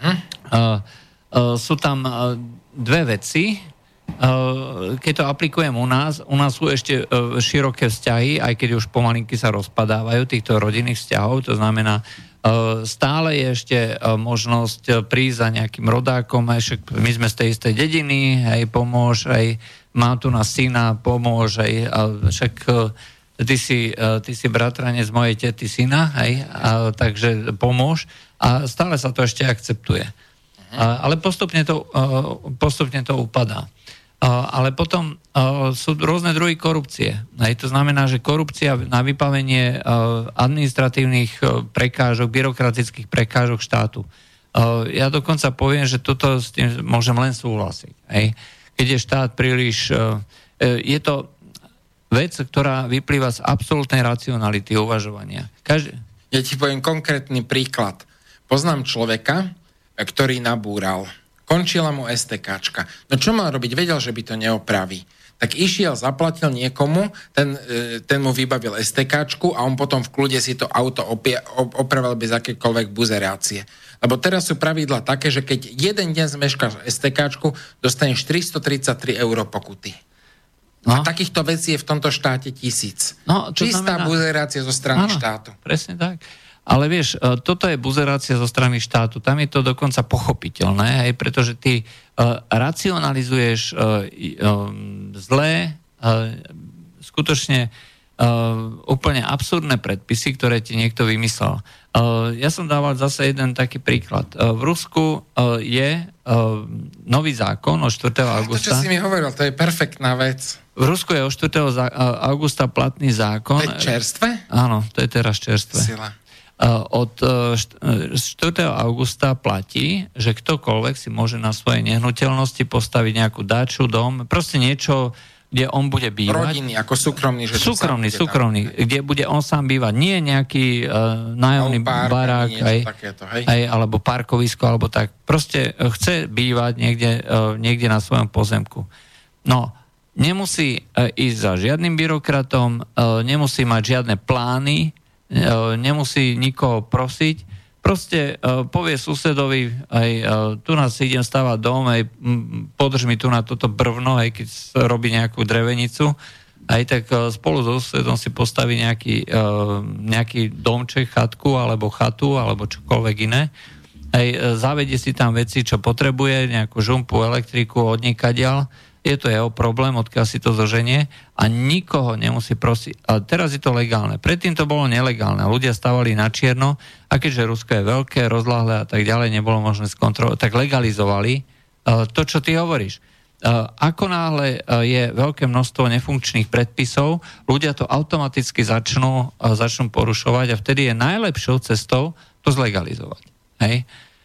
Sú tam dve veci. Keď to aplikujem u nás sú ešte široké vzťahy, aj keď už pomalinky sa rozpadávajú týchto rodinných vzťahov. To znamená, stále je ešte možnosť prísť za nejakým rodákom, aj my sme z tej istej dediny, aj pomôž, aj mám tu na syna, pomôž, aj však ty si bratranec mojej tety syna, takže pomôž a stále sa to ešte akceptuje. Ale postupne to upadá. Ale potom sú rôzne druhy korupcie. To znamená, že korupcia na vybavenie administratívnych prekážok, byrokratických prekážok štátu. Ja dokonca poviem, že toto s tým môžem len súhlasiť. Keď je štát príliš... Je to vec, ktorá vyplýva z absolútnej racionality uvažovania. Ja ti poviem konkrétny príklad. Poznám človeka, ktorý nabúral. Končila mu STKčka. No čo mal robiť? Vedel, že by to neopraví. Tak išiel, zaplatil niekomu, ten mu vybavil STKčku a on potom v kľude si to auto opravil bez akékoľvek buzerácie. Lebo teraz sú pravidlá také, že keď jeden deň zmeškáš STKčku, dostaneš 333 € pokuty. No. A takýchto vecí je v tomto štáte 1000. No, čistá buzerácia zo strany štátu. Presne tak. Ale vieš, toto je buzerácia zo strany štátu. Tam je to dokonca pochopiteľné, pretože ty racionalizuješ zlé, skutočne úplne absurdné predpisy, ktoré ti niekto vymyslel. Ja som dával zase jeden taký príklad. V Rusku je nový zákon od 4. augusta. To, čo si mi hovoril, to je perfektná vec. V Rusku je od 4. augusta platný zákon. To je čerstvé? Áno, to je teraz čerstvé. Sila. Od 4. augusta platí, že ktokoľvek si môže na svojej nehnuteľnosti postaviť nejakú dáču, dom, proste niečo, kde on bude bývať. Rodiny, ako súkromný. Že súkromný, kde bude on sám bývať. Nie nejaký nájomný barák, alebo parkovisko, alebo tak. Proste chce bývať niekde na svojom pozemku. No, nemusí ísť za žiadnym byrokratom, nemusí mať žiadne plány, nemusí nikoho prosiť. Proste povie susedovi, tu nás idem stavať dom, podrž mi tu na toto brvno, keď robí nejakú drevenicu, tak spolu so susedom si postaví nejaký domček, chatku, alebo chatu, alebo čokoľvek iné. Zavedie si tam veci, čo potrebuje, nejakú žumpu, elektriku, odniekadiaľ. Je to jeho problém, odkiaľ si to zoženie a nikoho nemusí prosiť. A teraz je to legálne. Predtým to bolo nelegálne. Ľudia stavali na čierno a keďže Rusko je veľké, rozláhle a tak ďalej, nebolo možné skontrolovať, tak legalizovali to, čo ty hovoríš. Ako náhle je veľké množstvo nefunkčných predpisov, ľudia to automaticky začnú porušovať a vtedy je najlepšou cestou to zlegalizovať. Hej?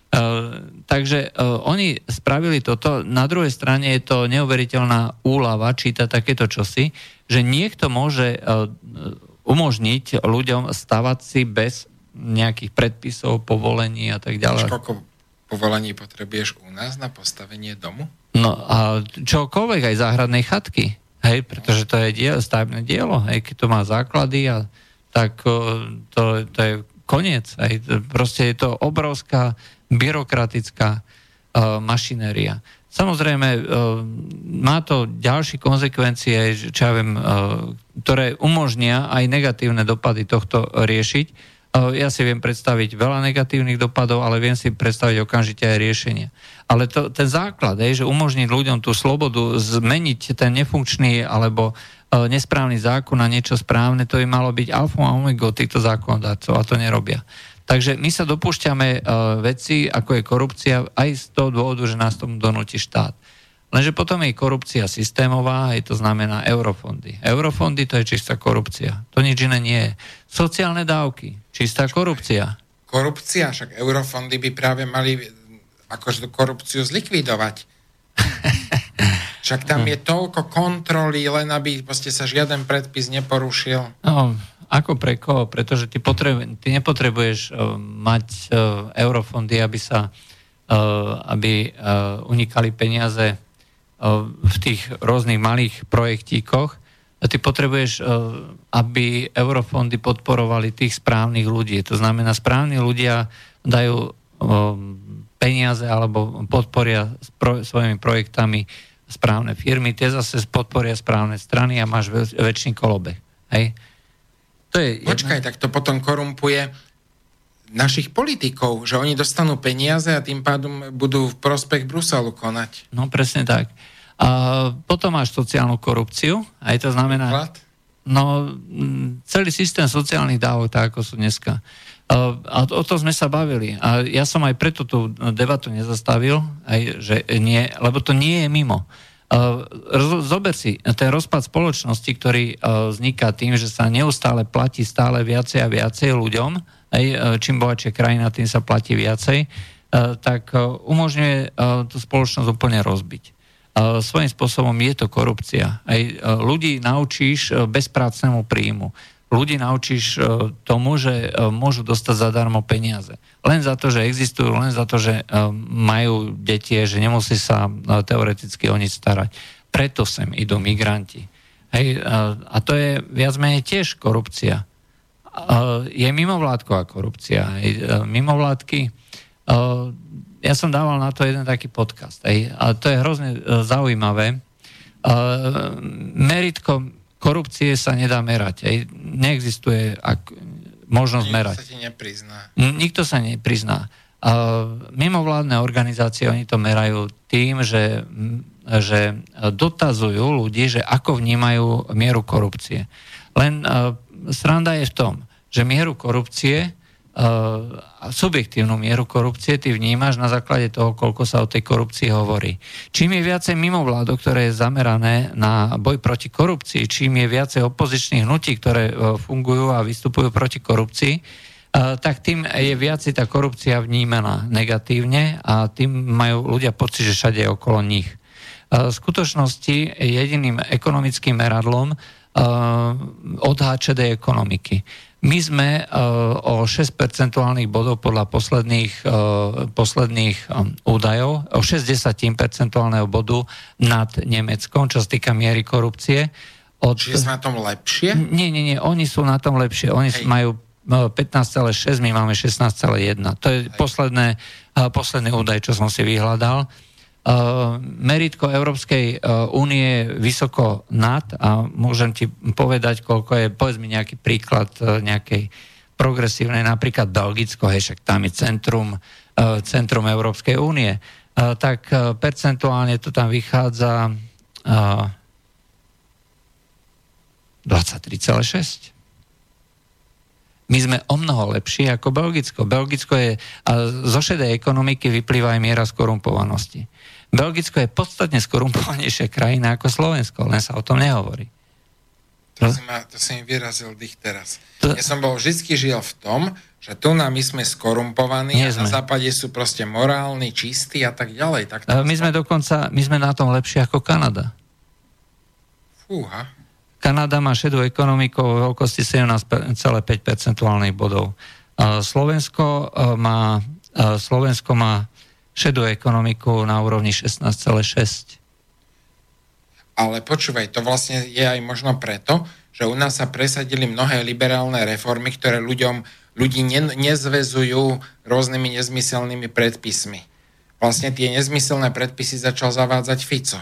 Takže oni spravili toto. Na druhej strane je to neuveriteľná úľava čítať takéto čosi, že niekto môže umožniť ľuďom stavať si bez nejakých predpisov, povolení a tak ďalej. Koľko povolení potrebuješ u nás na postavenie domu? No a čokoľvek, aj záhradnej chatky. Hej, pretože to je stavebné dielo. Hej, keď to má základy, tak to je koniec. Hej. Proste je to obrovská byrokratická mašinéria. Samozrejme, má to ďalšie konzekvencie, čo ja viem, ktoré umožnia aj negatívne dopady tohto riešiť. Ja si viem predstaviť veľa negatívnych dopadov, ale viem si predstaviť okamžite aj riešenie. Ale ten základ, že umožniť ľuďom tú slobodu, zmeniť ten nefunkčný alebo nesprávny zákon na niečo správne, to by malo byť alfa a omega týchto zákonodárcov a to nerobia. Takže my sa dopúšťame veci, ako je korupcia, aj z toho dôvodu, že nás tomu donúti štát. Lenže potom je korupcia systémová, to znamená eurofondy. Eurofondy to je čistá korupcia. To nič iné nie je. Sociálne dávky, čistá korupcia. Korupcia, však eurofondy by práve mali akože tú korupciu zlikvidovať. Však tam je toľko kontroly, len aby sa žiaden predpis neporušil. No, ako pre koho? Pretože ty nepotrebuješ mať eurofondy, aby unikali peniaze v tých rôznych malých projektíkoch. Ty potrebuješ, aby eurofondy podporovali tých správnych ľudí. To znamená, správni ľudia dajú peniaze alebo podporia svojimi projektami správne firmy, tie zase podporia správne strany a máš väčší kolobeh. Hej? Počkaj, tak to potom korumpuje našich politikov, že oni dostanú peniaze a tým pádom budú v prospech Bruselu konať. No presne tak. A potom máš sociálnu korupciu, aj to znamená... celý systém sociálnych dávok, tak ako sú dneska. A o to sme sa bavili. A ja som aj preto tú debatu nezastavil, že nie, lebo to nie je mimo. Zober si ten rozpad spoločnosti, ktorý vzniká tým, že sa neustále platí stále viacej a viacej ľuďom, čím bohatšia krajina, tým sa platí viacej, tak umožňuje tú spoločnosť úplne rozbiť. Svojím spôsobom je to korupcia. Ľudí naučíš bezprácnemu príjmu. Ľudí naučíš tomu, že môžu dostať zadarmo peniaze. Len za to, že existujú, len za to, že majú deti, že nemusí sa teoreticky o nič starať. Preto sem idú migranti. A to je viac menej tiež korupcia. Je mimovládková korupcia. Mimovládky, ja som dával na to jeden taký podcast. A to je hrozne zaujímavé. Meritko korupcie sa nedá merať. Neexistuje možnosť merať. Nikto sa ti neprizná. Nikto sa neprizná. Mimovládne organizácie, oni to merajú tým, že dotazujú ľudí, že ako vnímajú mieru korupcie. Len sranda je v tom, že mieru korupcie, subjektívnu mieru korupcie ty vnímaš na základe toho, koľko sa o tej korupcii hovorí. Čím je viacej mimovládok, ktoré je zamerané na boj proti korupcii, čím je viacej opozičných hnutí, ktoré fungujú a vystupujú proti korupcii, tak tým je viacej tá korupcia vnímaná negatívne a tým majú ľudia pocit, že všade je okolo nich. V skutočnosti jediným ekonomickým meradlom odhad šedej ekonomiky. My sme o 6 percentuálnych bodov podľa posledných údajov, o 60 percentuálneho bodu nad Nemeckom, čo sa týka miery korupcie. Čiže sme na tom lepšie? Nie, oni sú na tom lepšie. Oni majú 15,6, my máme 16,1. To je posledný údaj, čo som si vyhľadal. Meritko Európskej únie je vysoko nad a môžem ti povedať, koľko je, povedz mi nejaký príklad nejakej progresívnej, napríklad Belgicko, však tam je centrum Európskej únie. Tak percentuálne to tam vychádza 23,6. My sme o mnoho lepší ako Belgicko. Belgicko je, zo šedej ekonomiky vyplýva aj miera skorumpovanosti. Belgicko je podstatne skorumpovanejšia krajina ako Slovensko, len sa o tom nehovorí. To si mi vyrazil dých teraz. Ja som vždycky žil v tom, že tu my sme skorumpovaní a na západe sú proste morálni, čistí a tak ďalej. Tak my sme na tom lepšie ako Kanada. Fúha. Kanada má šedú ekonomiku vo veľkosti 17,5 percentuálnych bodov. Slovensko má šedú ekonomiku na úrovni 16,6. Ale počúvaj, to vlastne je aj možno preto, že u nás sa presadili mnohé liberálne reformy, ktoré ľudí nezväzujú rôznymi nezmyselnými predpismi. Vlastne tie nezmyselné predpisy začal zavádzať Fico.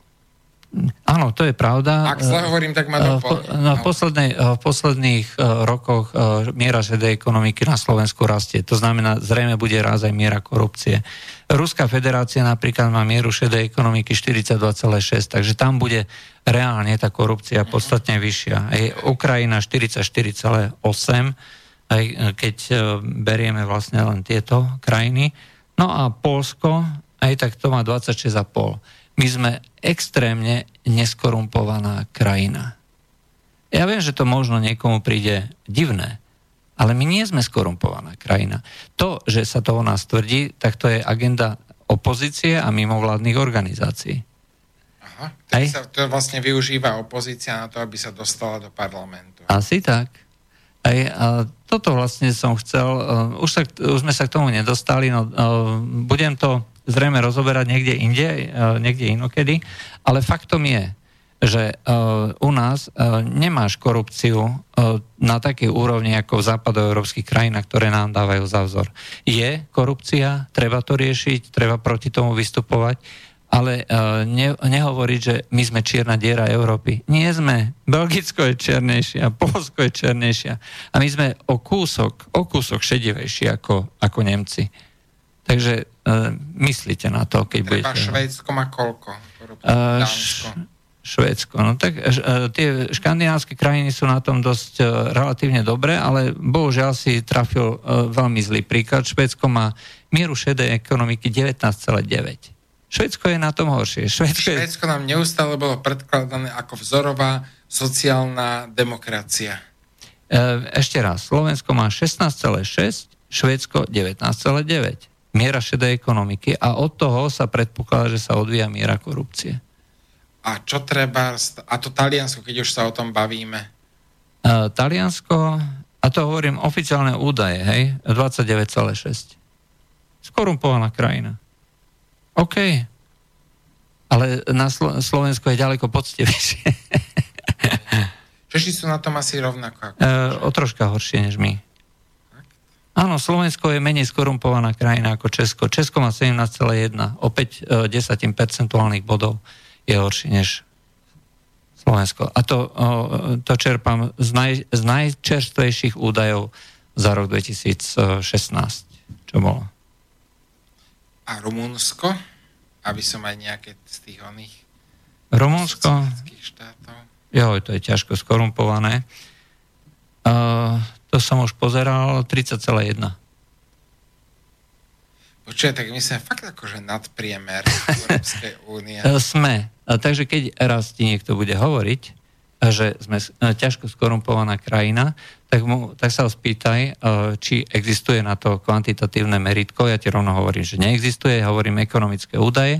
Áno, to je pravda. Ak zle hovorím, tak ma doplň. V posledných rokoch miera šedej ekonomiky na Slovensku rastie. To znamená, zrejme bude rásť aj miera korupcie. Ruská federácia napríklad má mieru šedej ekonomiky 42,6, takže tam bude reálne tá korupcia podstatne vyššia. Aj Ukrajina 44,8, aj keď berieme vlastne len tieto krajiny. No a Poľsko, aj tak to má 26,5. My sme extrémne neskorumpovaná krajina. Ja viem, že to možno niekomu príde divné, ale my nie sme skorumpovaná krajina. To, že sa to o nás tvrdí, tak to je agenda opozície a mimovládnych organizácií. Aha, tak sa to vlastne využíva opozícia na to, aby sa dostala do parlamentu. Asi tak. A toto vlastne som chcel, už sme sa k tomu nedostali, budem to zrejme rozoberať niekde inokedy, ale faktom je, že u nás nemáš korupciu na takej úrovni ako v západoeurópskych krajinách, ktoré nám dávajú za vzor. Je korupcia, treba to riešiť, treba proti tomu vystupovať, ale nehovoriť, že my sme čierna diera Európy. Nie sme. Belgicko je černejšia, Poľsko je černejšia a my sme o kúsok šedivejší ako Nemci. Takže myslíte na to, keď budete... Švédsko má koľko? Švédsko. No tak tie škandinávske krajiny sú na tom dosť relatívne dobré, ale bohužiaľ si trafil veľmi zlý príklad. Švédsko má mieru šedej ekonomiky 19,9. Švédsko je na tom horšie. Švédsko nám neustále bolo predkladané ako vzorová sociálna demokracia. Ešte raz. Slovensko má 16,6, Švédsko 19,9. Miera šedej ekonomiky a od toho sa predpokladá, že sa odvíja miera korupcie. A čo treba... A to Taliansko, keď už sa o tom bavíme? Taliansko, a to hovorím oficiálne údaje, hej, 29,6. Skorumpovaná krajina. OK. Ale na Slovensku je ďaleko poctivejšie. Češi sú na tom asi rovnako. O troška horšie než my. Áno, Slovensko je menej skorumpovaná krajina ako Česko. Česko má 17,1. Opäť 10 percentuálnych bodov je horšie než Slovensko. A to čerpám z najčerstvejších údajov za rok 2016. Čo bolo? A Rumunsko? Aby som aj nejaké z tých oných Rumunsko? štátov. Jo, to je ťažko skorumpované. To som už pozeral, 30,1. Počuaj, tak my sme fakt akože nadpriemer Európskej únie. Sme. Takže keď raz ti niekto bude hovoriť, že sme ťažko skorumpovaná krajina, tak sa ho spýtaj, či existuje na to kvantitatívne meritko. Ja ti rovno hovorím, že neexistuje, hovorím ekonomické údaje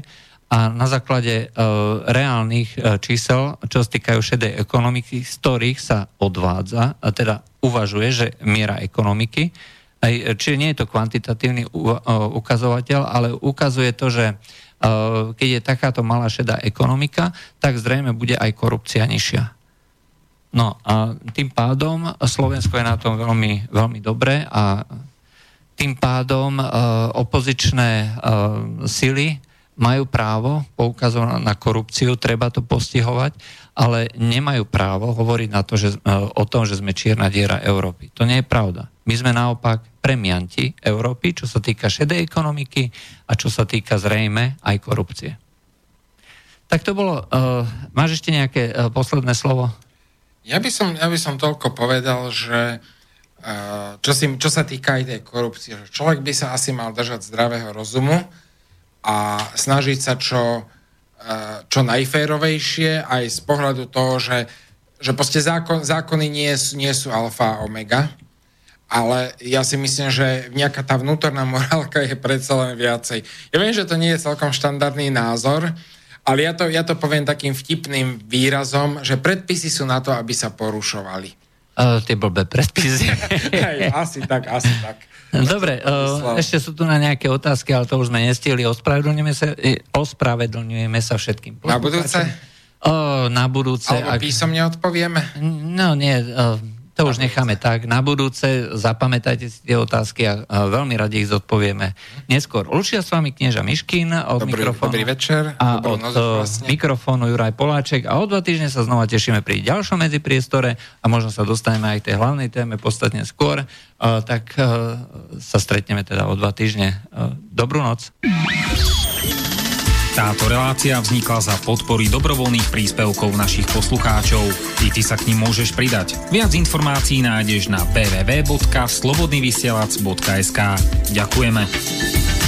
a na základe reálnych čísel, čo sa týkajú šedej ekonomiky, z ktorých sa odvádza, a teda uvažuje, že miera ekonomiky, čiže nie je to kvantitatívny ukazovateľ, ale ukazuje to, že keď je takáto malá šedá ekonomika, tak zrejme bude aj korupcia nižšia. No a tým pádom Slovensko je na tom veľmi, veľmi dobre a tým pádom opozičné sily majú právo poukazovať na korupciu, treba to postihovať, ale nemajú právo hovoriť na to, o tom, že sme čierna diera Európy. To nie je pravda. My sme naopak premianti Európy, čo sa týka šedej ekonomiky a čo sa týka zrejme aj korupcie. Tak to bolo. Máš ešte nejaké posledné slovo? Ja by som toľko povedal, že čo sa týka aj tej korupcie, že človek by sa asi mal držať zdravého rozumu a snažiť sa čo najférovejšie aj z pohľadu toho, že proste zákony nie sú alfa a omega, ale ja si myslím, že nejaká tá vnútorná morálka je predsa len viacej. Ja viem, že to nie je celkom štandardný názor, ale ja to poviem takým vtipným výrazom, že predpisy sú na to, aby sa porušovali. Tie blbé predpisy. Asi tak. Dobre, ešte sú tu na nejaké otázky, ale to už sme nestihli. Ospravedlňujeme sa všetkým. Na budúce? Na budúce. Alebo písomne odpovieme? No nie, to už necháme tak. Na budúce zapamätajte si tie otázky a veľmi radi ich zodpovieme neskôr. Lúčia s vami knieža Miškin od mikrofónu. Dobrý večer. A od mikrofónu Juraj Poláček. A o 2 týždne sa znova tešíme pri ďalšom medzipriestore a možno sa dostaneme aj k tej hlavnej téme podstatne skôr. Tak sa stretneme teda o 2 týždne. Dobrú noc. Táto relácia vznikla za podpory dobrovoľných príspevkov našich poslucháčov. I ty sa k nim môžeš pridať. Viac informácií nájdeš na www.slobodnyvysielac.sk. Ďakujeme.